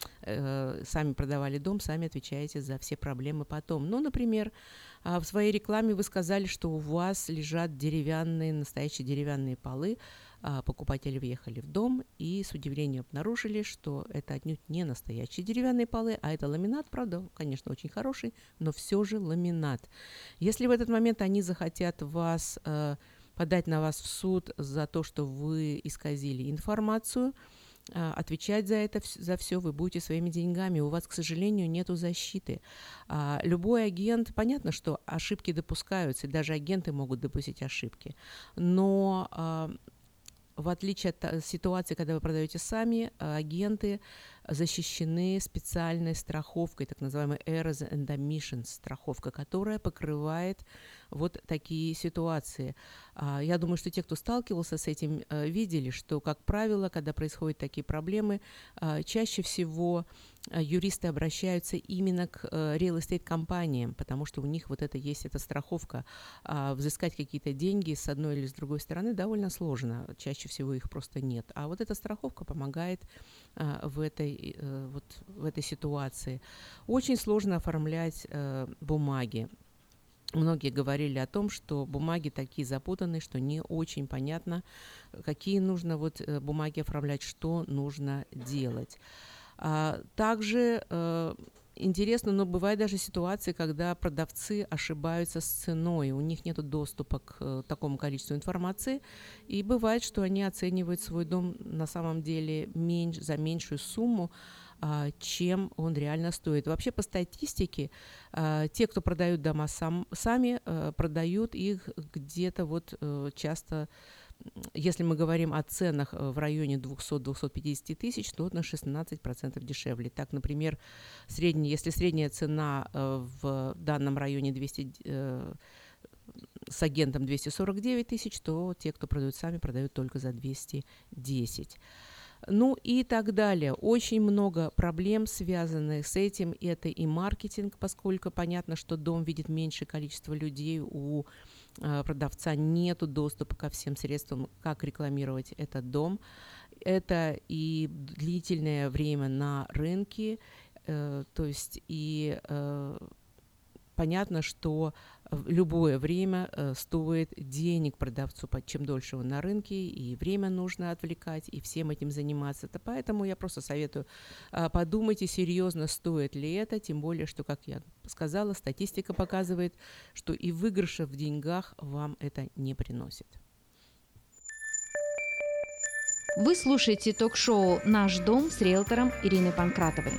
э, сами продавали дом, сами отвечаете за все проблемы потом. Ну, например, в своей рекламе вы сказали, что у вас лежат деревянные, настоящие деревянные полы. Покупатели въехали в дом и с удивлением обнаружили, что это отнюдь не настоящие деревянные полы, а это ламинат, правда, конечно, очень хороший, но все же ламинат. Если в этот момент они захотят вас, э, подать на вас в суд за то, что вы исказили информацию, э, отвечать за это, за все вы будете своими деньгами. У вас, к сожалению, нету защиты. А, любой агент, понятно, что ошибки допускаются, и даже агенты могут допустить ошибки, но э, в отличие от ситуации, когда вы продаете сами, агенты защищены специальной страховкой, так называемой Errors and Omissions страховка, которая покрывает вот такие ситуации. Я думаю, что те, кто сталкивался с этим, видели, что, как правило, когда происходят такие проблемы, чаще всего юристы обращаются именно к real estate компаниям, потому что у них вот это есть, эта страховка. Взыскать какие-то деньги с одной или с другой стороны довольно сложно, чаще всего их просто нет. А вот эта страховка помогает в этой, вот, в этой ситуации. Очень сложно оформлять бумаги. Многие говорили о том, что бумаги такие запутанные, что не очень понятно, какие нужно вот бумаги оформлять, что нужно делать. А также э, интересно, но бывают даже ситуации, когда продавцы ошибаются с ценой, у них нет доступа к э, такому количеству информации, и бывает, что они оценивают свой дом на самом деле меньш, за меньшую сумму, чем он реально стоит. Вообще, по статистике, те, кто продают дома сам, сами, продают их где-то вот часто, если мы говорим о ценах в районе двести - двести пятьдесят тысяч, то на шестнадцать процентов дешевле. Так, например, средний, если средняя цена в данном районе двести с агентом двести сорок девять тысяч, то те, кто продают сами, продают только за двести десять. Ну и так далее. Очень много проблем, связанных с этим. Это и маркетинг, поскольку понятно, что дом видит меньшее количество людей, у э, продавца нет доступа ко всем средствам, как рекламировать этот дом. Это и длительное время на рынке, э, то есть и э, понятно, что любое время э, стоит денег продавцу, чем дольше он на рынке, и время нужно отвлекать, и всем этим заниматься. Это поэтому я просто советую, э, подумайте серьезно, стоит ли это, тем более, что, как я сказала, статистика показывает, что и выигрыша в деньгах вам это не приносит. Вы слушаете ток-шоу «Наш дом» с риэлтором Ириной Панкратовой.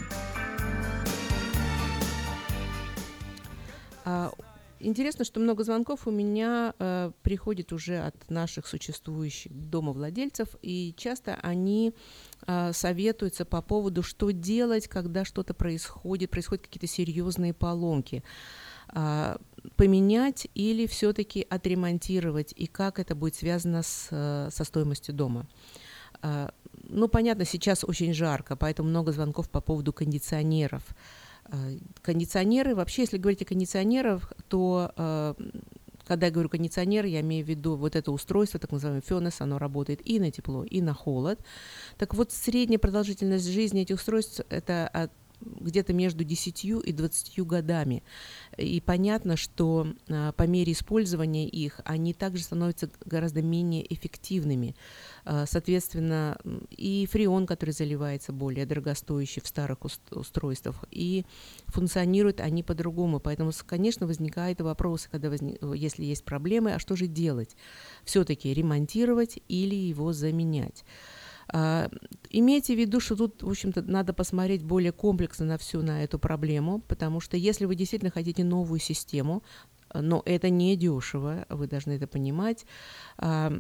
Интересно, что много звонков у меня э, приходит уже от наших существующих домовладельцев, и часто они э, советуются по поводу, что делать, когда что-то происходит, происходят какие-то серьезные поломки. Э, поменять или все-таки отремонтировать, и как это будет связано с, э, со стоимостью дома. Э, ну, понятно, сейчас очень жарко, поэтому много звонков по поводу кондиционеров. Кондиционеры, вообще, если говорить о кондиционерах, то, э, когда я говорю кондиционер, я имею в виду вот это устройство, так называемое фёнес, оно работает и на тепло, и на холод. Так вот, средняя продолжительность жизни этих устройств – это от где-то между десятью и двадцатью годами. И понятно, что а, по мере использования их они также становятся гораздо менее эффективными. А, соответственно, и фреон, который заливается, более дорогостоящий в старых устройствах, и функционируют они по-другому. Поэтому, конечно, возникают вопросы, когда возник... если есть проблемы, а что же делать? Все-таки ремонтировать или его заменять? Uh, имейте в виду, что тут, в общем-то, надо посмотреть более комплексно на всю на эту проблему, потому что если вы действительно хотите новую систему, но это не дешево, вы должны это понимать, uh,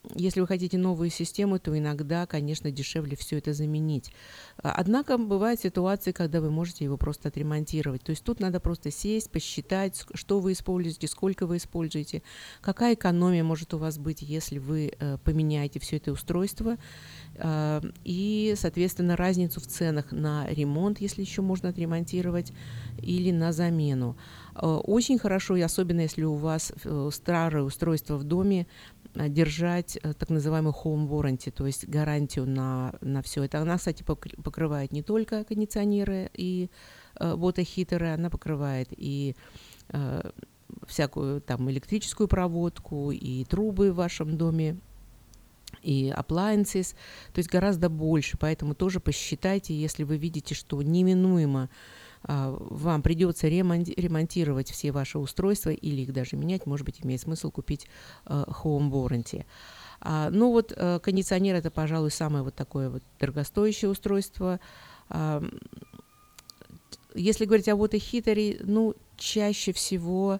если вы хотите новую систему, то иногда, конечно, дешевле все это заменить. Однако бывают ситуации, когда вы можете его просто отремонтировать. То есть тут надо просто сесть, посчитать, что вы используете, сколько вы используете, какая экономия может у вас быть, если вы э, поменяете все это устройство, э, и, соответственно, разницу в ценах на ремонт, если еще можно отремонтировать, или на замену. Э, очень хорошо, и особенно если у вас э, старое устройство в доме, держать так называемую home warranty, то есть гарантию на, на все это. Она, кстати, покрывает не только кондиционеры и э, water-хитеры, она покрывает и э, всякую там электрическую проводку, и трубы в вашем доме, и appliances, то есть гораздо больше. Поэтому тоже посчитайте, если вы видите, что неминуемо вам придется ремонтировать все ваши устройства или их даже менять, может быть, имеет смысл купить home warranty. Ну вот кондиционер — это, пожалуй, самое вот такое вот дорогостоящее устройство. Если говорить о water-хитере, ну, чаще всего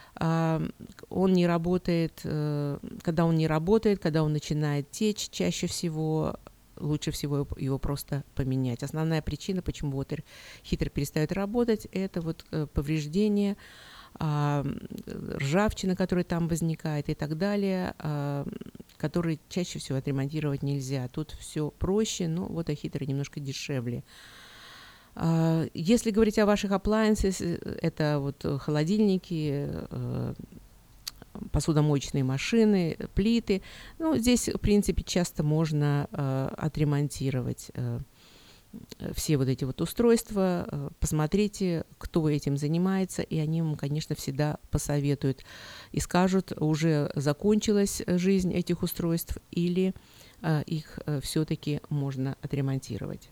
он не работает, когда он не работает, когда он начинает течь, чаще всего лучше всего его просто поменять. Основная причина, почему water-хитер перестает работать, это вот повреждение, ржавчина, которая там возникает и так далее, которые чаще всего отремонтировать нельзя. Тут все проще, но water-хитеры немножко дешевле. Если говорить о ваших appliances, это вот холодильники, посудомоечные машины, плиты. Ну, здесь, в принципе, часто можно э, отремонтировать э, все вот эти вот устройства. Э, посмотрите, кто этим занимается, и они вам, конечно, всегда посоветуют и скажут, уже закончилась жизнь этих устройств или э, их э, все-таки можно отремонтировать.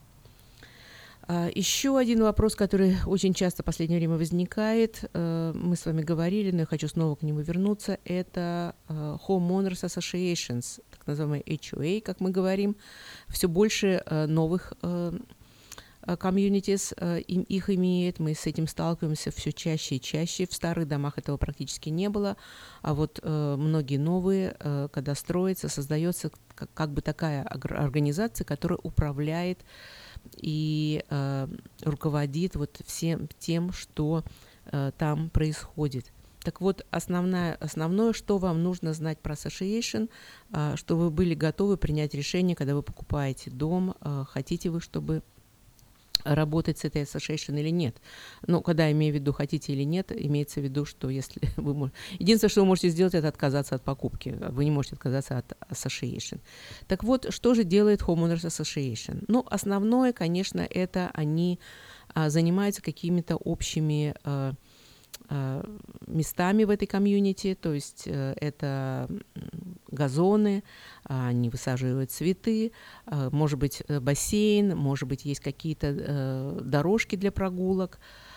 Еще один вопрос, который очень часто в последнее время возникает, мы с вами говорили, но я хочу снова к нему вернуться, это Homeowners Associations, так называемые эйч о эй, как мы говорим. Все больше новых communities их имеет, мы с этим сталкиваемся все чаще и чаще. В старых домах этого практически не было, а вот многие новые, когда строятся, создается как бы такая организация, которая управляет и э, руководит вот всем тем, что э, там происходит. Так вот, основная, основное, что вам нужно знать про Association, э, что вы были готовы принять решение, когда вы покупаете дом, э, хотите вы, чтобы работать с этой Association или нет. Но когда я имею в виду, хотите или нет, имеется в виду, что если вы можете... Единственное, что вы можете сделать, это отказаться от покупки. Вы не можете отказаться от Association. Так вот, что же делает Homeowners Association? Ну, основное, конечно, это они а, занимаются какими-то общими а, а, местами в этой комьюнити, то есть а, это газоны, они высаживают цветы, может быть, бассейн, может быть, есть какие-то дорожки для прогулок.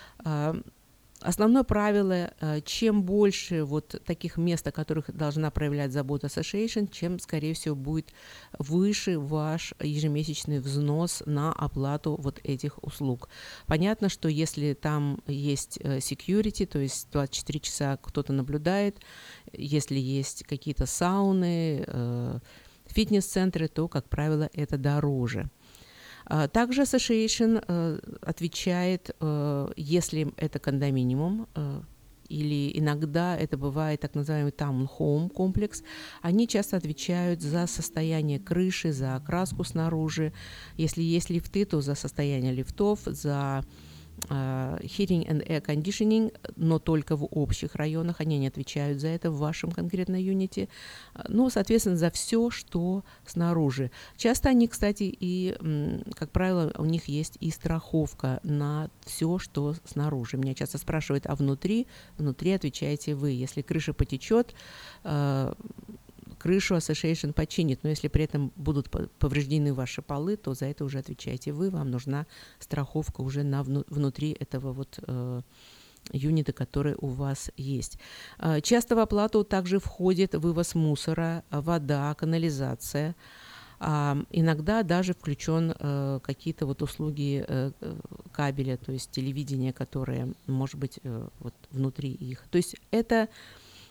Основное правило, чем больше вот таких мест, о которых должна проявлять заботу Association, чем, скорее всего, будет выше ваш ежемесячный взнос на оплату вот этих услуг. Понятно, что если там есть security, то есть двадцать четыре часа кто-то наблюдает, если есть какие-то сауны, фитнес-центры, то, как правило, это дороже. Также Association отвечает, если это кондоминиум, или иногда это бывает так называемый townhome комплекс, они часто отвечают за состояние крыши, за окраску снаружи. Если есть лифты, то за состояние лифтов, за Uh, heating and air conditioning, но только в общих районах, они не отвечают за это в вашем конкретном юните, ну, соответственно, за все, что снаружи. Часто они, кстати, и, как правило, у них есть и страховка на все, что снаружи. Меня часто спрашивают, а внутри? Внутри отвечаете вы. Если крыша потечет, uh, крышу Association починит, но если при этом будут повреждены ваши полы, то за это уже отвечаете вы, вам нужна страховка уже на вну, внутри этого вот э, юнита, который у вас есть. Э, часто в оплату также входит вывоз мусора, вода, канализация. А, иногда даже включен э, какие-то вот услуги э, кабеля, то есть телевидение, которое может быть э, вот внутри их. То есть это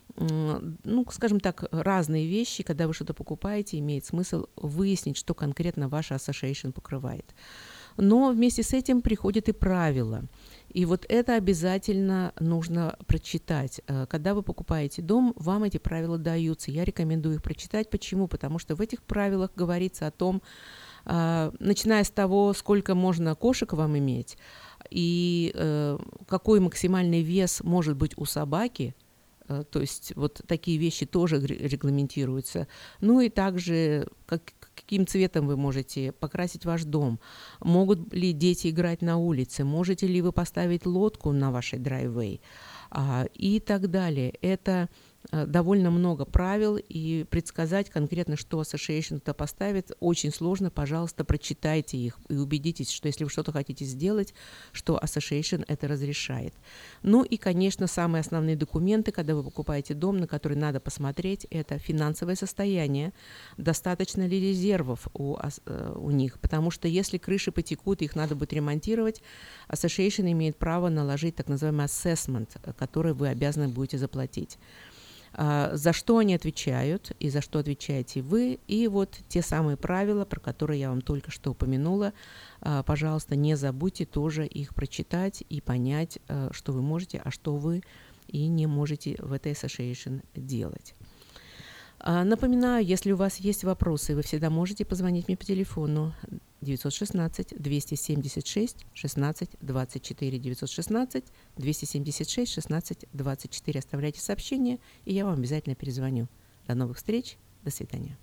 ну, скажем так, разные вещи, когда вы что-то покупаете, имеет смысл выяснить, что конкретно ваша association покрывает. Но вместе с этим приходят и правила. И вот это обязательно нужно прочитать. Когда вы покупаете дом, вам эти правила даются. Я рекомендую их прочитать. Почему? Потому что в этих правилах говорится о том, начиная с того, сколько можно кошек вам иметь, и какой максимальный вес может быть у собаки. То есть вот такие вещи тоже регламентируются. Ну и также, как, каким цветом вы можете покрасить ваш дом. Могут ли дети играть на улице? Можете ли вы поставить лодку на вашей драйввей? А, и так далее. Это довольно много правил, и предсказать конкретно, что association это поставит, очень сложно. Пожалуйста, прочитайте их и убедитесь, что если вы что-то хотите сделать, что association это разрешает. Ну и, конечно, самые основные документы, когда вы покупаете дом, на который надо посмотреть, это финансовое состояние, достаточно ли резервов у, у них, потому что если крыши потекут, их надо будет ремонтировать, association имеет право наложить так называемый assessment, который вы обязаны будете заплатить. За что они отвечают и за что отвечаете вы. И вот те самые правила, про которые я вам только что упомянула, пожалуйста, не забудьте тоже их прочитать и понять, что вы можете, а что вы и не можете в этой association делать. Напоминаю, если у вас есть вопросы, вы всегда можете позвонить мне по телефону девять один шесть двести семьдесят шесть шестнадцать двадцать четыре, девять один шесть двести семьдесят шесть шестнадцать двадцать четыре. Оставляйте сообщение, и я вам обязательно перезвоню. До новых встреч, до свидания.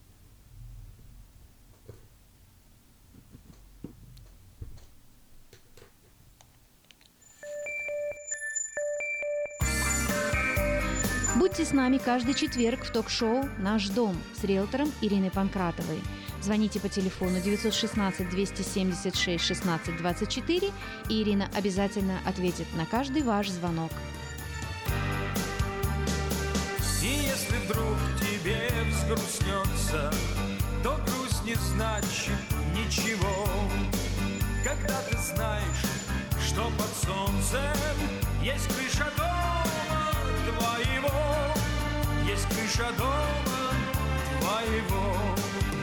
Будьте с нами каждый четверг в ток-шоу «Наш дом» с риэлтором Ириной Панкратовой. Звоните по телефону девять один шесть двести семьдесят шесть шестнадцать двадцать четыре, и Ирина обязательно ответит на каждый ваш звонок. И если вдруг тебе взгрустнется, то грусть не значит ничего. Когда ты знаешь, что под солнцем есть крыша дома твоего, есть крыша дома твоего.